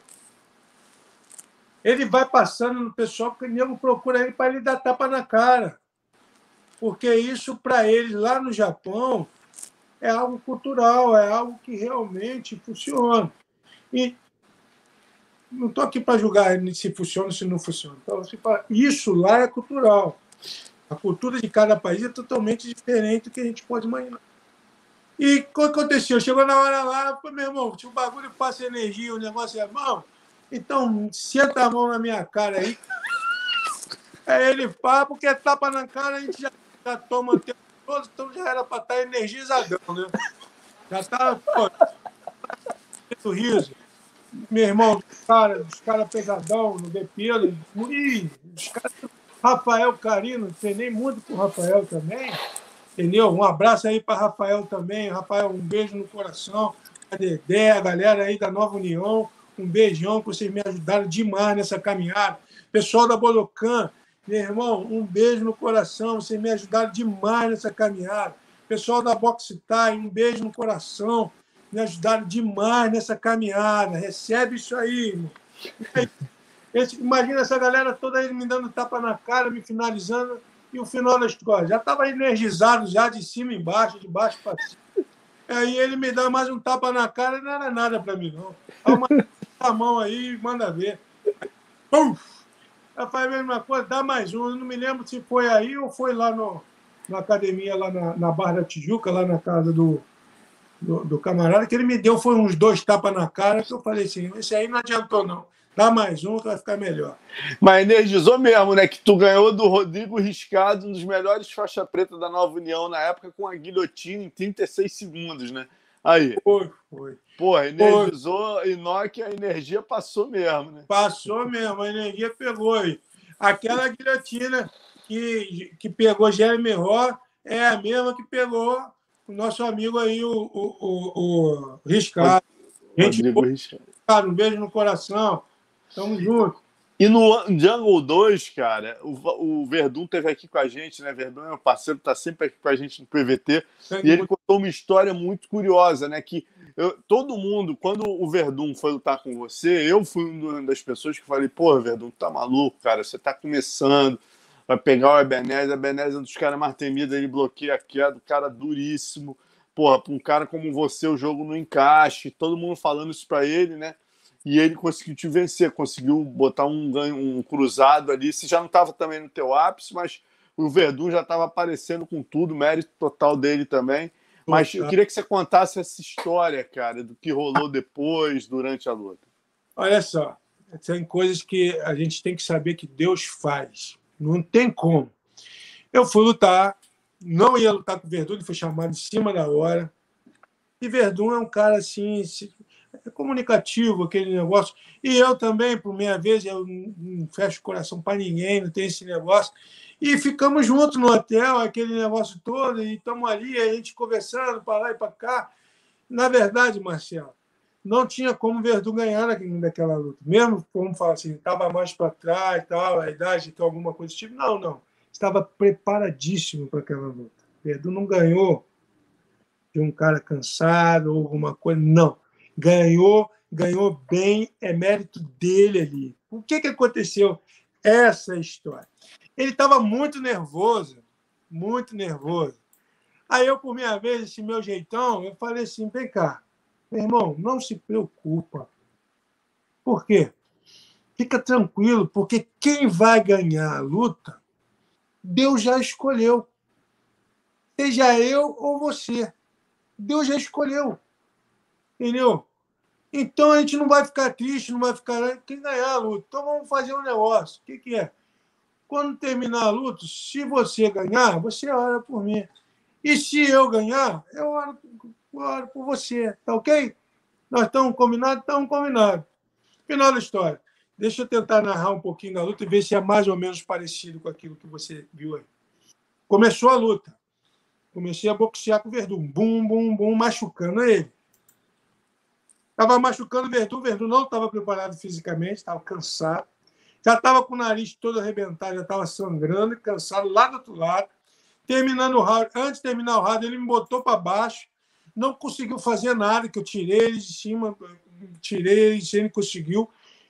Ele vai passando no pessoal, porque o nego procura ele para ele dar tapa na cara. Porque isso, para eles, lá no Japão, é algo cultural, é algo que realmente funciona. E não estou aqui para julgar se funciona ou se não funciona. Então, isso lá é cultural. A cultura de cada país é totalmente diferente do que a gente pode imaginar. E o que aconteceu? Chegou na hora lá, meu irmão, se o bagulho passa energia, o negócio é mão, então senta a mão na minha cara aí. Aí ele fala, porque tapa na cara, a gente já toma o tempo todo, então já era para estar energizadão, né? Já estava, pô, riso. Meu irmão, dos cara pesadão, no depilo, os caras. Rafael Carino, treinei muito com o Rafael também, entendeu? Um abraço aí para Rafael também. Rafael, um beijo no coração. A Dedé, a galera aí da Nova União, um beijão, que vocês me ajudaram demais nessa caminhada. Pessoal da Bodocan, meu irmão, um beijo no coração, vocês me ajudaram demais nessa caminhada. Pessoal da Boxe Time, um beijo no coração, me ajudaram demais nessa caminhada. Recebe isso aí, irmão. Imagina essa galera toda aí me dando tapa na cara, me finalizando, e o final da história. Já estava energizado, já de cima embaixo, de baixo para cima. Aí ele me dá mais um tapa na cara, não era nada para mim, não. Aí a mão aí, manda ver. Puf! Aí faz a mesma coisa, dá mais um. Eu não me lembro se foi aí ou foi lá na academia, lá na Barra da Tijuca, lá na casa do camarada, que ele me deu, foi uns 2 tapas na cara, que eu falei assim, esse aí não adiantou, não. Dá mais um que vai ficar melhor. Mas energizou mesmo, né? Que tu ganhou do Rodrigo Riscado, um dos melhores faixa preta da Nova União na época, com a guilhotina em 36 segundos, né? Aí. Foi. Pô, energizou, Inoki, a energia passou mesmo, né? Passou mesmo, a energia pegou aí. Aquela guilhotina que pegou Jeremy Ross é a mesma que pegou o nosso amigo aí, o Riscado. Rodrigo Riscado. Um beijo no coração. Tamo junto. E no Jungle 2, cara, o Verdun esteve aqui com a gente, né? Verdun é meu parceiro, tá sempre aqui com a gente no PVT. E ele contou uma história muito curiosa, né? Que todo mundo, quando o Werdum foi lutar com você, eu fui uma das pessoas que falei, pô, Werdum, tá maluco, cara, você tá começando, vai pegar o Ebenezer é um dos caras mais temidos, ele bloqueia a queda, o cara duríssimo, porra, pra um cara como você, o jogo não encaixe, todo mundo falando isso pra ele, né? E ele conseguiu te vencer, conseguiu botar um cruzado ali, você já não estava também no teu ápice, mas o Werdum já estava aparecendo com tudo, mérito total dele também. Mas eu queria que você contasse essa história, cara, do que rolou depois, durante a luta. Olha só, tem coisas que a gente tem que saber que Deus faz. Não tem como. Eu fui lutar, não ia lutar com o Werdum, ele foi chamado em cima da hora. E Werdum é um cara assim, é comunicativo, aquele negócio. E eu também, por minha vez, eu não fecho o coração para ninguém, não tem esse negócio. E ficamos juntos no hotel, aquele negócio todo, e estamos ali, a gente conversando para lá e para cá. Na verdade, Marcelo, não tinha como o Werdum ganhar naquela luta. Mesmo, como fala assim, estava mais para trás, tal, a idade, então, alguma coisa do tipo. Não, não. Estava preparadíssimo para aquela luta. O Werdum não ganhou de um cara cansado ou alguma coisa. Não. Ganhou bem, é mérito dele ali. O que aconteceu? Essa história. Ele estava muito nervoso, muito nervoso. Aí eu, por minha vez, esse meu jeitão, eu falei assim, vem cá, meu irmão, não se preocupa. Por quê? Fica tranquilo, porque quem vai ganhar a luta, Deus já escolheu. Seja eu ou você. Deus já escolheu. Entendeu? Então a gente não vai ficar triste, não vai ficar. Quem ganhar a luta? Então vamos fazer um negócio. O que é? Quando terminar a luta, se você ganhar, você ora por mim. E se eu ganhar, eu oro por você. Tá ok? Nós estamos combinados? Estamos combinados. Final da história. Deixa eu tentar narrar um pouquinho da luta e ver se é mais ou menos parecido com aquilo que você viu aí. Começou a luta. Comecei a boxear com o Werdum. Bum, bum, bum, machucando ele. Estava machucando o Werdum não estava preparado fisicamente, estava cansado. Já estava com o nariz todo arrebentado, já estava sangrando e cansado lá do outro lado. Terminando o round, antes de terminar o round, ele me botou para baixo, não conseguiu fazer nada, que eu tirei ele de cima, ele conseguiu.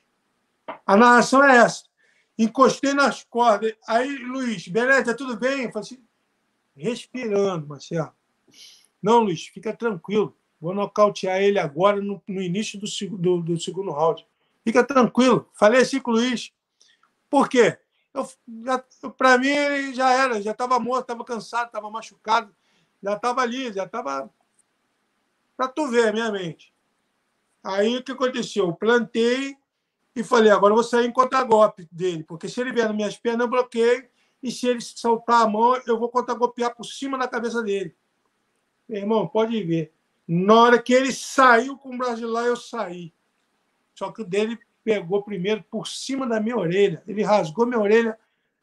A narração é essa. Encostei nas cordas. Aí, Luiz, beleza, tudo bem? Eu falei assim, respirando, Marcelo. Não, Luiz, fica tranquilo. Vou nocautear ele agora no início do segundo round. Fica tranquilo. Falei assim com o Luiz. Por quê? Para mim, ele já era, já estava morto, estava cansado, estava machucado, já estava ali, já estava. Para tu ver a minha mente. Aí o que aconteceu? Eu plantei e falei: agora eu vou sair em contragolpe dele, porque se ele vier nas minhas pernas, eu bloqueio, e se ele soltar a mão, eu vou contragolpear por cima da cabeça dele. Meu irmão, pode ver. Na hora que ele saiu com o brasileiro, eu saí. Só que o dele pegou primeiro por cima da minha orelha. Ele rasgou minha orelha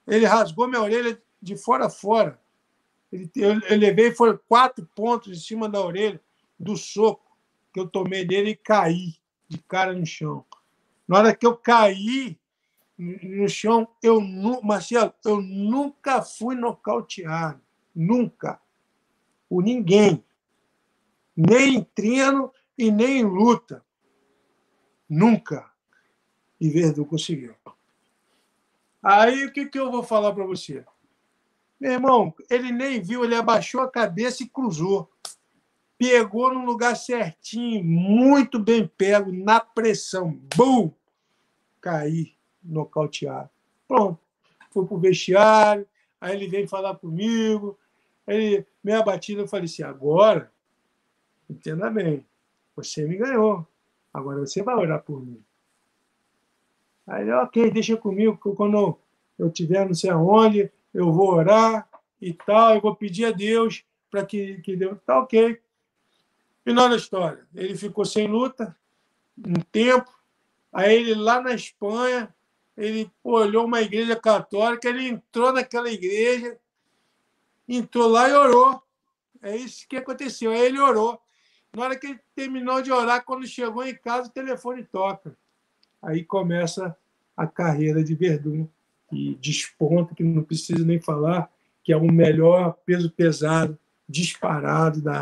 de fora a fora. Eu levei, foram 4 pontos em cima da orelha do soco que eu tomei dele e caí de cara no chão. Na hora que eu caí no chão, Marcelo, eu nunca fui nocauteado. Nunca. Por ninguém. Nem em treino e nem em luta. Nunca. E Werdum conseguiu. Aí, o que eu vou falar para você? Meu irmão, ele nem viu, ele abaixou a cabeça e cruzou. Pegou no lugar certinho, muito bem pego, na pressão. Bum! Caí, nocauteado. Pronto. Fui pro vestiário, aí ele veio falar comigo. Aí, meia batida, eu falei assim, agora, entenda bem, você me ganhou. Agora você vai orar por mim. Aí ele, ok, deixa comigo, que quando eu estiver não sei aonde, eu vou orar e tal, eu vou pedir a Deus para que Deus... Tá ok. Final da história. Ele ficou sem luta um tempo, aí ele lá na Espanha, ele olhou uma igreja católica, ele entrou naquela igreja, entrou lá e orou. É isso que aconteceu. Aí ele orou. Na hora que ele terminou de orar, quando chegou em casa, o telefone toca. Aí começa a carreira de Werdum, que desponta, que não preciso nem falar, que é o melhor peso pesado disparado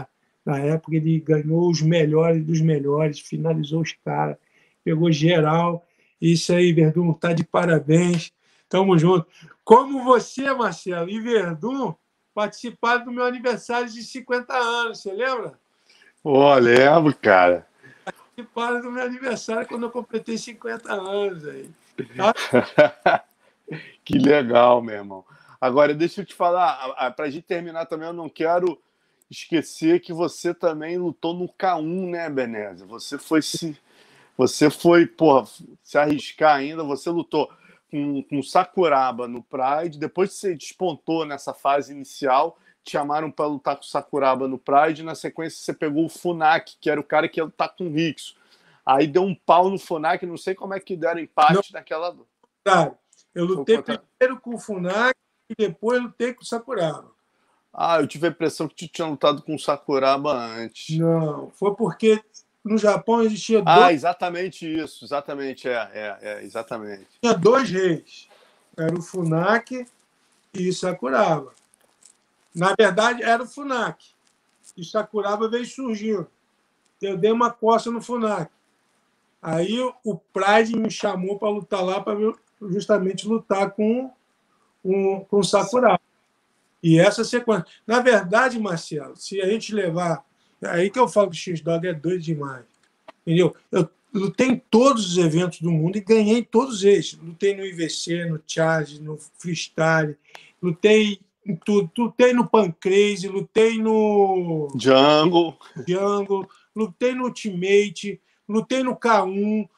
Na época, ele ganhou os melhores dos melhores, finalizou os caras, pegou geral. Isso aí, Verdun, tá de parabéns. Tamo junto. Como você, Marcelo, e Verdun participaram do meu aniversário de 50 anos, você lembra? Pô, lembro, cara. Participaram do meu aniversário quando eu completei 50 anos. Aí. Tá? Que legal, meu irmão. Agora, deixa eu te falar, para a gente terminar também, eu não quero esquecer que você também lutou no K1, né, Beneza? Você foi, porra, se arriscar ainda, você lutou com Sakuraba no Pride, depois que você despontou nessa fase inicial, te chamaram para lutar com Sakuraba no Pride, e na sequência você pegou o Funaki, que era o cara que ia lutar com o Rickson. Aí deu um pau no Funaki, não sei como é que deram empate naquela. Claro, eu lutei primeiro com o Funaki e depois lutei com o Sakuraba. Ah, eu tive a impressão que tu tinha lutado com o Sakuraba antes. Não, foi porque no Japão existia exatamente isso, exatamente, exatamente. Tinha dois reis, era o Funaki e o Sakuraba. Na verdade, era o Funaki, e o Sakuraba veio surgindo. Eu dei uma coça no Funaki. Aí o Pride me chamou para lutar lá, para justamente lutar com o Sakuraba. E essa sequência. Na verdade, Marcelo, se a gente levar. Aí que eu falo que o X-Dog é doido demais. Entendeu? Eu lutei em todos os eventos do mundo e ganhei em todos eles. Lutei no IVC, no Charge, no Freestyle, lutei em tudo. Lutei no Pancrase, lutei no Jungle, lutei no Ultimate, lutei no K1,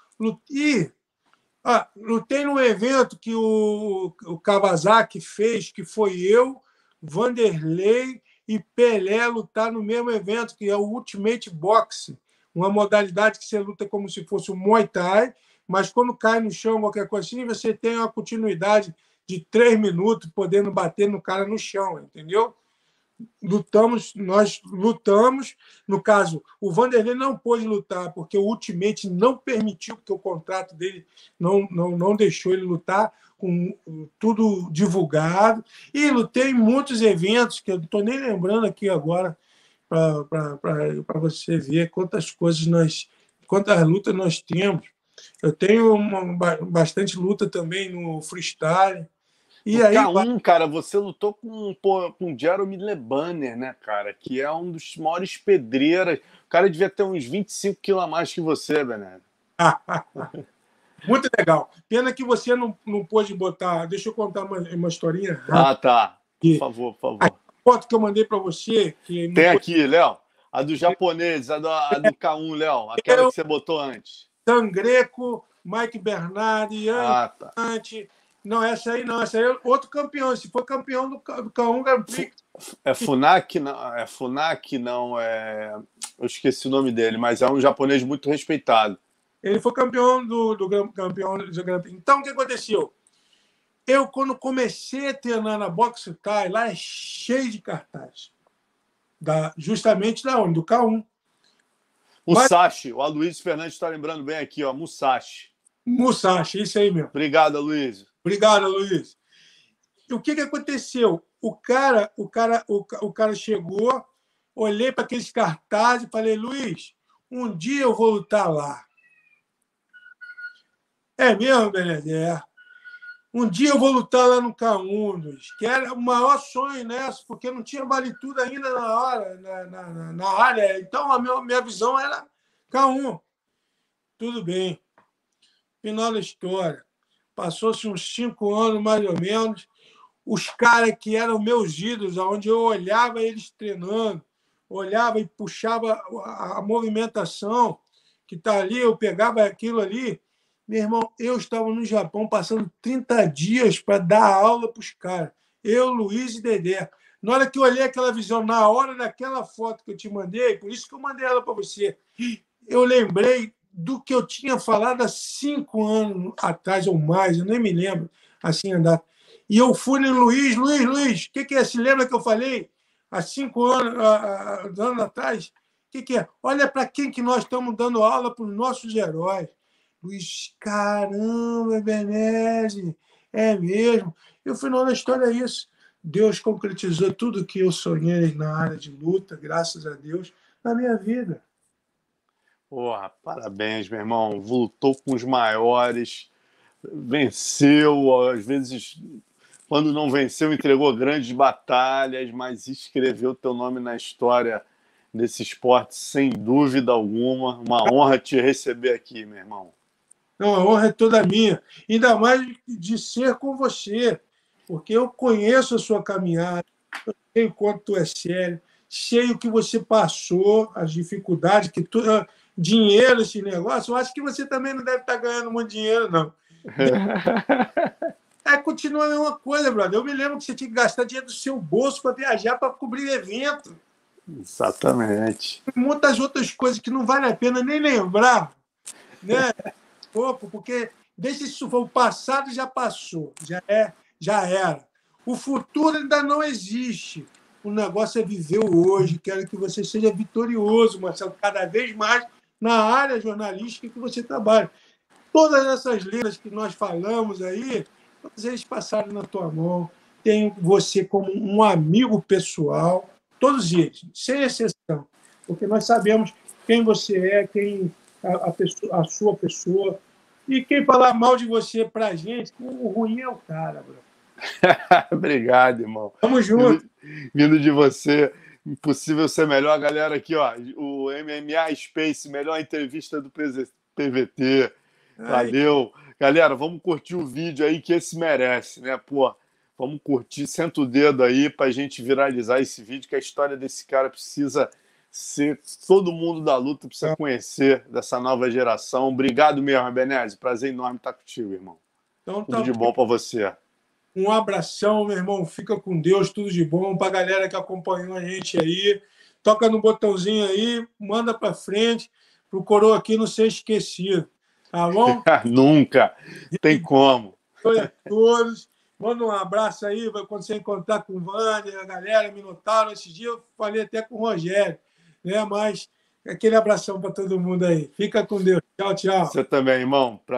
lutei num evento que o Kawasaki fez, que foi eu, Vanderlei e Pelé lutar no mesmo evento, que é o Ultimate Boxing, uma modalidade que você luta como se fosse um Muay Thai, mas quando cai no chão, qualquer coisa assim, você tem uma continuidade de 3 minutos, podendo bater no cara no chão, entendeu? Nós lutamos. No caso, o Vanderlei não pôde lutar, porque o Ultimate não permitiu, porque o contrato dele não deixou ele lutar, com tudo divulgado. E lutei em muitos eventos, que eu não estou nem lembrando aqui agora, para você ver quantas lutas nós temos. Eu tenho bastante luta também no freestyle. E aí, K1, cara, você lutou com o Jeremy Lebanner, né, cara? Que é um dos maiores pedreiras. O cara devia ter uns 25 quilos a mais que você, Bené. Muito legal. Pena que você não pôde botar. Deixa eu contar uma historinha rápida. Ah, tá. Por favor, por favor. A foto que eu mandei para você. Tem aqui, Léo. A do japonês, a do K1, Léo. Aquela que você botou antes. Sangreco, Mike Bernardi, Ian Ante. Não, essa aí não. Essa aí é outro campeão. Se for campeão do K1 Grand Prix. É Funaki, não. É Funaki, não. Eu esqueci o nome dele, mas é um japonês muito respeitado. Ele foi campeão do Grand Prix. Então, o que aconteceu? Eu, quando comecei a treinar na Boxe Thai, lá é cheio de cartaz. Justamente da onde? Do K1. Musashi. O Aloysio Fernandes está lembrando bem aqui, ó. Musashi. Musashi, isso aí mesmo. Obrigado, Aloysio. Obrigado, Aloysio. E o que aconteceu? O cara chegou, olhei para aqueles cartazes e falei, Luiz, um dia eu vou lutar lá. É mesmo, Benedé? Um dia eu vou lutar lá no K1, Luiz, que era o maior sonho nessa, porque não tinha vale tudo ainda na área. Então, a minha visão era K1. Tudo bem. Final da história. Passou-se uns 5 anos, mais ou menos. Os caras que eram meus ídolos, onde eu olhava eles treinando, olhava e puxava a movimentação que está ali, eu pegava aquilo ali. Meu irmão, eu estava no Japão passando 30 dias para dar aula para os caras. Eu, Luiz e Dedé. Na hora que eu olhei aquela visão, na hora daquela foto que eu te mandei, por isso que eu mandei ela para você, eu lembrei do que eu tinha falado há 5 anos atrás ou mais, eu nem me lembro assim andar. E eu fui no Luiz, o que é? Se lembra que eu falei há 5 anos atrás? O que é? Olha para quem que nós estamos dando aula para os nossos heróis. Luiz, caramba, Benese, é mesmo. E o final da história é isso. Deus concretizou tudo que eu sonhei na área de luta, graças a Deus. na minha vida. Porra, parabéns, meu irmão. Lutou com os maiores, venceu, às vezes, quando não venceu, entregou grandes batalhas, mas escreveu teu nome na história desse esporte, sem dúvida alguma. Uma honra te receber aqui, meu irmão. Não, a honra é toda minha. Ainda mais de ser com você, porque eu conheço a sua caminhada, eu sei o quanto tu é sério, sei o que você passou, as dificuldades, que tu, dinheiro, esse negócio. Eu acho que você também não deve estar ganhando muito dinheiro, não. Continua a mesma coisa, brother. Eu me lembro que você tinha que gastar dinheiro do seu bolso para viajar, para cobrir evento. Exatamente. Muitas outras coisas que não vale a pena nem lembrar, né? Pouco, porque deixa isso for o passado, já passou, já era. O futuro ainda não existe. O negócio é viver o hoje. Quero que você seja vitorioso, Marcelo, cada vez mais na área jornalística que você trabalha. Todas essas letras que nós falamos aí, todas eles passaram na tua mão. Tenho você como um amigo pessoal, todos eles, sem exceção, porque nós sabemos quem você é, quem a sua pessoa. E quem falar mal de você pra gente, o ruim é o cara, bro. Obrigado, irmão. Tamo junto. Vindo de você, impossível ser melhor. Galera, aqui, ó, o MMA Space, melhor entrevista do PVT. Valeu. Galera, vamos curtir o vídeo aí que esse merece, né? Pô, vamos curtir, senta o dedo aí pra gente viralizar esse vídeo, que a história desse cara precisa ser... Todo mundo da luta precisa conhecer dessa nova geração. Obrigado mesmo, Benese. Prazer enorme estar contigo, irmão. Então, tudo de bom pra você. Um abração, meu irmão. Fica com Deus, tudo de bom. Pra galera que acompanhou a gente aí. Toca no botãozinho aí, manda pra frente, pro Coroa aqui não ser esquecido. Tá bom? Nunca. Tem como. Oi a todos. Manda um abraço aí, quando você encontrar com o Wander, a galera, Minotauro. Esse dia eu falei até com o Rogério, né? Mas aquele abração para todo mundo aí. Fica com Deus. Tchau, tchau. Você também, irmão.